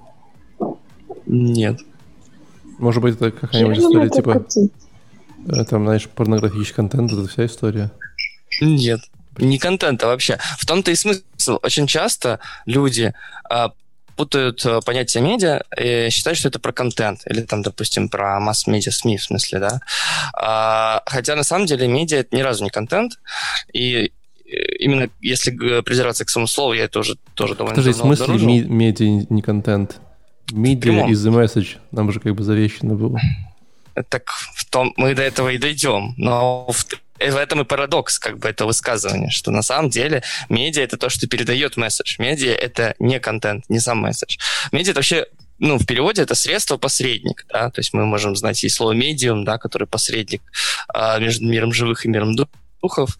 Нет. Может быть, это какая-нибудь история, типа... Там, знаешь, порнографический контент, это вся история? Нет, не контент, а вообще. В том-то и смысл. Очень часто люди путают понятие медиа и считают, что это про контент. Или там, допустим, про масс-медиа, СМИ, в смысле, да. Хотя, на самом деле, медиа – это ни разу не контент. И именно если придираться к самому слову, я это уже тоже довольно давно обнаружил. В смысле медиа не контент? Media is the message. Нам же как бы завещано было. Так мы до этого и дойдем. Но в этом и парадокс как бы этого высказывания, что на самом деле медиа – это то, что передает месседж. Медиа – это не контент, не сам месседж. Медиа – это вообще, в переводе это средство-посредник, да, то есть мы можем знать и слово медиум, да, который посредник между миром живых и миром духов,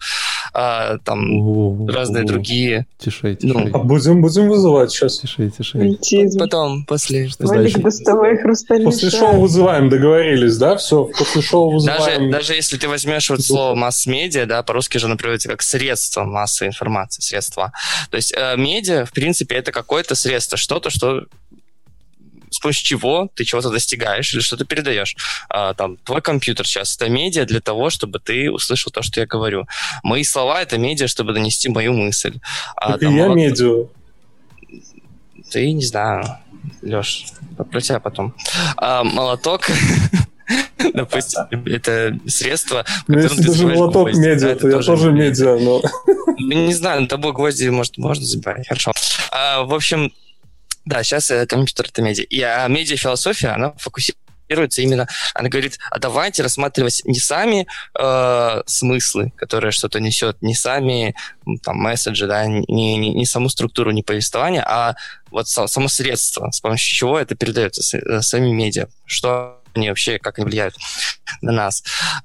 там разные другие. Тише. Будем вызывать сейчас. Тише. Потом, после. Валик, доставай хрустальный после шоу вызываем, договорились, да? Все, после шоу вызываем. Даже если ты возьмешь вот слово масс-медиа, да, по-русски же оно переводится как средство массовой информации, средства. То есть медиа, в принципе, это какое-то средство, что-то, что с помощью чего ты чего-то достигаешь или что-то передаешь. Твой компьютер сейчас — это медиа для того, чтобы ты услышал то, что я говорю. Мои слова — это медиа, чтобы донести мою мысль. Так и я медиа. Ты, не знаю, Леш, про тебя потом. Молоток... Допустим, это средство, если даже молоток медиа, то я тоже медиа, но... Не знаю, тобой гвозди, может, можно забирать. Хорошо. В общем... Да, сейчас компьютер — это медиа. И медиафилософия, она фокусируется именно... Она говорит, давайте рассматривать не сами смыслы, которые что-то несет, не сами там месседжи, да, не саму структуру, не повествование, а вот само средство, с помощью чего это передается самими медиа, что они вообще, как они влияют на нас.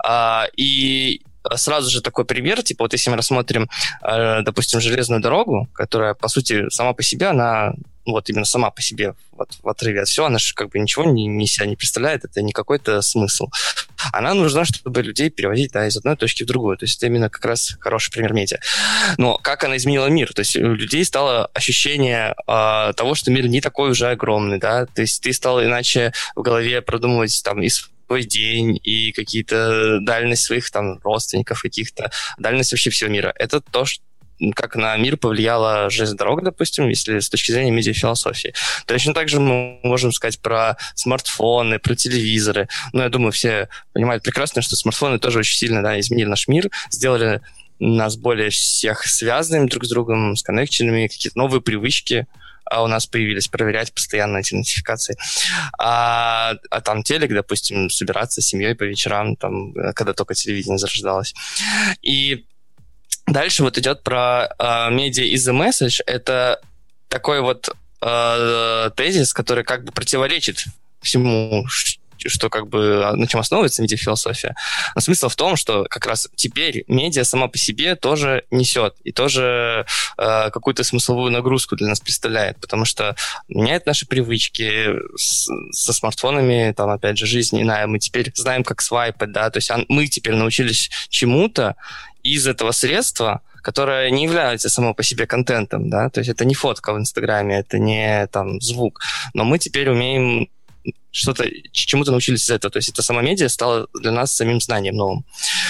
И сразу же такой пример, типа вот если мы рассмотрим, допустим, железную дорогу, которая, по сути, сама по себе, она вот именно сама по себе вот, в отрыве от всего, она же как бы ничего не себя не представляет, это не какой-то смысл. Она нужна, чтобы людей переводить, да, из одной точки в другую. То есть это именно как раз хороший пример медиа. Но как она изменила мир? То есть у людей стало ощущение того, что мир не такой уже огромный, да, то есть ты стал иначе в голове продумывать там твой день и какие-то дальность своих там родственников каких-то, дальность вообще всего мира. Это то, как на мир повлияла железная дорога, допустим, если с точки зрения медиафилософии. Точно так же мы можем сказать про смартфоны, про телевизоры. Но я думаю, все понимают прекрасно, что смартфоны тоже очень сильно, да, изменили наш мир, сделали нас более всех связанными друг с другом, сконнекченными, какие-то новые привычки у нас появились, проверять постоянно эти нотификации. А там телек, допустим, собираться с семьей по вечерам, там, когда только телевидение зарождалось. И дальше вот идет про media is a message. Это такой вот тезис, который как бы противоречит всему, что как бы на чем основывается медиафилософия. Но смысл в том, что как раз теперь медиа сама по себе тоже несет и тоже какую-то смысловую нагрузку для нас представляет, потому что меняет наши привычки со смартфонами, там, опять же, жизнь иная. Мы теперь знаем, как свайпать, да, то есть мы теперь научились чему-то из этого средства, которое не является само по себе контентом, да, то есть это не фотка в Инстаграме, это не там звук, но мы теперь умеем что-то, чему-то научились из этого. То есть это сама медиа стала для нас самим знанием новым.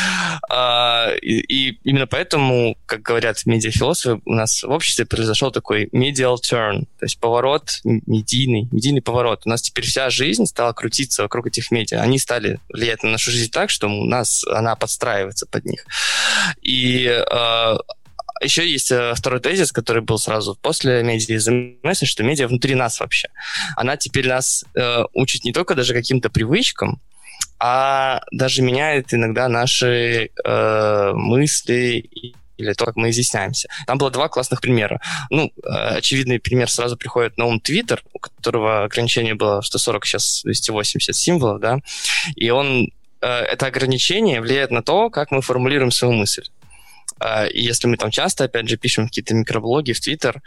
И именно поэтому, как говорят медиафилософы, у нас в обществе произошел такой medial turn, то есть поворот, медийный поворот. У нас теперь вся жизнь стала крутиться вокруг этих медиа. Они стали влиять на нашу жизнь так, что у нас она подстраивается под них. И еще есть второй тезис, который был сразу после медиа из МС, что медиа внутри нас вообще. Она теперь нас учит не только даже каким-то привычкам, а даже меняет иногда наши мысли или то, как мы изъясняемся. Там было два классных примера. Ну, очевидный пример сразу приходит на ум Twitter, у которого ограничение было 140, сейчас 280 символов, да, и это ограничение влияет на то, как мы формулируем свою мысль. И если мы там часто, опять же, пишем какие-то микроблоги в Твиттер,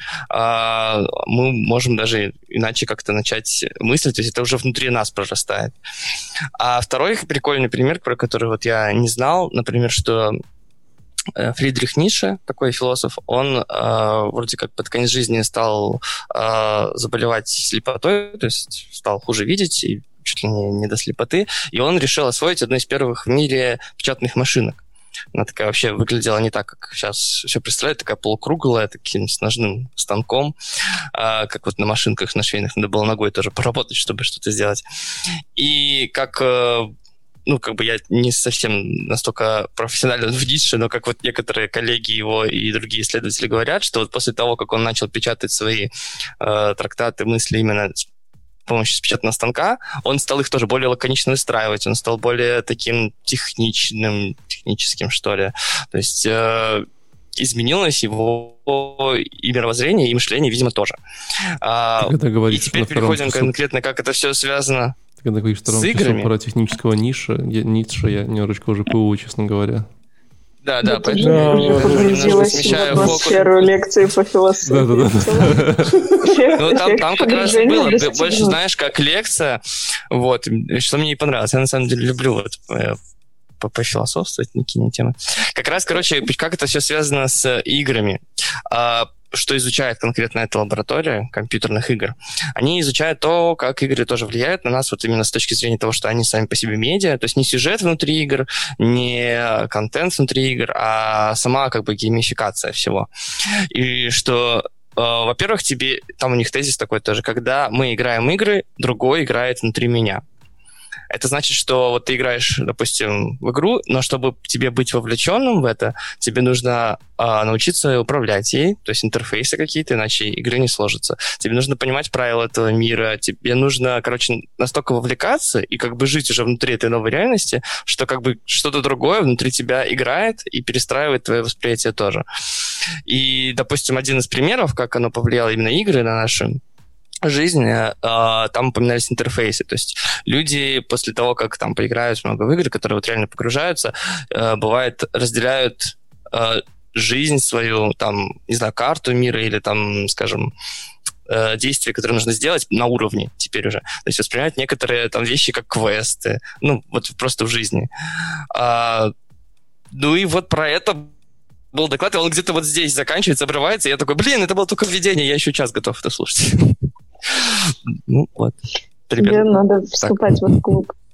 мы можем даже иначе как-то начать мыслить, то есть это уже внутри нас прорастает. А второй прикольный пример, про который вот я не знал, например, что Фридрих Ницше, такой философ, он вроде как под конец жизни стал заболевать слепотой, то есть стал хуже видеть и чуть ли не до слепоты, и он решил освоить одну из первых в мире печатных машинок. Она такая вообще выглядела не так, как сейчас все представляют, такая полукруглая, таким с ножным станком, как вот на машинках, на швейных, надо было ногой тоже поработать, чтобы что-то сделать. И как бы я не совсем настолько профессионален в Ницше, но как вот некоторые коллеги его и другие исследователи говорят, что вот после того, как он начал печатать свои трактаты, мысли именно с помощью печатного станка, он стал их тоже более лаконично выстраивать, он стал более таким техническим, что ли. То есть изменилось его и мировоззрение, и мышление, видимо, тоже. И теперь переходим конкретно, как это все связано ты когда говоришь втором с играми. Часу про технического Ницше, я немножечко уже ПУ, честно говоря. Да, поэтому я погрузилась в атмосферу лекции по философии. Ну, там как раз было больше, знаешь, как лекция, вот, что мне не понравилось. Я, на самом деле, люблю вот пофилософствовать, некие темы. Как раз, короче, как это все связано с играми. Что изучает конкретно эта лаборатория компьютерных игр? Они изучают то, как игры тоже влияют на нас, вот именно с точки зрения того, что они сами по себе медиа, то есть не сюжет внутри игр, не контент внутри игр, а сама как бы геймификация всего. И что, во-первых, там у них тезис такой тоже, когда мы играем игры, другой играет внутри меня. Это значит, что вот ты играешь, допустим, в игру, но чтобы тебе быть вовлеченным в это, тебе нужно научиться управлять ей, то есть интерфейсы какие-то, иначе игры не сложатся. Тебе нужно понимать правила этого мира, тебе нужно, настолько вовлекаться и как бы жить уже внутри этой новой реальности, что как бы что-то другое внутри тебя играет и перестраивает твое восприятие тоже. И, допустим, один из примеров, как оно повлияло именно игры на нашу жизнь, там упоминались интерфейсы. То есть люди после того, как там поиграют много в игры, которые вот реально погружаются, бывает, разделяют жизнь свою, там, не знаю, карту мира или там, скажем, действия, которые нужно сделать на уровне теперь уже. То есть воспринимают некоторые там вещи как квесты, ну, вот просто в жизни. Ну и вот про это был доклад, и он где-то вот здесь заканчивается, обрывается, и я такой, это было только введение, я еще час готов это слушать. Ну, вот. Тебе надо вступать в этот клуб.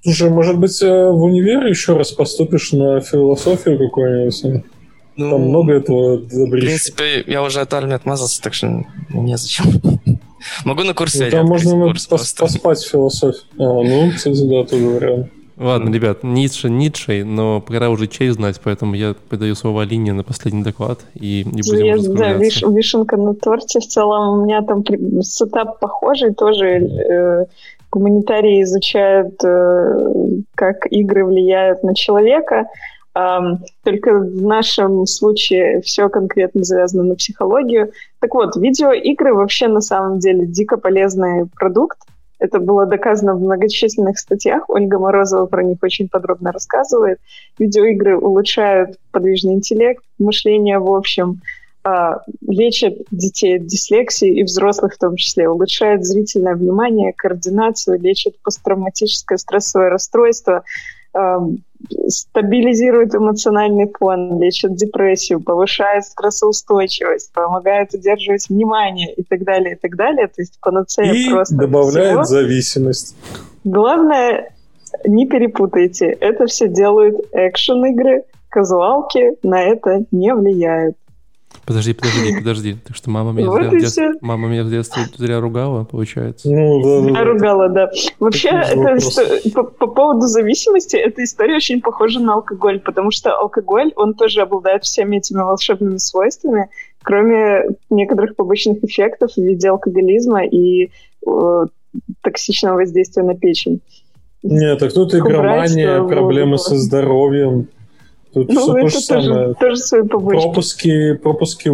Слушай, может быть, в универ еще раз поступишь на философию какую-нибудь? Ну, там много этого в добрища. принципе, я уже от армии отмазался, так что незачем. Могу на курсе Там можно курс просто. поспать в философии. Кстати, да, тоже вариант. Ладно, ребят, Ницше, но пора уже честь знать, поэтому я передаю слово Алине на последний доклад и не будем уже закругляться. Да, вишенка на торте. В целом у меня там сетап похожий, тоже гуманитарии изучают, как игры влияют на человека. Только в нашем случае все конкретно завязано на психологию. Так вот, видеоигры вообще на самом деле дико полезный продукт. Это было доказано в многочисленных статьях. Ольга Морозова про них очень подробно рассказывает. Видеоигры улучшают подвижный интеллект, мышление в общем, лечат детей от дислексии и взрослых в том числе, улучшают зрительное внимание, координацию, лечат посттравматическое стрессовое расстройство, стабилизирует эмоциональный фон, лечит депрессию, повышает стрессоустойчивость, помогает удерживать внимание и так далее, и так далее. То есть панацея и просто добавляет всего. Зависимость. Главное, не перепутайте. Это все делают экшен-игры, казуалки на это не влияют. Подожди. Так что мама меня в детстве зря ругала, получается? Да. Ругала, да. Вообще, по поводу зависимости, эта история очень похожа на алкоголь, потому что алкоголь, он тоже обладает всеми этими волшебными свойствами, кроме некоторых побочных эффектов в виде алкоголизма и токсичного воздействия на печень. Нет, так тут игромания, проблемы со здоровьем. Тут все то же самое. Тоже свои побочки. Пропуски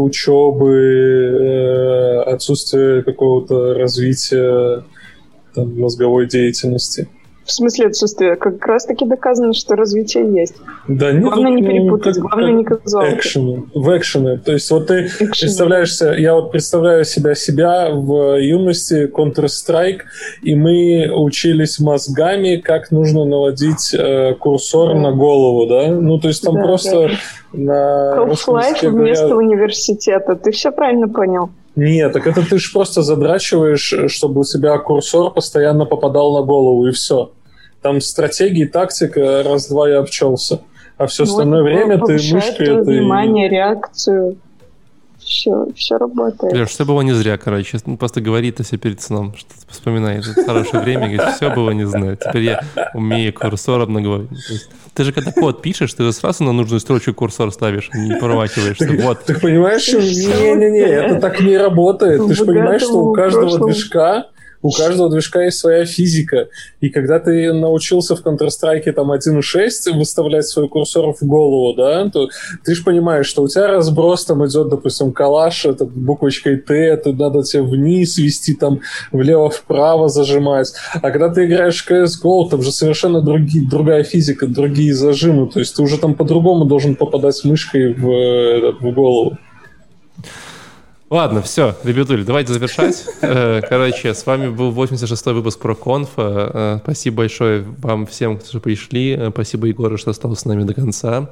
учебы, отсутствие какого-то развития мозговой деятельности. В смысле отсутствия? Как раз-таки доказано, что развитие есть. Да, главное не перепутать, главное не казуалки. В экшены. То есть вот ты представляешься, я вот представляю себя в юности Counter-Strike, и мы учились мозгами, как нужно наводить курсор на голову, да? Ну, то есть там просто на Half-Life вместо университета. Ты все правильно понял. Нет, так это ты же просто задрачиваешь, чтобы у тебя курсор постоянно попадал на голову, и все. Там стратегии, тактика, раз-два я обчелся. А все остальное время ты мышкой... внимание, реакцию. Все работает. Леш, все было не зря, короче. Просто говорит о себе перед сном, что вспоминает это хорошее время, говорит, все было не зря. Теперь я умею курсором наговорить. Ты же когда код пишешь, ты же сразу на нужную строчку курсор ставишь, не промахиваешься. Вот. Ты понимаешь, не-не-не, это так не работает. Ты же понимаешь, что у каждого движка есть своя физика. И когда ты научился в Counter-Strike там 1.6 выставлять свой курсор в голову, да, то ты же понимаешь, что у тебя разброс там идет, допустим, калаш, это буквочкой Т, это надо тебе вниз вести, там влево-вправо зажимать. А когда ты играешь в CSGO, там же совершенно другая физика, другие зажимы. То есть ты уже там по-другому должен попадать мышкой в голову. Ладно, все, ребятули, давайте завершать. Короче, с вами был 86-й выпуск ProConf. Спасибо большое вам всем, кто пришли. Спасибо Егору, что остался с нами до конца.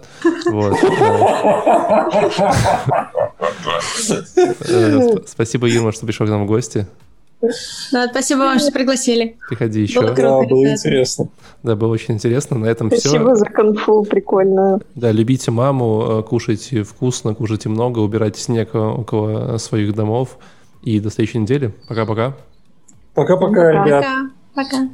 Спасибо, Юрма, что пришел к нам в гости. Да, спасибо вам, что пригласили. Приходи еще. Было круто, было интересно. Да, было очень интересно. На этом все. Спасибо за конфу, прикольно. Да, любите маму, кушайте вкусно, кушайте много, убирайте снег около своих домов. И до следующей недели. Пока-пока. Пока-пока, ребят. Пока.